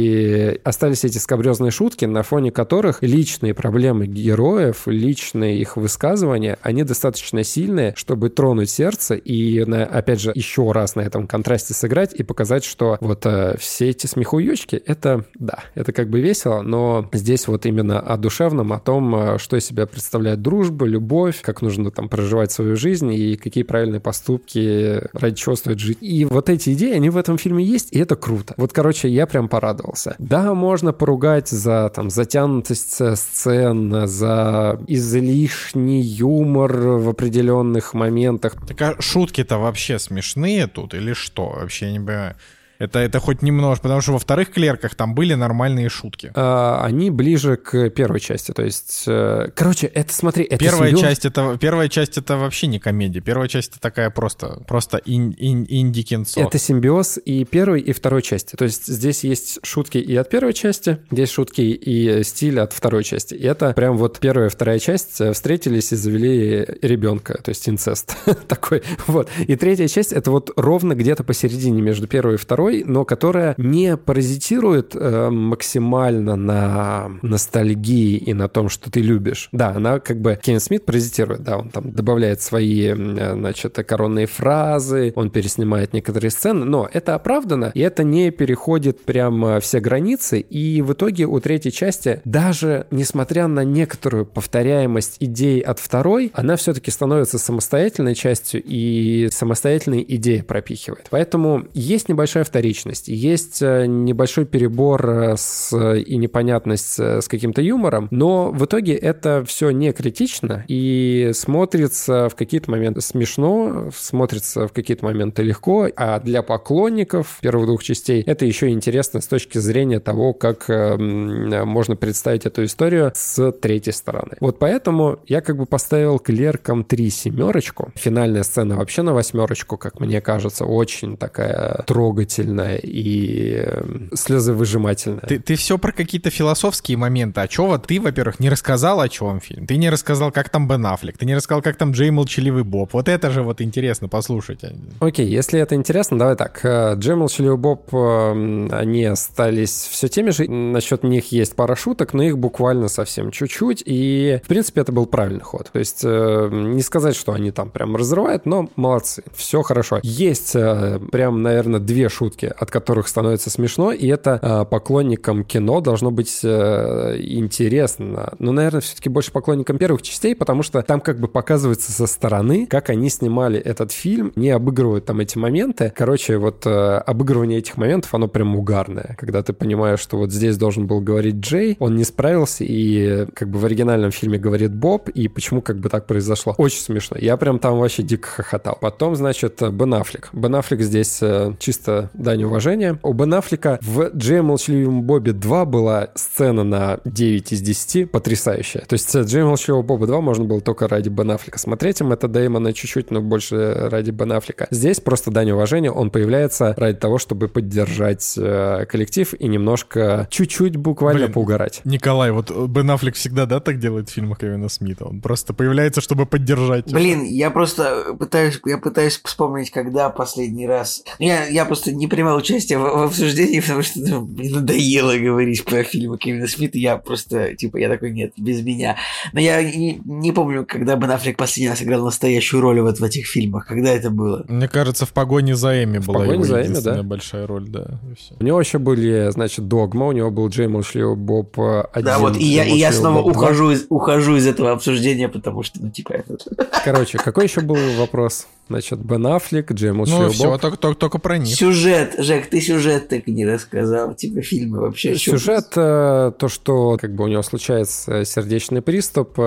Speaker 2: и остались эти скабрезные шутки, на фоне которых личные проблемы героев, личные их высказывания, они достаточно сильные, чтобы тронуть сердце и, на, опять же, еще раз на этом контрасте сыграть и показать, что вот э, все эти смехуёчки, это, да, это как бы весело, но здесь вот именно о душевном, о том, что из себя представляет дружба, любовь, как нужно там проживать свою жизнь и какие правильные поступки, ради чего стоит жить. И вот эти идеи, они в этом фильме есть, и это круто. Вот, короче, я прям порадовался. Да, можно поругать за там затянутость сцен, за излишний юмор в определенных моментах.
Speaker 1: Так а шутки-то вообще смешные тут или что? Вообще не понимаю. Это, это хоть немножко, потому что во вторых «Клерках» там были нормальные шутки.
Speaker 2: А, они ближе к первой части, то есть... Э, короче, это, смотри, это
Speaker 1: первая
Speaker 2: симбиоз...
Speaker 1: часть это Первая часть это вообще не комедия. Первая часть это такая просто, просто ин, ин, инди-кинцо.
Speaker 2: Это симбиоз и первой, и второй части. То есть здесь есть шутки и от первой части, здесь шутки и стиль от второй части. И это прям вот первая и вторая часть встретились и завели ребенка, то есть инцест такой. Вот. И третья часть — это вот ровно где-то посередине между первой и второй, но которая не паразитирует э, максимально на ностальгии и на том, что ты любишь. Да, она как бы... Кевин Смит паразитирует, да, он там добавляет свои, значит, коронные фразы, он переснимает некоторые сцены, но это оправдано, и это не переходит прям все границы, и в итоге у третьей части, даже несмотря на некоторую повторяемость идей от второй, она все-таки становится самостоятельной частью и самостоятельные идеи пропихивает. Поэтому есть небольшая вторичность, есть небольшой перебор с, и непонятность с каким-то юмором, но в итоге это все не критично и смотрится в какие-то моменты смешно, смотрится в какие-то моменты легко, а для поклонников первых двух частей это еще интересно с точки зрения того, как можно представить эту историю с третьей стороны. Вот поэтому я как бы поставил «Клеркам три» семерочку. Финальная сцена вообще на восьмерочку, как мне кажется, очень такая трогательная и слезовыжимательная.
Speaker 1: Ты, ты все про какие-то философские моменты. А чего вот ты, во-первых, не рассказал, о чем фильм? Ты не рассказал, как там Бен Аффлек, ты не рассказал, как там Джей Молчаливый Боб. Вот это же вот интересно послушать.
Speaker 2: Окей, если это интересно, давай так. Джей Молчаливый Боб, они остались все теми же. Насчет них есть пара шуток, но их буквально совсем чуть-чуть. И, в принципе, это был правильный ход. То есть не сказать, что они там прям разрывают, но молодцы. Все хорошо. Есть прям, наверное, две шутки, от которых становится смешно, и это э, поклонникам кино должно быть э, интересно. Но, наверное, все-таки больше поклонникам первых частей, потому что там как бы показывается со стороны, как они снимали этот фильм, не обыгрывают там эти моменты. Короче, вот э, обыгрывание этих моментов, оно прям угарное. Когда ты понимаешь, что вот здесь должен был говорить Джей, он не справился, и как бы в оригинальном фильме говорит Боб, и почему как бы так произошло. Очень смешно. Я прям там вообще дико хохотал. Потом, значит, Бен Аффлек. Бен Аффлек здесь э, чисто дань уважения. У Бен Аффлека в «Джей Молчаливом Бобе два» была сцена на девять из десяти потрясающая. То есть «Джей Молчаливого Боба два» можно было только ради Бен Аффлека смотреть. Им это Дэймона чуть-чуть, но больше ради Бен Аффлека. Здесь просто дань уважения. Он появляется ради того, чтобы поддержать э, коллектив и немножко, чуть-чуть буквально Блин, поугарать.
Speaker 1: Николай, вот Бен Аффлек всегда, да, так делает в фильмах Кевина Смита? Он просто появляется, чтобы поддержать.
Speaker 3: Блин, я просто пытаюсь, я пытаюсь вспомнить, когда последний раз... Я, я просто не принимал участие в, в обсуждении, потому что ну, мне надоело говорить про фильмы Кевина Смита. Я просто, типа, я такой, нет, без меня. Но я не, не помню, когда Бен Аффлек последний раз играл настоящую роль вот в этих фильмах. Когда это было?
Speaker 1: Мне кажется, в «Погоне за Эми»
Speaker 2: в
Speaker 1: была
Speaker 2: «Погоне
Speaker 1: его
Speaker 2: за Эми»,
Speaker 1: единственная
Speaker 2: да.
Speaker 1: большая роль, да.
Speaker 2: У него еще были, значит, «Догма», у него был Джей Мушли Боб один.
Speaker 3: Да, вот, и я, и я снова ухожу из, ухожу из этого обсуждения, потому что, ну, типа, это...
Speaker 2: Короче, какой еще был вопрос? Значит, Бен Аффлек, Джей Мушли
Speaker 1: Ну,
Speaker 2: Боб.
Speaker 1: все, только, только, только про них.
Speaker 3: Сюжет, Жек, ты сюжет так и не рассказал, типа, фильмы вообще.
Speaker 2: Сюжет, то, что как бы у него случается сердечный приступ,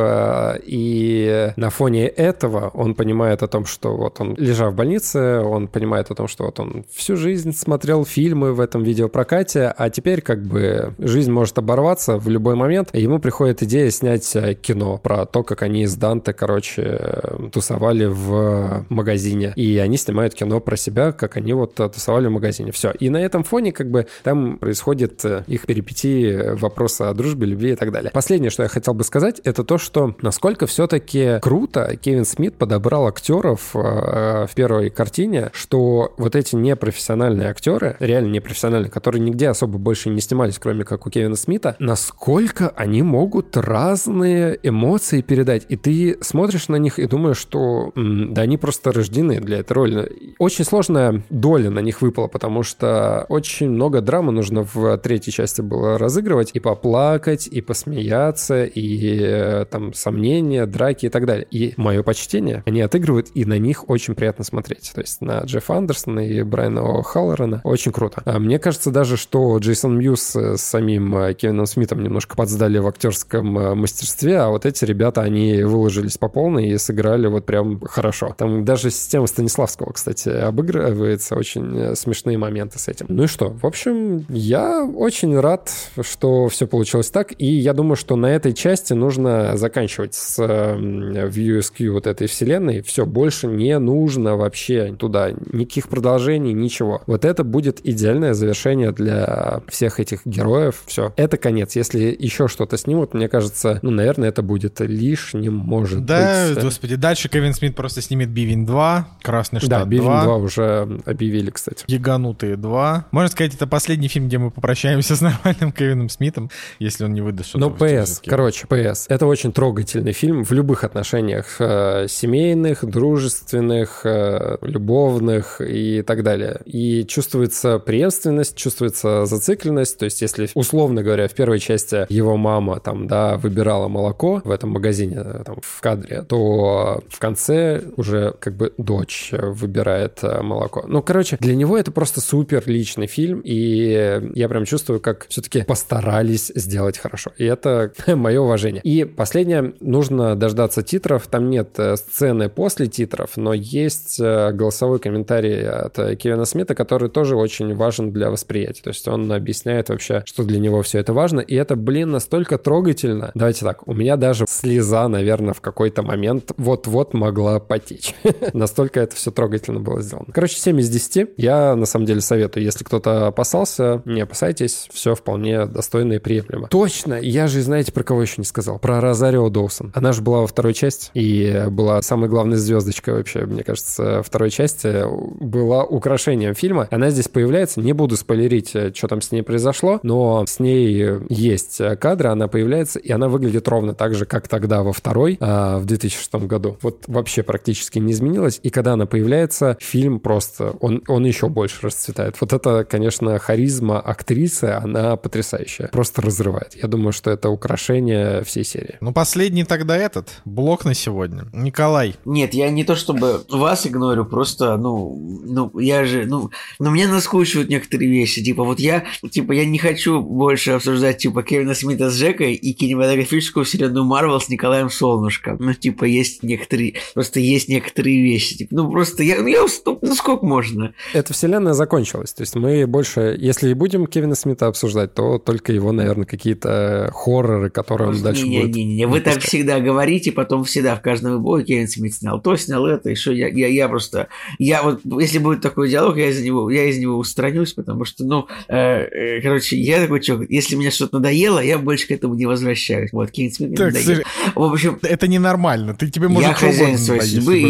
Speaker 2: и на фоне этого он понимает о том, что вот он, лежа в больнице, он понимает о том, что вот он всю жизнь смотрел фильмы в этом видеопрокате, а теперь как бы жизнь может оборваться в любой момент, и ему приходит идея снять кино про то, как они с Данте, короче, тусовали в магазине, и они снимают кино про себя, как они вот тусовали в магазине. Все. И на этом фоне как бы там происходит их перипетии, вопросы о дружбе, любви и так далее. Последнее, что я хотел бы сказать, это то, что насколько все-таки круто Кевин Смит подобрал актеров э, в первой картине, что вот эти непрофессиональные актеры, реально непрофессиональные, которые нигде особо больше не снимались, кроме как у Кевина Смита, насколько они могут разные эмоции передать. И ты смотришь на них и думаешь, что м, да они просто рождены для этой роли. Очень сложная доля на них выпала, потому что очень много драмы нужно в третьей части было разыгрывать, и поплакать, и посмеяться, и э, там сомнения, драки и так далее. И мое почтение, они отыгрывают, и на них очень приятно смотреть. То есть на Джеффа Андерсона и Брайана О'Халлорана очень круто. А мне кажется даже, что Джейсон Мьюз с самим Кевином Смитом немножко подсдали в актерском мастерстве, а вот эти ребята, они выложились по полной и сыграли вот прям хорошо. Там даже система Станиславского, кстати, обыгрывается, очень смешные моменты с этим. Ну и что? В общем, я очень рад, что все получилось так, и я думаю, что на этой части нужно заканчивать с View эс кью вот этой вселенной. Все, больше не нужно вообще туда никаких продолжений, ничего. Вот это будет идеальное завершение для всех этих героев. Все, это конец. Если еще что-то снимут, мне кажется, ну, наверное, это будет лишним, может
Speaker 1: да,
Speaker 2: быть.
Speaker 1: Да, господи, дальше Кевин Смит просто снимет Бивень два, Красный штат
Speaker 2: да, Бивень
Speaker 1: два.
Speaker 2: два уже объявили, кстати.
Speaker 1: Гиганутые два. Можно сказать, это последний фильм, где мы попрощаемся с нормальным Кевином Смитом, если он не выдаст что-то.
Speaker 2: Ну, ПС, короче, ПС. Это очень трогательный фильм в любых отношениях. Э, семейных, дружественных, э, любовных и так далее. И чувствуется преемственность, чувствуется зацикленность. То есть, если, условно говоря, в первой части его мама там, да, выбирала молоко в этом магазине там, в кадре, то в конце уже как бы дочь выбирает молоко. Ну, короче, для него это просто супер личный фильм, и я прям чувствую, как все-таки постарались сделать хорошо. И это мое уважение. И последнее, нужно дождаться титров. Там нет сцены после титров, но есть голосовой комментарий от Кевина Смита, который тоже очень важен для восприятия. То есть он объясняет вообще, что для него все это важно, и это, блин, настолько трогательно. Давайте так, у меня даже слеза, наверное, в какой-то момент вот-вот могла потечь. Настолько это все трогательно было сделано. Короче, семь из десяти. Я, на самом деле, советую. Если кто-то опасался, не опасайтесь. Все вполне достойно и приемлемо. Точно! Я же, знаете, про кого еще не сказал? Про Розарио Доусон. Она же была во второй части и была самой главной звездочкой вообще, мне кажется, второй части. Была украшением фильма. Она здесь появляется. Не буду спойлерить, что там с ней произошло, но с ней есть кадры, она появляется, и она выглядит ровно так же, как тогда во второй, в две тысячи шестом году. Вот вообще практически не изменилось. И когда она появляется, фильм просто, он, он еще больше расцветает. Вот это, конечно, харизма актрисы, она потрясающая. Просто разрывает. Я думаю, что это украшение всей серии.
Speaker 1: Ну, последний тогда этот, блок на сегодня. Николай.
Speaker 3: Нет, я не то чтобы вас игнорю, просто, ну, ну, я же, ну, ну, меня наскучивают некоторые вещи. Типа, вот я, типа, я не хочу больше обсуждать, типа, Кевина Смита с Жекой и кинематографическую вселенную Марвел с Николаем Солнышко. Ну, типа, есть некоторые, просто есть некоторые вещи. Типа, ну, просто я, ну, я, ну, ну, сколько можно?
Speaker 2: Эта вселенная закончилась. То есть мы больше, если и будем Кевина Смита обсуждать, то только его, наверное, какие-то хорроры, которые он дальше
Speaker 3: не,
Speaker 2: будет.
Speaker 3: Не-не-не, вы так всегда говорите, потом всегда в каждом выпуске Кевин Смит снял то, снял это, еще я, я, я просто, я вот, если будет такой диалог, я из него, я из него устранюсь, потому что, ну, э, э, короче, я такой человек, если мне что-то надоело, я больше к этому не возвращаюсь. Вот, Кевин Смит мне
Speaker 1: так,
Speaker 3: надоел. В общем,
Speaker 1: это ненормально. Ты тебе может
Speaker 3: я хозяин своей судьбы, я,
Speaker 1: ты такой,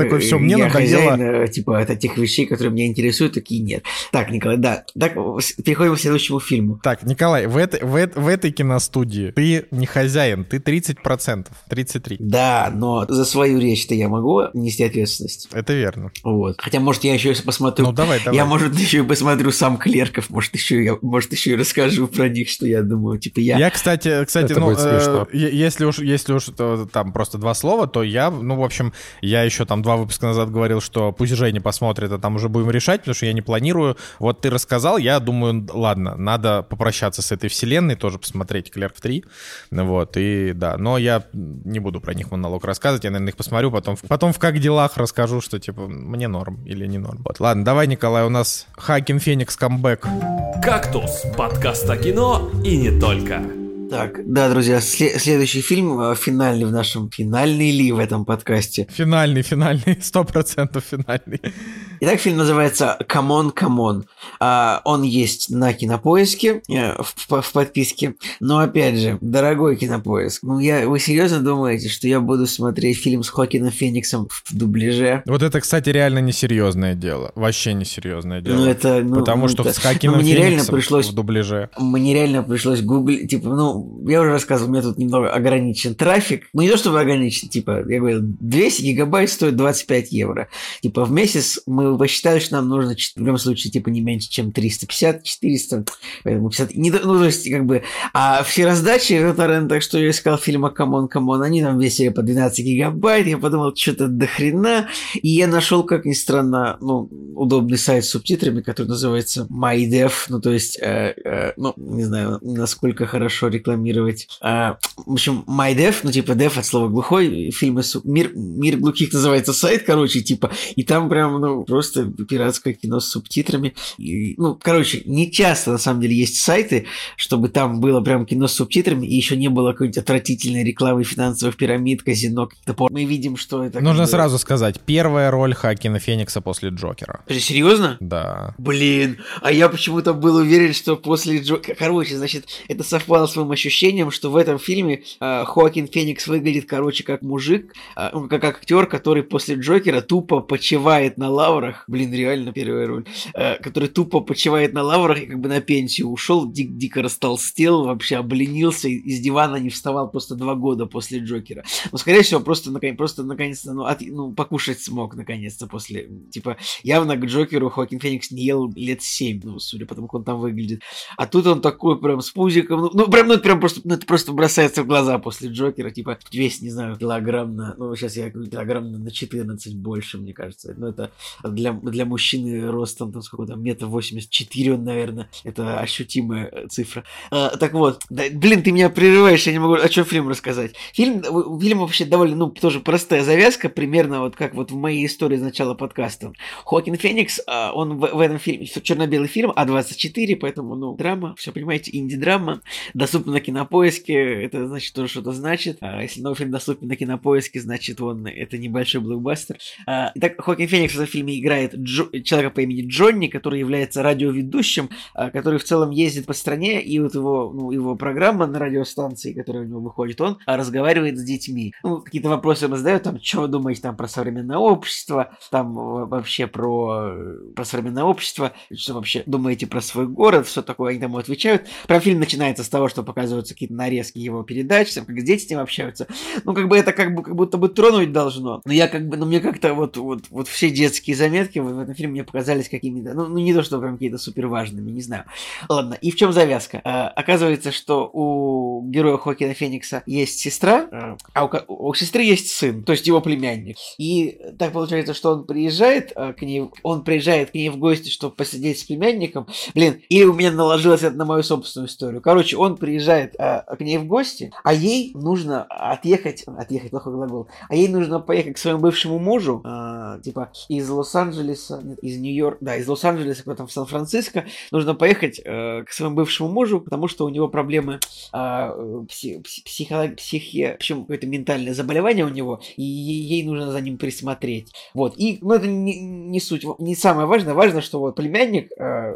Speaker 1: такой, все, мне
Speaker 3: я
Speaker 1: надоело.
Speaker 3: Хозяин, типа, от этих вещей, которые меня интересуют, такие нет. Так, Николай, да. Так, переходим к следующему фильму.
Speaker 1: Так, Николай, в этой, в, в этой киностудии ты не хозяин, ты тридцать процентов, тридцать три процента.
Speaker 3: Да, но за свою речь-то я могу нести ответственность.
Speaker 1: Это верно.
Speaker 3: Вот. Хотя, может, я еще посмотрю...
Speaker 1: Ну, давай, давай.
Speaker 3: Я, может, еще и посмотрю сам «Клерков», может, еще, я, может, еще и расскажу про них, что я думаю, типа, я...
Speaker 1: Я, кстати, кстати,
Speaker 2: Это
Speaker 1: ну,
Speaker 2: будет смешно.
Speaker 1: э, если уж, если уж то, там просто два слова, то я, ну, в общем, я еще там два выпуска назад говорил, что пусть Женя посмотрит, а там уже будем решать, потому что я не планирую. Вот ты рассказал, я думаю, ладно, надо попрощаться с этой вселенной, тоже посмотреть «Клерков три». Вот, и да, но я не буду про них монолог рассказывать, я, наверное, их посмотрю, потом, потом в «Как делах» расскажу, что, типа, мне норм или не норм. Вот, ладно, давай, Николай, у нас Хоакин Феникс камбэк.
Speaker 4: «Кактус» — подкаст о кино и не только.
Speaker 3: Так, да, друзья, след- следующий фильм, финальный в нашем... Финальный ли в этом подкасте?
Speaker 1: Финальный, финальный, сто процентов финальный.
Speaker 3: Итак, фильм называется «Камон, камон». А, он есть на Кинопоиске, э, в, в подписке. Но, опять же, дорогой Кинопоиск, ну, я, вы серьезно думаете, что я буду смотреть фильм с Хоакином Фениксом в дубляже?
Speaker 1: Вот это, кстати, реально несерьезное дело. Вообще несерьезное дело.
Speaker 3: Ну, это... Ну,
Speaker 1: Потому
Speaker 3: ну,
Speaker 1: что
Speaker 3: это,
Speaker 1: с Хоакином
Speaker 3: ну, мне реально
Speaker 1: Фениксом
Speaker 3: пришлось...
Speaker 1: в дубляже.
Speaker 3: Мне реально пришлось гуглить, типа, ну, я уже рассказывал, у меня тут немного ограничен трафик. Ну, не то чтобы ограничен, типа, я говорил, двести гигабайт стоит двадцать пять евро. Типа, в месяц мы посчитали, что нам нужно, в любом случае, типа, не меньше, чем триста пятьдесят - четыреста. Поэтому пятьдесят... Не, ну, то есть, как бы... А все раздачи на торрент, так что я искал фильма «Камон, камон», они там весили по двенадцать гигабайт. Я подумал, что-то до хрена. И я нашел, как ни странно, ну, удобный сайт с субтитрами, который называется MyDev. Ну, то есть, э, э, ну, не знаю, насколько хорошо рекламировать. А, в общем, MyDev, ну, типа, dev от слова глухой, фильмы, су... мир, мир глухих называется сайт, короче, типа, и там прям, ну, просто пиратское кино с субтитрами. И, ну, короче, не часто, на самом деле, есть сайты, чтобы там было прям кино с субтитрами, и еще не было какой-нибудь отвратительной рекламы финансовых пирамид, казино, каких-то пор. Мы видим, что это...
Speaker 1: Нужно
Speaker 3: как бы...
Speaker 1: сразу сказать, первая роль Хоакина Феникса после Джокера.
Speaker 3: Подожди, серьезно?
Speaker 1: Да.
Speaker 3: Блин, а я почему-то был уверен, что после Джокера... Короче, значит, это совпало с моим ощущением, что в этом фильме э, Хоакин Феникс выглядит, короче, как мужик, э, как актер, который после Джокера тупо почивает на лаврах. Блин, реально первая роль. Э, который тупо почивает на лаврах и как бы на пенсию ушел, дик- дико растолстел, вообще обленился, и из дивана не вставал просто два года после Джокера. Но, скорее всего, просто, наконец- просто наконец-то, ну, от, ну, покушать смог, наконец-то, после... Типа, явно к Джокеру Хоакин Феникс не ел лет семь, ну, судя по тому, как он там выглядит. А тут он такой прям с пузиком, ну, ну прям, ну, это прям просто, ну, это просто бросается в глаза после Джокера, типа, весь, не знаю, килограмм на, ну, сейчас я говорю, килограмм на четырнадцать больше, мне кажется. Ну, это для, для мужчины ростом, там, сколько там, метр восемьдесят четыре, наверное, это ощутимая цифра. А, так вот, да, блин, ты меня прерываешь, я не могу, о чем фильм рассказать. Фильм, фильм вообще довольно, ну, тоже простая завязка, примерно вот как вот в моей истории с начала подкаста. Хоакин Феникс, он в, в этом фильме, черно-белый фильм, А двадцать четыре, поэтому, ну, драма, все понимаете, инди-драма, доступна на Кинопоиске, это значит тоже что-то значит. А если новый фильм доступен на Кинопоиске, значит он это небольшой блокбастер. А, итак, Хоакин Феникс в этом фильме играет Джо... человека по имени Джонни, который является радиоведущим, а, который в целом ездит по стране, и вот его, ну, его программа на радиостанции, которая у него выходит, он а, разговаривает с детьми. Ну, какие-то вопросы ему задают, там, что вы думаете там про современное общество, там вообще про, про современное общество, что вообще думаете про свой город, все такое, они там ему отвечают. Прям фильм начинается с того, что показываются какие-то нарезки его передач, там, как дети с ним общаются. Ну, как бы это как, бы, как будто бы тронуть должно. Но я как бы, ну, мне как-то вот, вот, вот все детские заметки в этом фильме мне показались какими-то, ну, ну не то, что прям какие-то супер важными, не знаю. Ладно, и в чем завязка? А, оказывается, что у героя Хоакина Феникса есть сестра, а у, у сестры есть сын, то есть его племянник. И так получается, что он приезжает а, к ней, он приезжает к ней в гости, чтобы посидеть с племянником. Блин, или у меня наложилось это на мою собственную историю. Короче, он приезжает а, к ней в гости, а ей нужно отъехать, отъехать, плохой глагол, а ей нужно поехать к своему бывшему мужу, а, типа, из Лос-Анджелеса, нет, из Нью-Йорка, да, из Лос-Анджелеса куда-то в Сан-Франциско, нужно поехать а, к своему бывшему мужу, потому что у него проблемы а, пси- психолог, психи, в общем, какое-то ментальное заболевание у него, и ей нужно за ним присмотреть. Вот, и, ну, это не, не суть, не самое важное, важно, что вот племянник, а,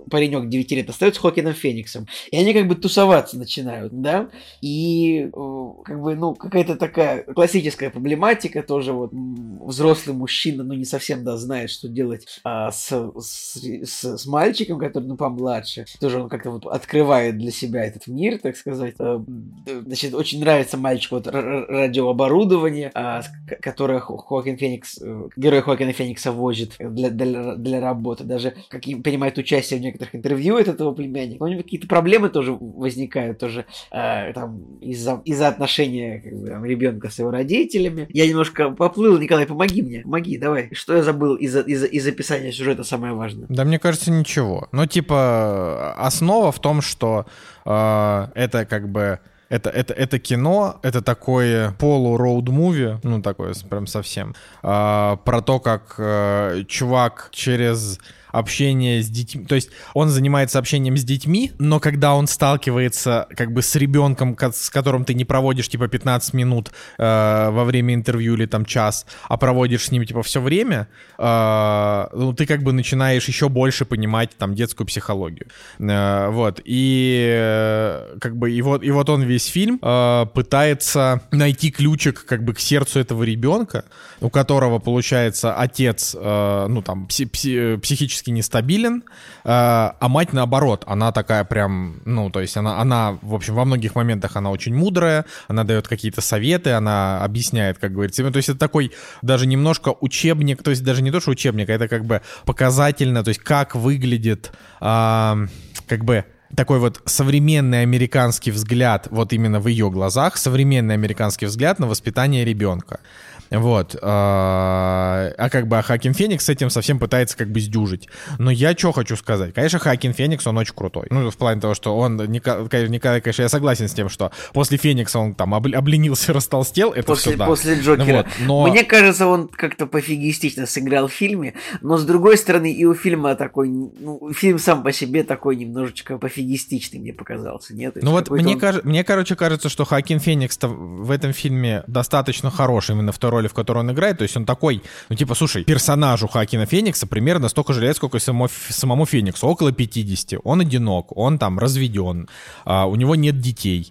Speaker 3: паренек девяти лет остается с Хоакином Фениксом, и они как бы тусоваться начинают, да, и как бы, ну, какая-то такая классическая проблематика, тоже вот взрослый мужчина, ну, не совсем, да, знает, что делать а, с, с, с, с мальчиком, который, ну, помладше, тоже он как-то вот открывает для себя этот мир, так сказать. Значит, очень нравится мальчику вот радиооборудование, а, которое Хоакин Феникс, герой Хоакина Феникса возит для, для, для работы, даже, как принимает участие в некоторых интервью от этого племянника. У него какие-то проблемы тоже возникают, тоже а, там, из-за, из-за отношения как бы, там, ребенка с его родителями. Я немножко поплыл, Николай, помоги мне, помоги, давай. Что я забыл из, из, из описания сюжета самое важное?
Speaker 1: Да мне кажется, ничего. Ну, типа, основа в том, что э, это как бы... Это, это, это кино, это такое полу-роуд-муви, ну, такое прям совсем, э, про то, как э, чувак через... общение с детьми, то есть он занимается общением с детьми, но когда он сталкивается как бы с ребенком, с которым ты не проводишь типа пятнадцать минут э, во время интервью или там час, а проводишь с ним типа все время, э, ну ты как бы начинаешь еще больше понимать там детскую психологию, э, вот, и э, как бы и вот, и вот он весь фильм э, пытается найти ключик как бы к сердцу этого ребенка, у которого получается отец, э, ну там пси- пси- психически нестабилен, э, а мать наоборот, она такая прям, ну, то есть она, она, в общем, во многих моментах она очень мудрая, она дает какие-то советы, она объясняет, как говорится, то есть это такой даже немножко учебник, то есть даже не то, что учебник, а это как бы показательно, то есть как выглядит, э, как бы, такой вот современный американский взгляд, вот именно в ее глазах, современный американский взгляд на воспитание ребенка. Вот. А как бы Хоакин Феникс с этим совсем пытается как бы сдюжить. Но я что хочу сказать? Конечно, Хоакин Феникс, он очень крутой. Ну, в плане того, что он... Никогда, конечно, я согласен с тем, что после Феникса он там обленился, растолстел. Это
Speaker 3: после,
Speaker 1: все, да.
Speaker 3: После Джокера.
Speaker 1: Вот, но...
Speaker 3: Мне кажется, он как-то пофигистично сыграл в фильме, но с другой стороны, и у фильма такой... Ну, фильм сам по себе такой немножечко пофигистичный мне показался. Нет?
Speaker 1: Ну вот мне,
Speaker 3: он...
Speaker 1: каж... мне, короче, кажется, что Хоакин Феникс в этом фильме достаточно хороший именно в той роли, в которой он играет, то есть он такой, ну типа, слушай, персонажу Хоакина Феникса примерно столько же лет, сколько и самому, самому Фениксу, около пятидесяти, он одинок, он там разведен, а, у него нет детей,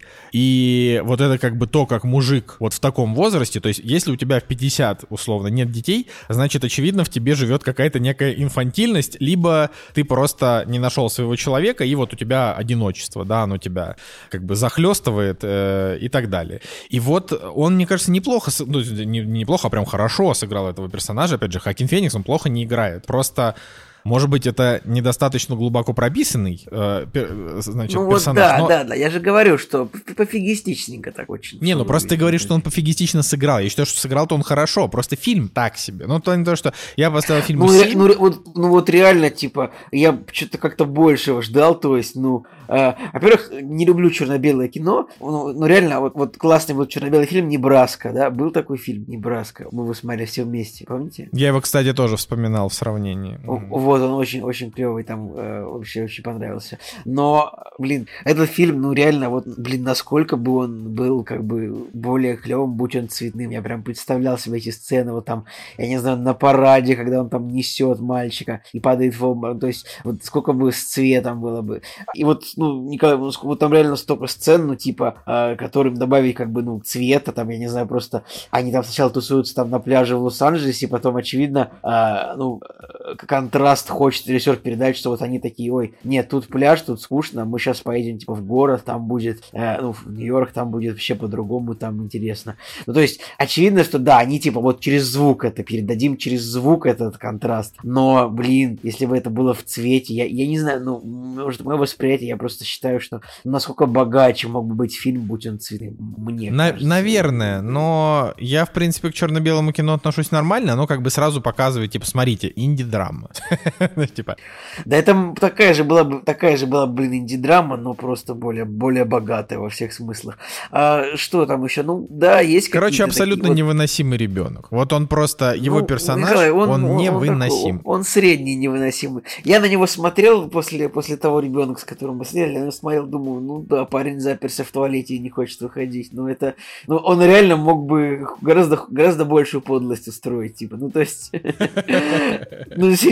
Speaker 1: и вот это как бы то, как мужик вот в таком возрасте, то есть если у тебя в пятьдесят, условно, нет детей, значит, очевидно, в тебе живет какая-то некая инфантильность, либо ты просто не нашел своего человека, и вот у тебя одиночество, да, оно тебя как бы захлестывает э, и так далее. И вот он, мне кажется, неплохо, ну, не, неплохо, а прям хорошо сыграл этого персонажа. Опять же, Хоакин Феникс, он плохо не играет. Просто, может быть, это недостаточно глубоко прописанный э, пер, значит,
Speaker 3: ну,
Speaker 1: персонаж.
Speaker 3: Вот да,
Speaker 1: но...
Speaker 3: да, да, я же говорю, что пофигистичненько так очень.
Speaker 1: Не, ну просто ты говоришь, что он пофигистично сыграл. Я считаю, что сыграл-то он хорошо, просто фильм так себе. Ну, то не то, что я поставил фильм
Speaker 3: ну,
Speaker 1: семь.
Speaker 3: Ну, вот, ну, вот реально, типа, я что-то как-то большего ждал, то есть, ну, э, во-первых, не люблю черно-белое кино, ну, ну реально, вот, вот классный был черно-белый фильм «Небраска», да, был такой фильм «Небраска», мы его смотрели все вместе, помните?
Speaker 1: Я его, кстати, тоже вспоминал в сравнении.
Speaker 3: Вот, он очень-очень клевый, там э, вообще очень понравился. Но, блин, этот фильм, ну реально, вот, блин, насколько бы он был как бы более клевым, будь он цветным. Я прям представлял себе эти сцены, вот там, я не знаю, на параде, когда он там несет мальчика и падает в обморок. То есть, вот сколько бы с цветом было бы. И вот, ну, Николай, ну, вот там реально столько сцен, ну, типа, э, которым добавить как бы, ну, цвета, там, я не знаю, просто они там сначала тусуются там на пляже в Лос-Анджелесе, потом, очевидно, э, ну, контраст хочет режиссер передать, что вот они такие, ой, нет, тут пляж, тут скучно, мы сейчас поедем, типа, в город, там будет, э, ну, в Нью-Йорк, там будет вообще по-другому, там интересно. Ну, то есть, очевидно, что да, они, типа, вот через звук это передадим, через звук этот контраст. Но, блин, если бы это было в цвете, я, я не знаю, ну, может, мое восприятие, я просто считаю, что насколько богаче мог бы быть фильм, будь он цветным, мне
Speaker 1: На-
Speaker 3: кажется.
Speaker 1: Наверное, но я, в принципе, к черно-белому кино отношусь нормально, оно как бы сразу показывает, типа, смотрите, инди-драма. Типа.
Speaker 3: Да это такая же была бы, такая же была, блин, инди-драма, но просто более, более богатая во всех смыслах. А что там еще? Ну, да, есть какие-то...
Speaker 1: Короче, абсолютно
Speaker 3: такие,
Speaker 1: невыносимый ребенок. Вот он просто, его
Speaker 3: ну,
Speaker 1: персонаж,
Speaker 3: Николай,
Speaker 1: он,
Speaker 3: он, он
Speaker 1: невыносим.
Speaker 3: Он, такой, он средний невыносимый. Я на него смотрел после, после того ребенка, с которым мы смотрели, я смотрел, думаю, ну да, парень заперся в туалете и не хочет выходить. Ну это... Ну он реально мог бы гораздо, гораздо большую подлость устроить, типа. Ну то есть... Ну серьезно,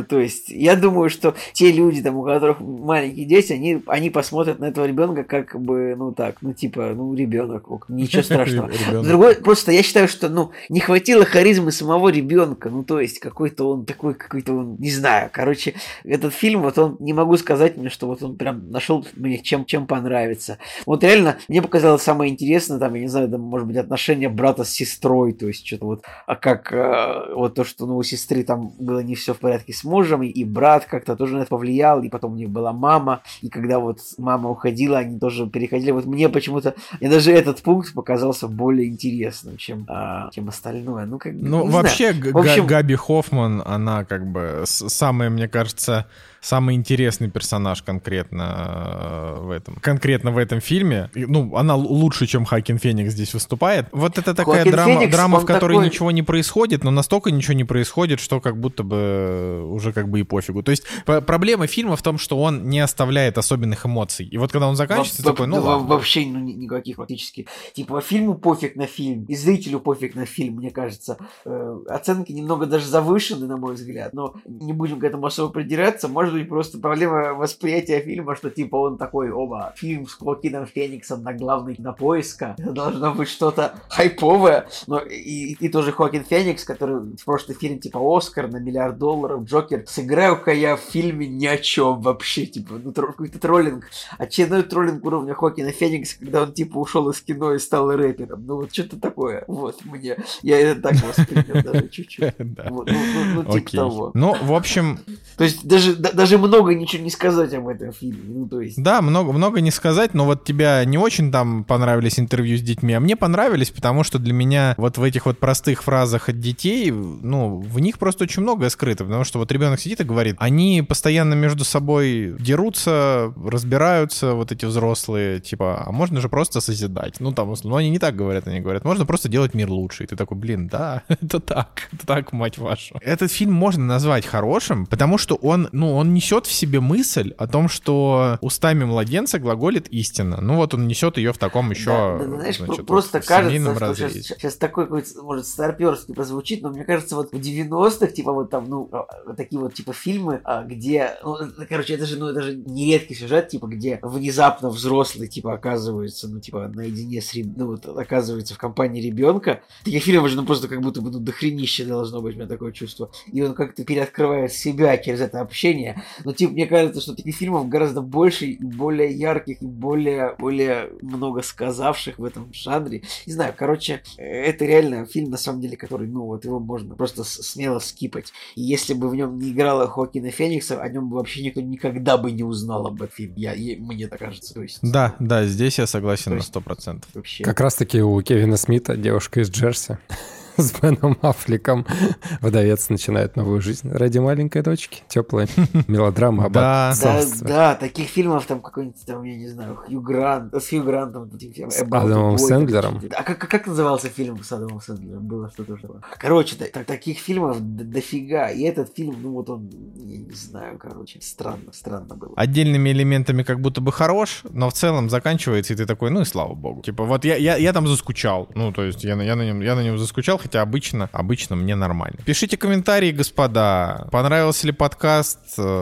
Speaker 3: то есть, я думаю, что те люди, там, у которых маленькие дети, они, они посмотрят на этого ребенка как бы, ну так, ну типа, ну ребенок, ничего страшного. Другой, просто я считаю, что, ну, не хватило харизмы самого ребенка, ну то есть, какой-то он такой, какой-то он, не знаю, короче, этот фильм, вот он, не могу сказать мне, что вот он прям нашел мне чем, чем понравится. Вот реально, мне показалось самое интересное, там, я не знаю, там, может быть, отношения брата с сестрой, то есть, что-то вот, а как, э, вот то, что, ну, у сестры там было не все в порядке с мужем, и, и брат как-то тоже на это повлиял, и потом у них была мама, и когда вот мама уходила, они тоже переходили, вот мне почему-то, мне даже этот пункт показался более интересным, чем, а, чем остальное. Ну, как,
Speaker 1: ну
Speaker 3: не
Speaker 1: вообще,
Speaker 3: знаю. В общем...
Speaker 1: Габи Хоффман, она как бы самая, мне кажется, самый интересный персонаж конкретно в этом, конкретно в этом фильме. Ну, она лучше, чем Хоакин Феникс здесь выступает. Вот это такая
Speaker 3: Хоакин
Speaker 1: драма,
Speaker 3: Феникс,
Speaker 1: драма в которой
Speaker 3: такой...
Speaker 1: ничего не происходит, но настолько ничего не происходит, что как будто бы уже как бы и пофигу. То есть проблема фильма в том, что он не оставляет особенных эмоций. И вот когда он заканчивается,
Speaker 3: во-
Speaker 1: такой, ну
Speaker 3: да,
Speaker 1: ладно.
Speaker 3: Вообще ну, никаких практически. Типа фильму пофиг на фильм, и зрителю пофиг на фильм, мне кажется. Э, оценки немного даже завышены, на мой взгляд, но не будем к этому особо придираться. Может быть, просто проблема восприятия фильма, что типа он такой, оба, фильм с Хоакином Фениксом на главный кинопоиска. Это должно быть что-то хайповое. Но и, и тоже Хоакин Феникс, который в прошлый фильм типа Оскар на миллиард долларов, Джокер. Сыграю-ка я в фильме ни о чем вообще, типа, ну тр- какой-то троллинг. Очередной троллинг уровня Хоакина Феникса, когда он типа ушел из кино и стал рэпером. Ну вот что-то такое. Вот мне. Я это так воспринял даже чуть-чуть. Вот, ну, ну, ну типа того.
Speaker 1: Ну, в общем...
Speaker 3: То есть даже, даже много ничего не сказать об этом фильме. Ну, то есть...
Speaker 1: Да, много, много не сказать, но вот тебя не очень там понравились интервью с детьми, а мне понравились, потому что для меня вот в этих вот простых фразах от детей, ну, в них просто очень многое скрыто, потому что вот ребенок сидит и говорит, они постоянно между собой дерутся, разбираются, вот эти взрослые, типа, а можно же просто созидать. Ну, там, ну, они не так говорят, они говорят, можно просто делать мир лучше. И ты такой, блин, да, это так, это так, мать вашу. Этот фильм можно назвать хорошим, потому что он, ну, он несет в себе мысль о том, что устами младенца глаголит истина. Ну, вот он несет ее в таком еще,
Speaker 3: да, да, знаешь,
Speaker 1: значит,
Speaker 3: просто
Speaker 1: вот,
Speaker 3: кажется, что
Speaker 1: разрезе.
Speaker 3: сейчас, сейчас такой какой-то, может, старперский прозвучит, но мне кажется, вот в девяностых, типа, вот там, ну, такие вот, типа, фильмы, где, ну, короче, это же, ну, это же нередкий сюжет, типа, где внезапно взрослый, типа, оказывается, ну, типа, наедине с, ну, вот, оказывается в компании ребенка. Таких фильмов же, ну, просто как будто бы, ну, дохренище должно быть, у меня такое чувство. И он как-то переоткрывает себя через это общение. Но, типа, мне кажется, что таких фильмов гораздо больше и более ярких, и более, более много сказавших в этом жанре. Не знаю, короче, это реально фильм, на самом деле, который, ну, вот его можно просто смело скипать. И если бы в нем не играло Хоакина Феникса, о нем бы вообще никто никогда бы не узнал об этом фильме. Я, я, мне так кажется. То есть,
Speaker 1: да, да, здесь я согласен
Speaker 3: на
Speaker 1: сто процентов.
Speaker 3: Вообще.
Speaker 2: Как раз-таки у Кевина Смита девушка из Джерси с Беном Аффлеком. Вдовец начинает новую жизнь ради маленькой дочки. Теплая мелодрама об
Speaker 1: да,
Speaker 2: отцовстве.
Speaker 3: Да, да, таких фильмов там какой-нибудь там, я не знаю, Хью Грант, с Хью Грантом.
Speaker 2: С Адамом Сэндлером.
Speaker 3: А как, как назывался фильм с Адамом Сэндлером? Было что-то такое. Короче, так, таких фильмов дофига. И этот фильм, ну вот он, я не знаю, короче, странно, странно было.
Speaker 1: Отдельными элементами как будто бы хорош, но в целом заканчивается, и ты такой, ну и слава богу. Типа вот я, я, я там заскучал. Ну, то есть я, я, на нем, я на нем заскучал, хотя обычно, обычно мне нормально. Пишите комментарии, господа. Понравился ли подкаст?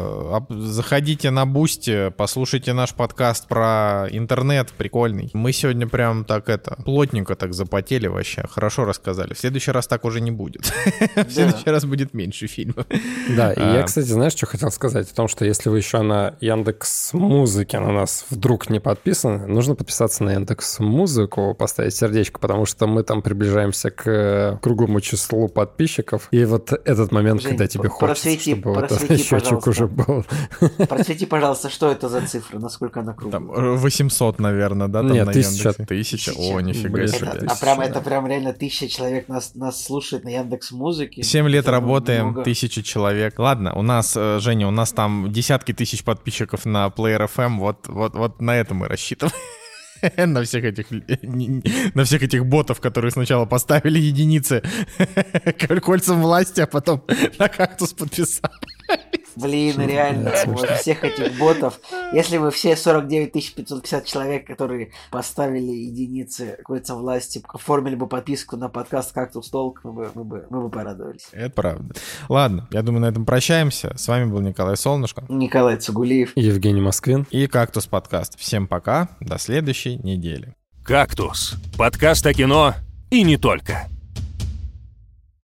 Speaker 1: Заходите на Бусти, послушайте наш подкаст про интернет, прикольный. Мы сегодня прям так это, плотненько так запотели вообще, хорошо рассказали. В следующий раз так уже не будет. В следующий раз будет меньше фильмов.
Speaker 2: Да, и я, кстати, знаешь, что хотел сказать? О том, что если вы еще на Яндекс.Музыке на нас вдруг не подписаны, нужно подписаться на Яндекс.Музыку, поставить сердечко, потому что мы там приближаемся к круглому числу подписчиков. И вот этот момент, Жень, когда тебе хочется, просвети, чтобы вот этот счетчик уже был.
Speaker 3: Просвети, пожалуйста, что это за цифра? Насколько она круглая?
Speaker 1: Там восемьсот, наверное, да? Там
Speaker 2: Нет,
Speaker 1: на
Speaker 2: тысяча.
Speaker 1: Тысяча? О, нифига себе.
Speaker 3: Это, а прям, это прям реально тысяча человек нас, нас слушает на Яндекс.Музыке.
Speaker 1: Семь лет это работаем, много. Тысяча человек. Ладно, у нас, Женя, у нас там десятки тысяч подписчиков на Player эф эм. Вот, вот, вот на это мы рассчитываем. На всех этих на всех этих ботов, которые сначала поставили единицы кольцам власти, а потом на кактус подписались.
Speaker 3: Блин, реально, вот всех этих ботов. Если бы все сорок девять тысяч пятьсот пятьдесят человек, которые поставили единицы какой-то власти, оформили бы подписку на подкаст «Кактус Толк», мы бы, мы бы, мы бы порадовались.
Speaker 1: Это правда. Ладно, я думаю, на этом прощаемся. С вами был Николай Солнышко.
Speaker 3: Николай Цугулиев.
Speaker 2: Евгений Москвин.
Speaker 1: И «Кактус подкаст». Всем пока, до следующей недели.
Speaker 4: «Кактус» — подкаст о кино и не только.